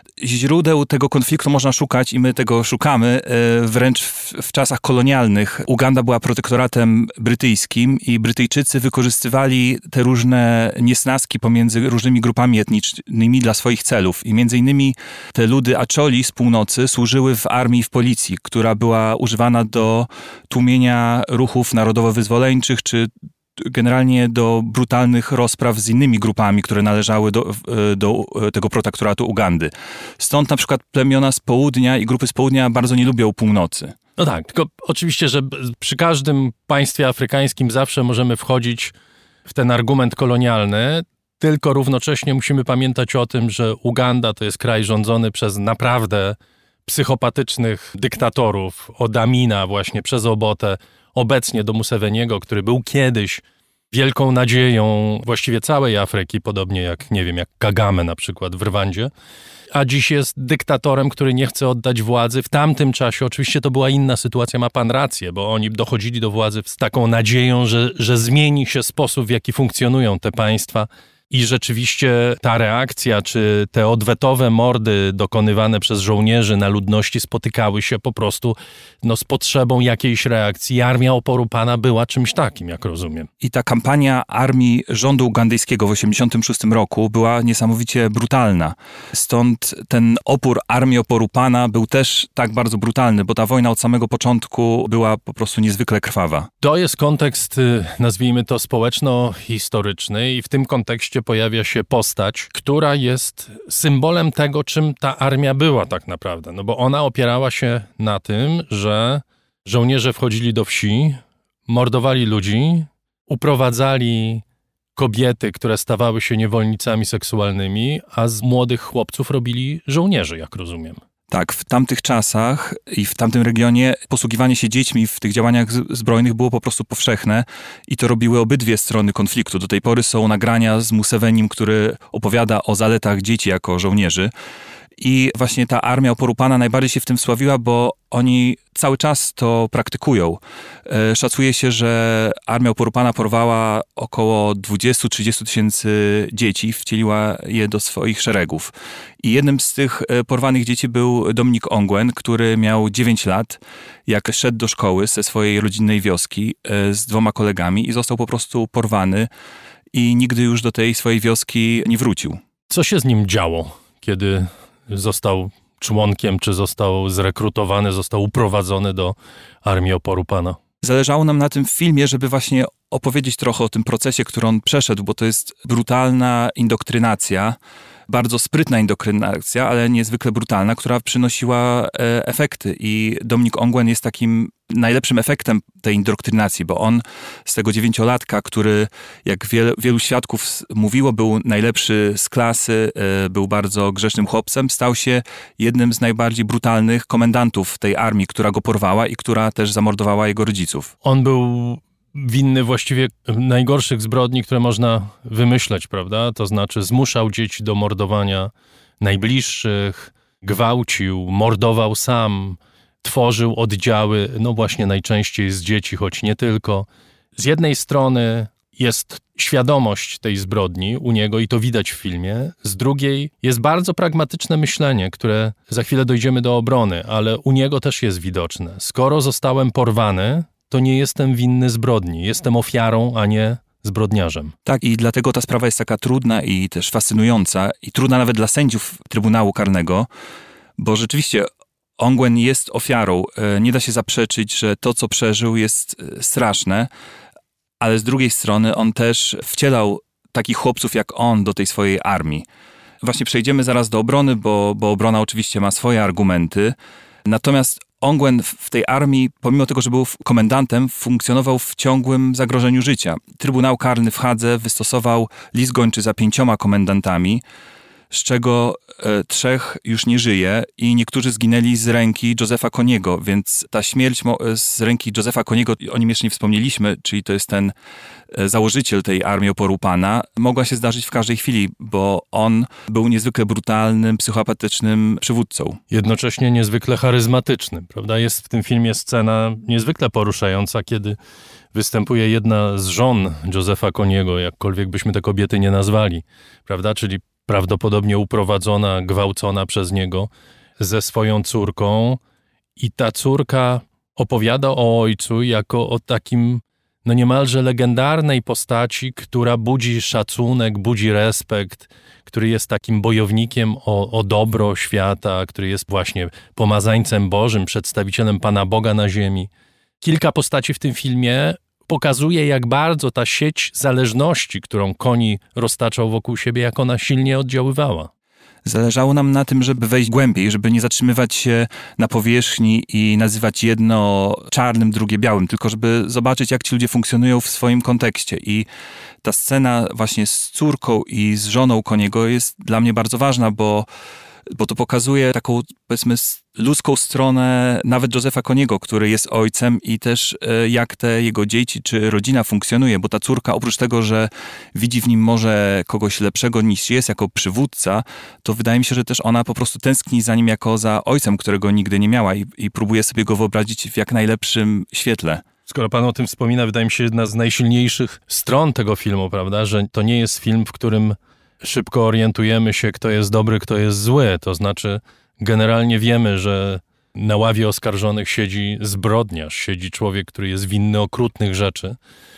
Źródeł tego konfliktu można szukać i my tego szukamy wręcz w czasach kolonialnych. Uganda była protektoratem brytyjskim i Brytyjczycy wykorzystywali te różne niesnaski pomiędzy różnymi grupami etnicznymi dla swoich celów. I między innymi te ludy Acholi z północy służyły w armii i w policji, która była używana do tłumienia ruchów narodowo-wyzwoleńczych czy generalnie do brutalnych rozpraw z innymi grupami, które należały do tego protektoratu Ugandy. Stąd na przykład plemiona z południa i grupy z południa bardzo nie lubią północy. No tak, tylko oczywiście, że przy każdym państwie afrykańskim zawsze możemy wchodzić w ten argument kolonialny, tylko równocześnie musimy pamiętać o tym, że Uganda to jest kraj rządzony przez naprawdę psychopatycznych dyktatorów, od Amina właśnie przez Obotę, obecnie do Museveniego, który był kiedyś wielką nadzieją właściwie całej Afryki, podobnie jak, nie wiem, jak Kagame na przykład w Rwandzie, a dziś jest dyktatorem, który nie chce oddać władzy. W tamtym czasie oczywiście to była inna sytuacja, ma pan rację, bo oni dochodzili do władzy z taką nadzieją, że zmieni się sposób, w jaki funkcjonują te państwa I rzeczywiście ta reakcja, czy te odwetowe mordy dokonywane przez żołnierzy na ludności spotykały się po prostu z potrzebą jakiejś reakcji. Armia Oporu Pana była czymś takim, jak rozumiem. I ta kampania armii rządu ugandyjskiego w 1986 roku była niesamowicie brutalna. Stąd ten opór Armii Oporu Pana był też tak bardzo brutalny, bo ta wojna od samego początku była po prostu niezwykle krwawa. To jest kontekst, nazwijmy to, społeczno-historyczny i w tym kontekście pojawia się postać, która jest symbolem tego, czym ta armia była tak naprawdę. No bo ona opierała się na tym, że żołnierze wchodzili do wsi, mordowali ludzi, uprowadzali kobiety, które stawały się niewolnicami seksualnymi, a z młodych chłopców robili żołnierzy, jak rozumiem. Tak, w tamtych czasach i w tamtym regionie posługiwanie się dziećmi w tych działaniach zbrojnych było po prostu powszechne i to robiły obydwie strony konfliktu. Do tej pory są nagrania z Musevenim, który opowiada o zaletach dzieci jako żołnierzy. I właśnie ta Armia Oporu Pana najbardziej się w tym sławiła, bo oni cały czas to praktykują. Szacuje się, że Armia Oporu Pana porwała około 20-30 tysięcy dzieci, wcieliła je do swoich szeregów. I jednym z tych porwanych dzieci był Dominic Ongwen, który miał 9 lat, jak szedł do szkoły ze swojej rodzinnej wioski z 2 kolegami i został po prostu porwany i nigdy już do tej swojej wioski nie wrócił. Co się z nim działo, kiedy został członkiem, czy został zrekrutowany, został uprowadzony do Armii Oporu Pana? Zależało nam na tym filmie, żeby właśnie opowiedzieć trochę o tym procesie, który on przeszedł, bo to jest brutalna indoktrynacja, bardzo sprytna indoktrynacja, ale niezwykle brutalna, która przynosiła efekty. I Dominic Ongwen jest takim najlepszym efektem tej indoktrynacji, bo on z tego 9-latka, który, jak wielu świadków mówiło, był najlepszy z klasy, był bardzo grzecznym chłopcem, stał się jednym z najbardziej brutalnych komendantów tej armii, która go porwała i która też zamordowała jego rodziców. On był winny właściwie najgorszych zbrodni, które można wymyśleć, prawda? To znaczy zmuszał dzieci do mordowania najbliższych, gwałcił, mordował sam, tworzył oddziały, no właśnie najczęściej z dzieci, choć nie tylko. Z jednej strony jest świadomość tej zbrodni u niego i to widać w filmie, z drugiej jest bardzo pragmatyczne myślenie, które za chwilę dojdziemy do obrony, ale u niego też jest widoczne. Skoro zostałem porwany, to nie jestem winny zbrodni. Jestem ofiarą, a nie zbrodniarzem. Tak, i dlatego ta sprawa jest taka trudna i też fascynująca i trudna nawet dla sędziów Trybunału Karnego, bo rzeczywiście Ongwen jest ofiarą. Nie da się zaprzeczyć, że to, co przeżył, jest straszne, ale z drugiej strony on też wcielał takich chłopców jak on do tej swojej armii. Właśnie przejdziemy zaraz do obrony, bo obrona oczywiście ma swoje argumenty. Natomiast Ongwen w tej armii, pomimo tego, że był komendantem, funkcjonował w ciągłym zagrożeniu życia. Trybunał Karny w Hadze wystosował list gończy za 5 komendantami, z czego 3 już nie żyje i niektórzy zginęli z ręki Josepha Koniego, więc ta śmierć z ręki Josepha Koniego, o nim jeszcze nie wspomnieliśmy, czyli to jest ten założyciel tej Armii Oporu Pana, mogła się zdarzyć w każdej chwili, bo on był niezwykle brutalnym, psychopatycznym przywódcą. Jednocześnie niezwykle charyzmatycznym, prawda? Jest w tym filmie scena niezwykle poruszająca, kiedy występuje jedna z żon Josepha Koniego, jakkolwiek byśmy te kobiety nie nazwali, prawda? Czyli prawdopodobnie uprowadzona, gwałcona przez niego ze swoją córką i ta córka opowiada o ojcu jako o takim niemalże legendarnej postaci, która budzi szacunek, budzi respekt, który jest takim bojownikiem o dobro świata, który jest właśnie pomazańcem Bożym, przedstawicielem Pana Boga na ziemi. Kilka postaci w tym filmie pokazuje, jak bardzo ta sieć zależności, którą Koni roztaczał wokół siebie, jak ona silnie oddziaływała. Zależało nam na tym, żeby wejść głębiej, żeby nie zatrzymywać się na powierzchni i nazywać jedno czarnym, drugie białym, tylko żeby zobaczyć, jak ci ludzie funkcjonują w swoim kontekście. I ta scena właśnie z córką i z żoną Koniego jest dla mnie bardzo ważna, bo to pokazuje taką, powiedzmy, ludzką stronę nawet Josepha Koniego, który jest ojcem i też jak te jego dzieci czy rodzina funkcjonuje, bo ta córka oprócz tego, że widzi w nim może kogoś lepszego niż jest jako przywódca, to wydaje mi się, że też ona po prostu tęskni za nim jako za ojcem, którego nigdy nie miała i próbuje sobie go wyobrazić w jak najlepszym świetle. Skoro pan o tym wspomina, wydaje mi się jedna z najsilniejszych stron tego filmu, prawda, że to nie jest film, w którym szybko orientujemy się, kto jest dobry, kto jest zły. To znaczy, generalnie wiemy, że na ławie oskarżonych siedzi zbrodniarz, siedzi człowiek, który jest winny okrutnych rzeczy,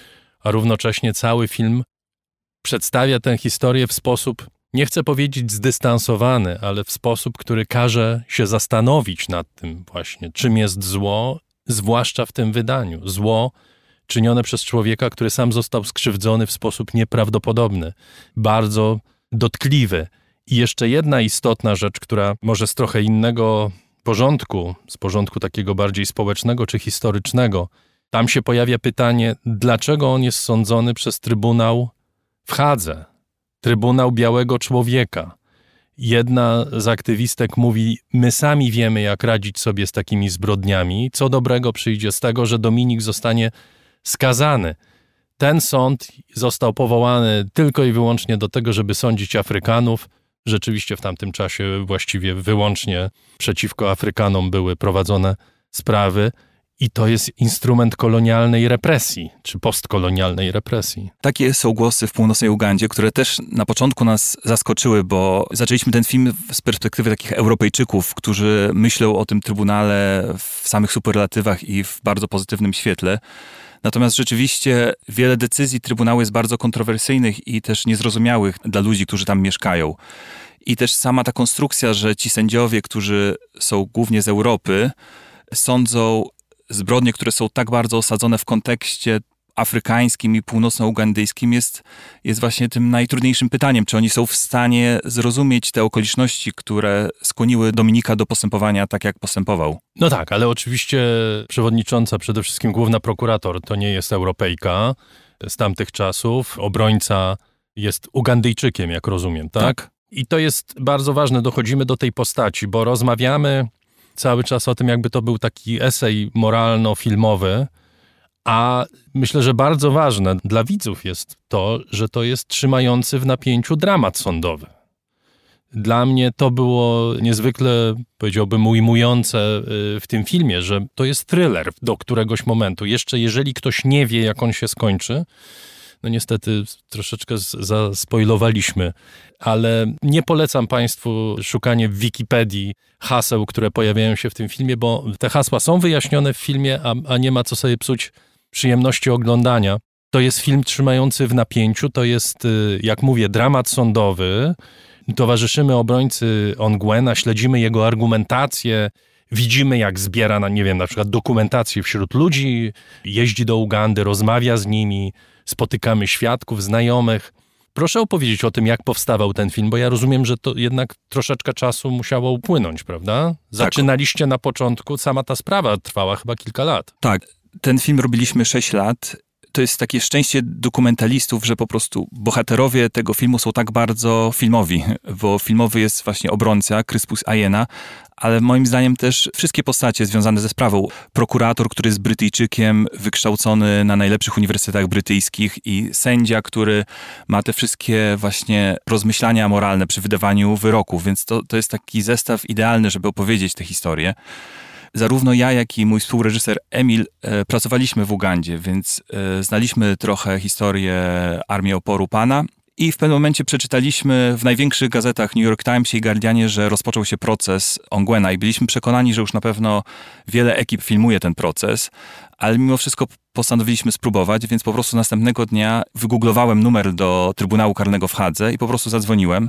a równocześnie cały film przedstawia tę historię w sposób, nie chcę powiedzieć zdystansowany, ale w sposób, który każe się zastanowić nad tym właśnie, czym jest zło, zwłaszcza w tym wydaniu. Zło czynione przez człowieka, który sam został skrzywdzony w sposób nieprawdopodobny, bardzo dotkliwy. I jeszcze jedna istotna rzecz, która może z trochę innego porządku, z porządku takiego bardziej społecznego czy historycznego, tam się pojawia pytanie, dlaczego on jest sądzony przez Trybunał w Hadze, Trybunał Białego Człowieka. Jedna z aktywistek mówi, my sami wiemy, jak radzić sobie z takimi zbrodniami, co dobrego przyjdzie z tego, że Dominik zostanie skazany. Ten sąd został powołany tylko i wyłącznie do tego, żeby sądzić Afrykanów. Rzeczywiście w tamtym czasie właściwie wyłącznie przeciwko Afrykanom były prowadzone sprawy. I to jest instrument kolonialnej represji, czy postkolonialnej represji. Takie są głosy w północnej Ugandzie, które też na początku nas zaskoczyły, bo zaczęliśmy ten film z perspektywy takich Europejczyków, którzy myślą o tym Trybunale w samych superlatywach i w bardzo pozytywnym świetle. Natomiast rzeczywiście wiele decyzji Trybunału jest bardzo kontrowersyjnych i też niezrozumiałych dla ludzi, którzy tam mieszkają. I też sama ta konstrukcja, że ci sędziowie, którzy są głównie z Europy, sądzą zbrodnie, które są tak bardzo osadzone w kontekście afrykańskim i północno-ugandyjskim jest właśnie tym najtrudniejszym pytaniem. Czy oni są w stanie zrozumieć te okoliczności, które skłoniły Dominika do postępowania tak, jak postępował? No tak, ale oczywiście przewodnicząca, przede wszystkim główna prokurator, to nie jest Europejka z tamtych czasów. Obrońca jest Ugandyjczykiem, jak rozumiem, tak? I to jest bardzo ważne, dochodzimy do tej postaci, bo rozmawiamy cały czas o tym, jakby to był taki esej moralno-filmowy, a myślę, że bardzo ważne dla widzów jest to, że to jest trzymający w napięciu dramat sądowy. Dla mnie to było niezwykle, powiedziałbym, ujmujące w tym filmie, że to jest thriller do któregoś momentu. Jeszcze jeżeli ktoś nie wie, jak on się skończy, no niestety troszeczkę zaspoilowaliśmy, ale nie polecam Państwu szukanie w Wikipedii haseł, które pojawiają się w tym filmie, bo te hasła są wyjaśnione w filmie, a nie ma co sobie psuć przyjemności oglądania. To jest film trzymający w napięciu, to jest, jak mówię, dramat sądowy. Towarzyszymy obrońcy Ongwena, śledzimy jego argumentację, widzimy, jak zbiera, na przykład dokumentację wśród ludzi, jeździ do Ugandy, rozmawia z nimi, spotykamy świadków, znajomych. Proszę opowiedzieć o tym, jak powstawał ten film, bo ja rozumiem, że to jednak troszeczkę czasu musiało upłynąć, prawda? Zaczynaliście na początku, sama ta sprawa trwała chyba kilka lat. Tak, ten film robiliśmy 6 lat. To jest takie szczęście dokumentalistów, że po prostu bohaterowie tego filmu są tak bardzo filmowi, bo filmowy jest właśnie obrońca, Crispus Ayena, ale moim zdaniem też wszystkie postacie związane ze sprawą. Prokurator, który jest Brytyjczykiem, wykształcony na najlepszych uniwersytetach brytyjskich i sędzia, który ma te wszystkie właśnie rozmyślania moralne przy wydawaniu wyroków, więc to jest taki zestaw idealny, żeby opowiedzieć tę historię. Zarówno ja, jak i mój współreżyser Emil pracowaliśmy w Ugandzie, więc znaliśmy trochę historię Armii Oporu Pana i w pewnym momencie przeczytaliśmy w największych gazetach New York Timesie i Guardianie, że rozpoczął się proces Ongwena i byliśmy przekonani, że już na pewno wiele ekip filmuje ten proces, ale mimo wszystko postanowiliśmy spróbować, więc po prostu następnego dnia wygooglowałem numer do Trybunału Karnego w Hadze i po prostu zadzwoniłem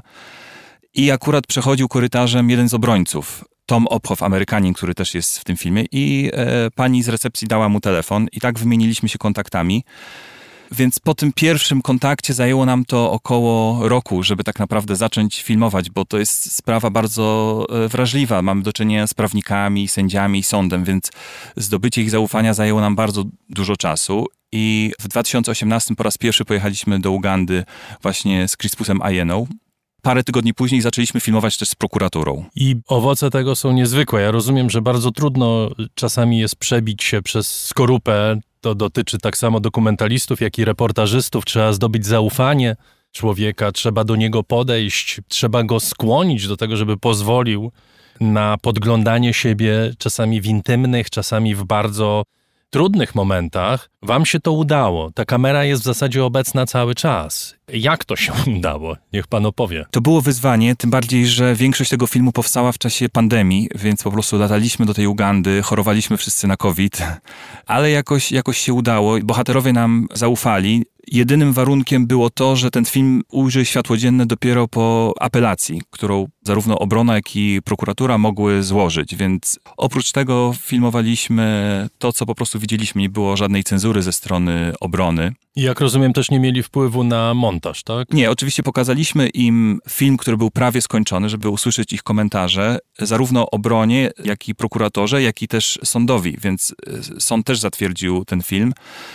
i akurat przechodził korytarzem jeden z obrońców, Tom Ophoff, Amerykanin, który też jest w tym filmie i pani z recepcji dała mu telefon i tak wymieniliśmy się kontaktami. Więc po tym pierwszym kontakcie zajęło nam to około roku, żeby tak naprawdę zacząć filmować, bo to jest sprawa bardzo wrażliwa. Mamy do czynienia z prawnikami, sędziami i sądem, więc zdobycie ich zaufania zajęło nam bardzo dużo czasu. I w 2018 po raz pierwszy pojechaliśmy do Ugandy właśnie z Crispusem Ayeną. Parę tygodni później zaczęliśmy filmować też z prokuraturą. I owoce tego są niezwykłe. Ja rozumiem, że bardzo trudno czasami jest przebić się przez skorupę. To dotyczy tak samo dokumentalistów, jak i reportażystów. Trzeba zdobyć zaufanie człowieka, trzeba do niego podejść, trzeba go skłonić do tego, żeby pozwolił na podglądanie siebie czasami w intymnych, czasami w bardzo trudnych momentach wam się to udało. Ta kamera jest w zasadzie obecna cały czas. Jak to się udało? Niech pan opowie. To było wyzwanie, tym bardziej, że większość tego filmu powstała w czasie pandemii, więc po prostu lataliśmy do tej Ugandy, chorowaliśmy wszyscy na COVID, ale jakoś się udało. Bohaterowie nam zaufali. Jedynym warunkiem było to, że ten film ujrzy światło dzienne dopiero po apelacji, którą zarówno obrona, jak i prokuratura mogły złożyć, więc oprócz tego filmowaliśmy to, co po prostu widzieliśmy. Nie było żadnej cenzury ze strony obrony. I jak rozumiem, też nie mieli wpływu na montaż, tak? Nie, oczywiście pokazaliśmy im film, który był prawie skończony, żeby usłyszeć ich komentarze, zarówno obronie, jak i prokuratorze, jak i też sądowi, więc sąd też zatwierdził ten film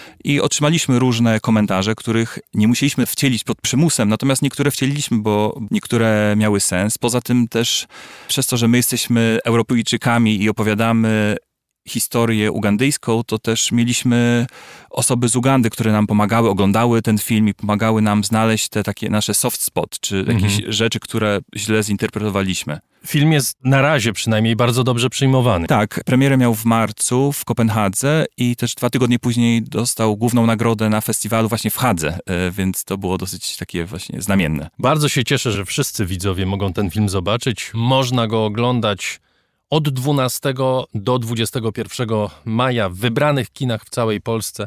i otrzymaliśmy różne komentarze, których nie musieliśmy wcielić pod przymusem, natomiast niektóre wcieliliśmy, bo niektóre miały sens. Poza tym też przez to, że my jesteśmy Europejczykami i opowiadamy historię ugandyjską, to też mieliśmy osoby z Ugandy, które nam pomagały, oglądały ten film i pomagały nam znaleźć te takie nasze soft spot, czy jakieś rzeczy, które źle zinterpretowaliśmy. Film jest na razie przynajmniej bardzo dobrze przyjmowany. Tak, premierę miał w marcu w Kopenhadze i też 2 tygodnie później dostał główną nagrodę na festiwalu właśnie w Hadze, więc to było dosyć takie właśnie znamienne. Bardzo się cieszę, że wszyscy widzowie mogą ten film zobaczyć. Można go oglądać od 12 do 21 maja w wybranych kinach w całej Polsce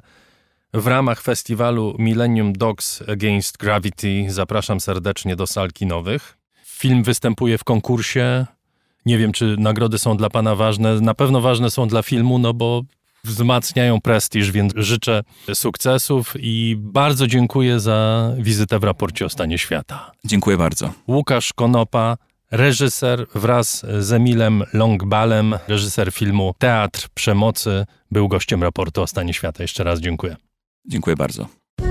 w ramach festiwalu Millennium Dogs Against Gravity. Zapraszam serdecznie do sal kinowych. Film występuje w konkursie. Nie wiem, czy nagrody są dla pana ważne. Na pewno ważne są dla filmu, no bo wzmacniają prestiż, więc życzę sukcesów i bardzo dziękuję za wizytę w raporcie o stanie świata. Dziękuję bardzo. Łukasz Konopa, reżyser wraz z Emilem Longbalem, reżyser filmu Teatr Przemocy, był gościem raportu o stanie świata. Jeszcze raz dziękuję. Dziękuję bardzo.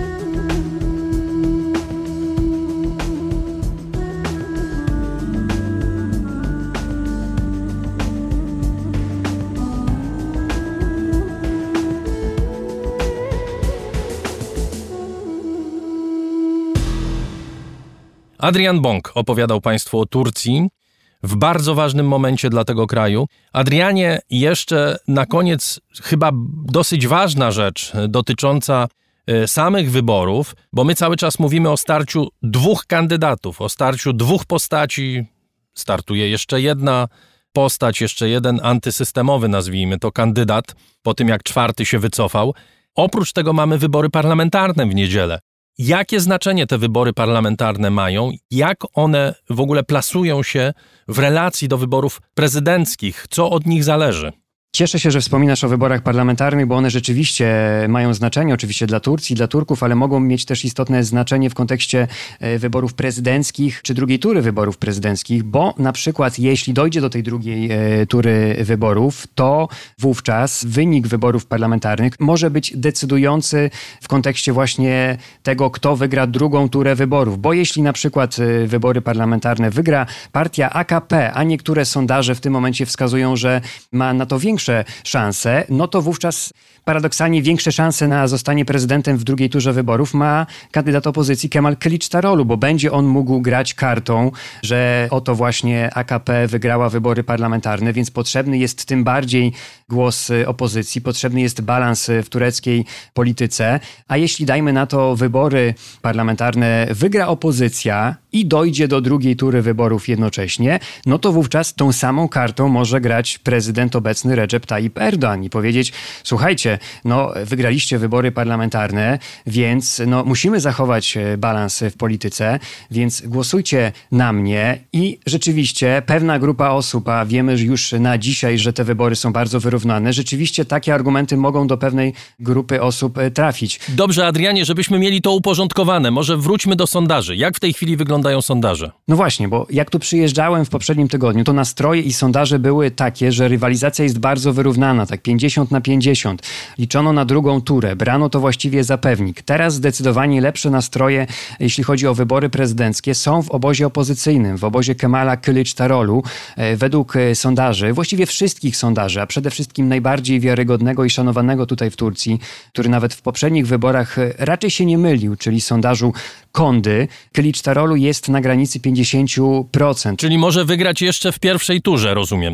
Adrian Bąk opowiadał państwu o Turcji w bardzo ważnym momencie dla tego kraju. Adrianie, jeszcze na koniec chyba dosyć ważna rzecz dotycząca samych wyborów, bo my cały czas mówimy o starciu 2 kandydatów, o starciu 2 postaci. Startuje jeszcze jedna postać, jeszcze jeden antysystemowy, nazwijmy to, kandydat, po tym jak 4 się wycofał. Oprócz tego mamy wybory parlamentarne w niedzielę. Jakie znaczenie te wybory parlamentarne mają? Jak one w ogóle plasują się w relacji do wyborów prezydenckich? Co od nich zależy? Cieszę się, że wspominasz o wyborach parlamentarnych, bo one rzeczywiście mają znaczenie, oczywiście dla Turcji, dla Turków, ale mogą mieć też istotne znaczenie w kontekście wyborów prezydenckich czy drugiej tury wyborów prezydenckich, bo na przykład jeśli dojdzie do tej drugiej tury wyborów, to wówczas wynik wyborów parlamentarnych może być decydujący w kontekście właśnie tego, kto wygra drugą turę wyborów, bo jeśli na przykład wybory parlamentarne wygra partia AKP, a niektóre sondaże w tym momencie wskazują, że ma na to większe szanse, no to wówczas paradoksalnie większe szanse na zostanie prezydentem w drugiej turze wyborów ma kandydat opozycji Kemal Kılıçdaroğlu, bo będzie on mógł grać kartą, że oto właśnie AKP wygrała wybory parlamentarne, więc potrzebny jest tym bardziej głos opozycji, potrzebny jest balans w tureckiej polityce, a jeśli dajmy na to wybory parlamentarne wygra opozycja i dojdzie do drugiej tury wyborów jednocześnie, no to wówczas tą samą kartą może grać prezydent obecny Recep Tayyip Erdoğan i powiedzieć, słuchajcie, no wygraliście wybory parlamentarne, więc no musimy zachować balans w polityce, więc głosujcie na mnie i rzeczywiście pewna grupa osób, a wiemy już na dzisiaj, że te wybory są bardzo wyrównane, rzeczywiście takie argumenty mogą do pewnej grupy osób trafić. Dobrze, Adrianie, żebyśmy mieli to uporządkowane, może wróćmy do sondaży. Jak w tej chwili wyglądają sondaże? No właśnie, bo jak tu przyjeżdżałem w poprzednim tygodniu, to nastroje i sondaże były takie, że rywalizacja jest bardzo wyrównana, tak 50-50. Liczono na drugą turę, brano to właściwie za pewnik. Teraz zdecydowanie lepsze nastroje, jeśli chodzi o wybory prezydenckie, są w obozie opozycyjnym, w obozie Kemala Kılıçdaroğlu. Według sondaży, właściwie wszystkich sondaży, a przede wszystkim najbardziej wiarygodnego i szanowanego tutaj w Turcji, który nawet w poprzednich wyborach raczej się nie mylił, czyli sondażu Kondy, Kılıçdaroğlu jest na granicy 50%. Czyli może wygrać jeszcze w pierwszej turze, rozumiem, tak?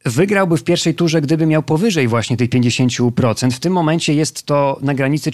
wygrałby w pierwszej turze, gdyby miał powyżej właśnie tych 50%. W tym momencie jest to na granicy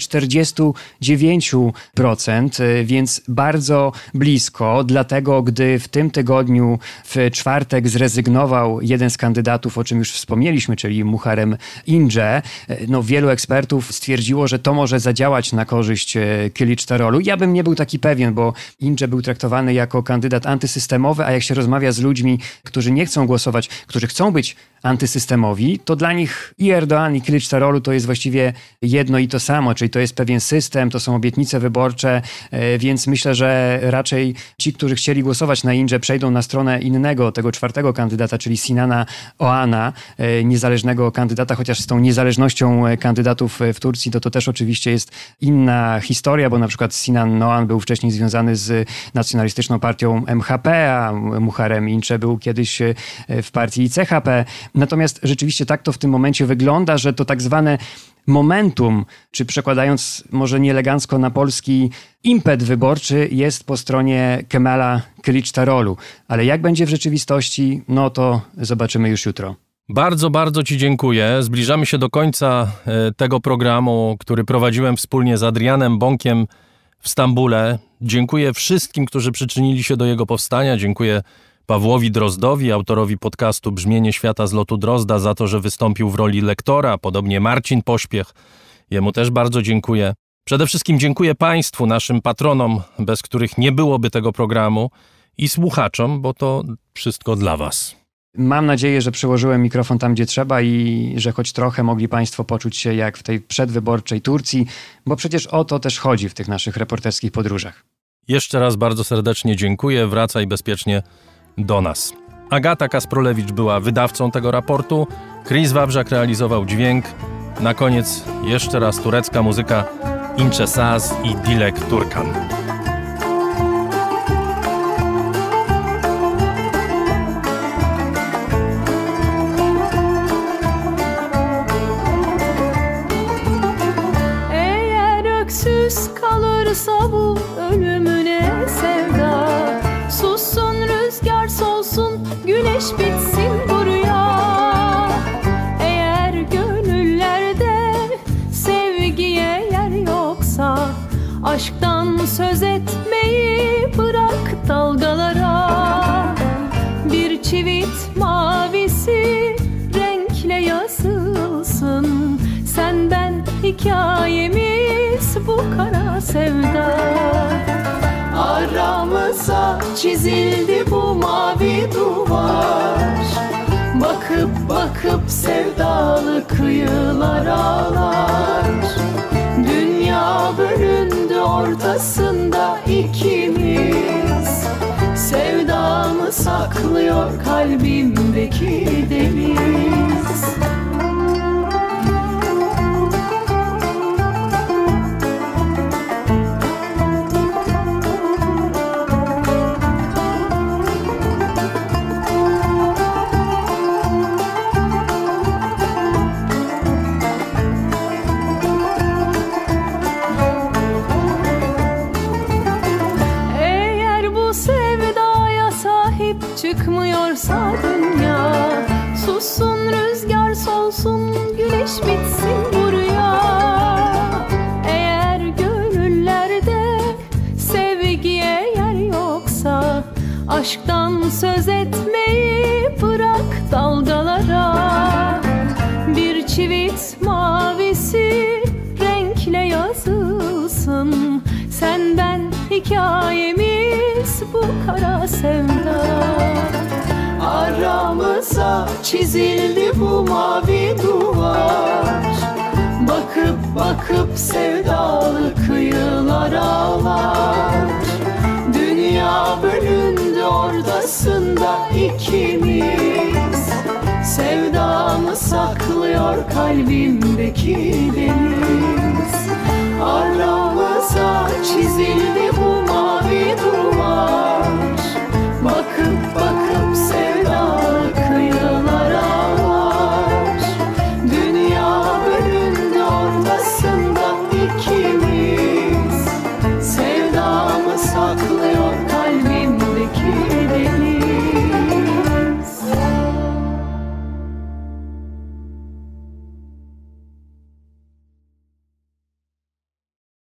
49%, więc bardzo blisko. Dlatego, gdy w tym tygodniu, w czwartek zrezygnował jeden z kandydatów, o czym już wspomnieliśmy, czyli Muharrem Ince, wielu ekspertów stwierdziło, że to może zadziałać na korzyść Kılıçdaroğlu. Ja bym nie był taki pewien, bo Ince był traktowany jako kandydat antysystemowy, a jak się rozmawia z ludźmi, którzy nie chcą głosować, którzy chcą być antysystemowi, to dla nich i Erdoğan, i Kılıçdaroğlu to jest właściwie jedno i to samo, czyli to jest pewien system, to są obietnice wyborcze, więc myślę, że raczej ci, którzy chcieli głosować na Ince, przejdą na stronę innego, tego czwartego kandydata, czyli Sinana Oğan'a, niezależnego kandydata, chociaż z tą niezależnością kandydatów w Turcji to też oczywiście jest inna historia, bo na przykład Sinan Oğan był wcześniej związany z nacjonalistyczną partią MHP, a Muharrem Ince był kiedyś w partii CHP. Natomiast rzeczywiście tak to w tym momencie wygląda, że to tak zwane momentum, czy przekładając może nieelegancko na polski, impet wyborczy jest po stronie Kemala Kılıçdaroğlu. Ale jak będzie w rzeczywistości, to zobaczymy już jutro. Bardzo, bardzo Ci dziękuję. Zbliżamy się do końca tego programu, który prowadziłem wspólnie z Adrianem Bąkiem w Stambule. Dziękuję wszystkim, którzy przyczynili się do jego powstania. Dziękuję Pawłowi Drozdowi, autorowi podcastu Brzmienie świata z lotu Drozda, za to, że wystąpił w roli lektora, podobnie Marcin Pośpiech. Jemu też bardzo dziękuję. Przede wszystkim dziękuję Państwu, naszym patronom, bez których nie byłoby tego programu, i słuchaczom, bo to wszystko dla Was. Mam nadzieję, że przyłożyłem mikrofon tam, gdzie trzeba i że choć trochę mogli Państwo poczuć się jak w tej przedwyborczej Turcji, bo przecież o to też chodzi w tych naszych reporterskich podróżach. Jeszcze raz bardzo serdecznie dziękuję. Wracaj bezpiecznie do nas. Agata Kasprolewicz była wydawcą tego raportu, Chris Wawrzak realizował dźwięk. Na koniec jeszcze raz turecka muzyka Ince Saz i Dilek Turkan. Eğer öksüz kalırsa bu ölümüne sevda, sussun rüzgar solsun, güneş bitsin bu rüya. Eğer gönüllerde sevgiye yer yoksa, aşktan söz etmeyi bırak dalgalara. Bir çivit mavisi renkle yazılsın, sen ben hikayemiz bu kara sevda. Aramıza çizildi bu mavi duvar, bakıp bakıp sevdalı kıyılar ağlar. Dünya bölündü ortasında ikimiz, sevdamı saklıyor kalbimdeki deniz. Çıkmıyorsa dünya, sussun rüzgar solsun, güneş bitsin bu rüya. Eğer gönüllerde sevgiye yer yoksa, aşktan söz etmeyi bırak dalgalara. Bir çivit mavisi renkle yazılsın, sen ben hikayemiz bu kara sevda. Aramıza çizildi bu mavi duvar, bakıp bakıp sevdalı kıyılar ağlar. Dünya bölündü ortasında ikimiz, sevdamı saklıyor kalbimdeki deniz.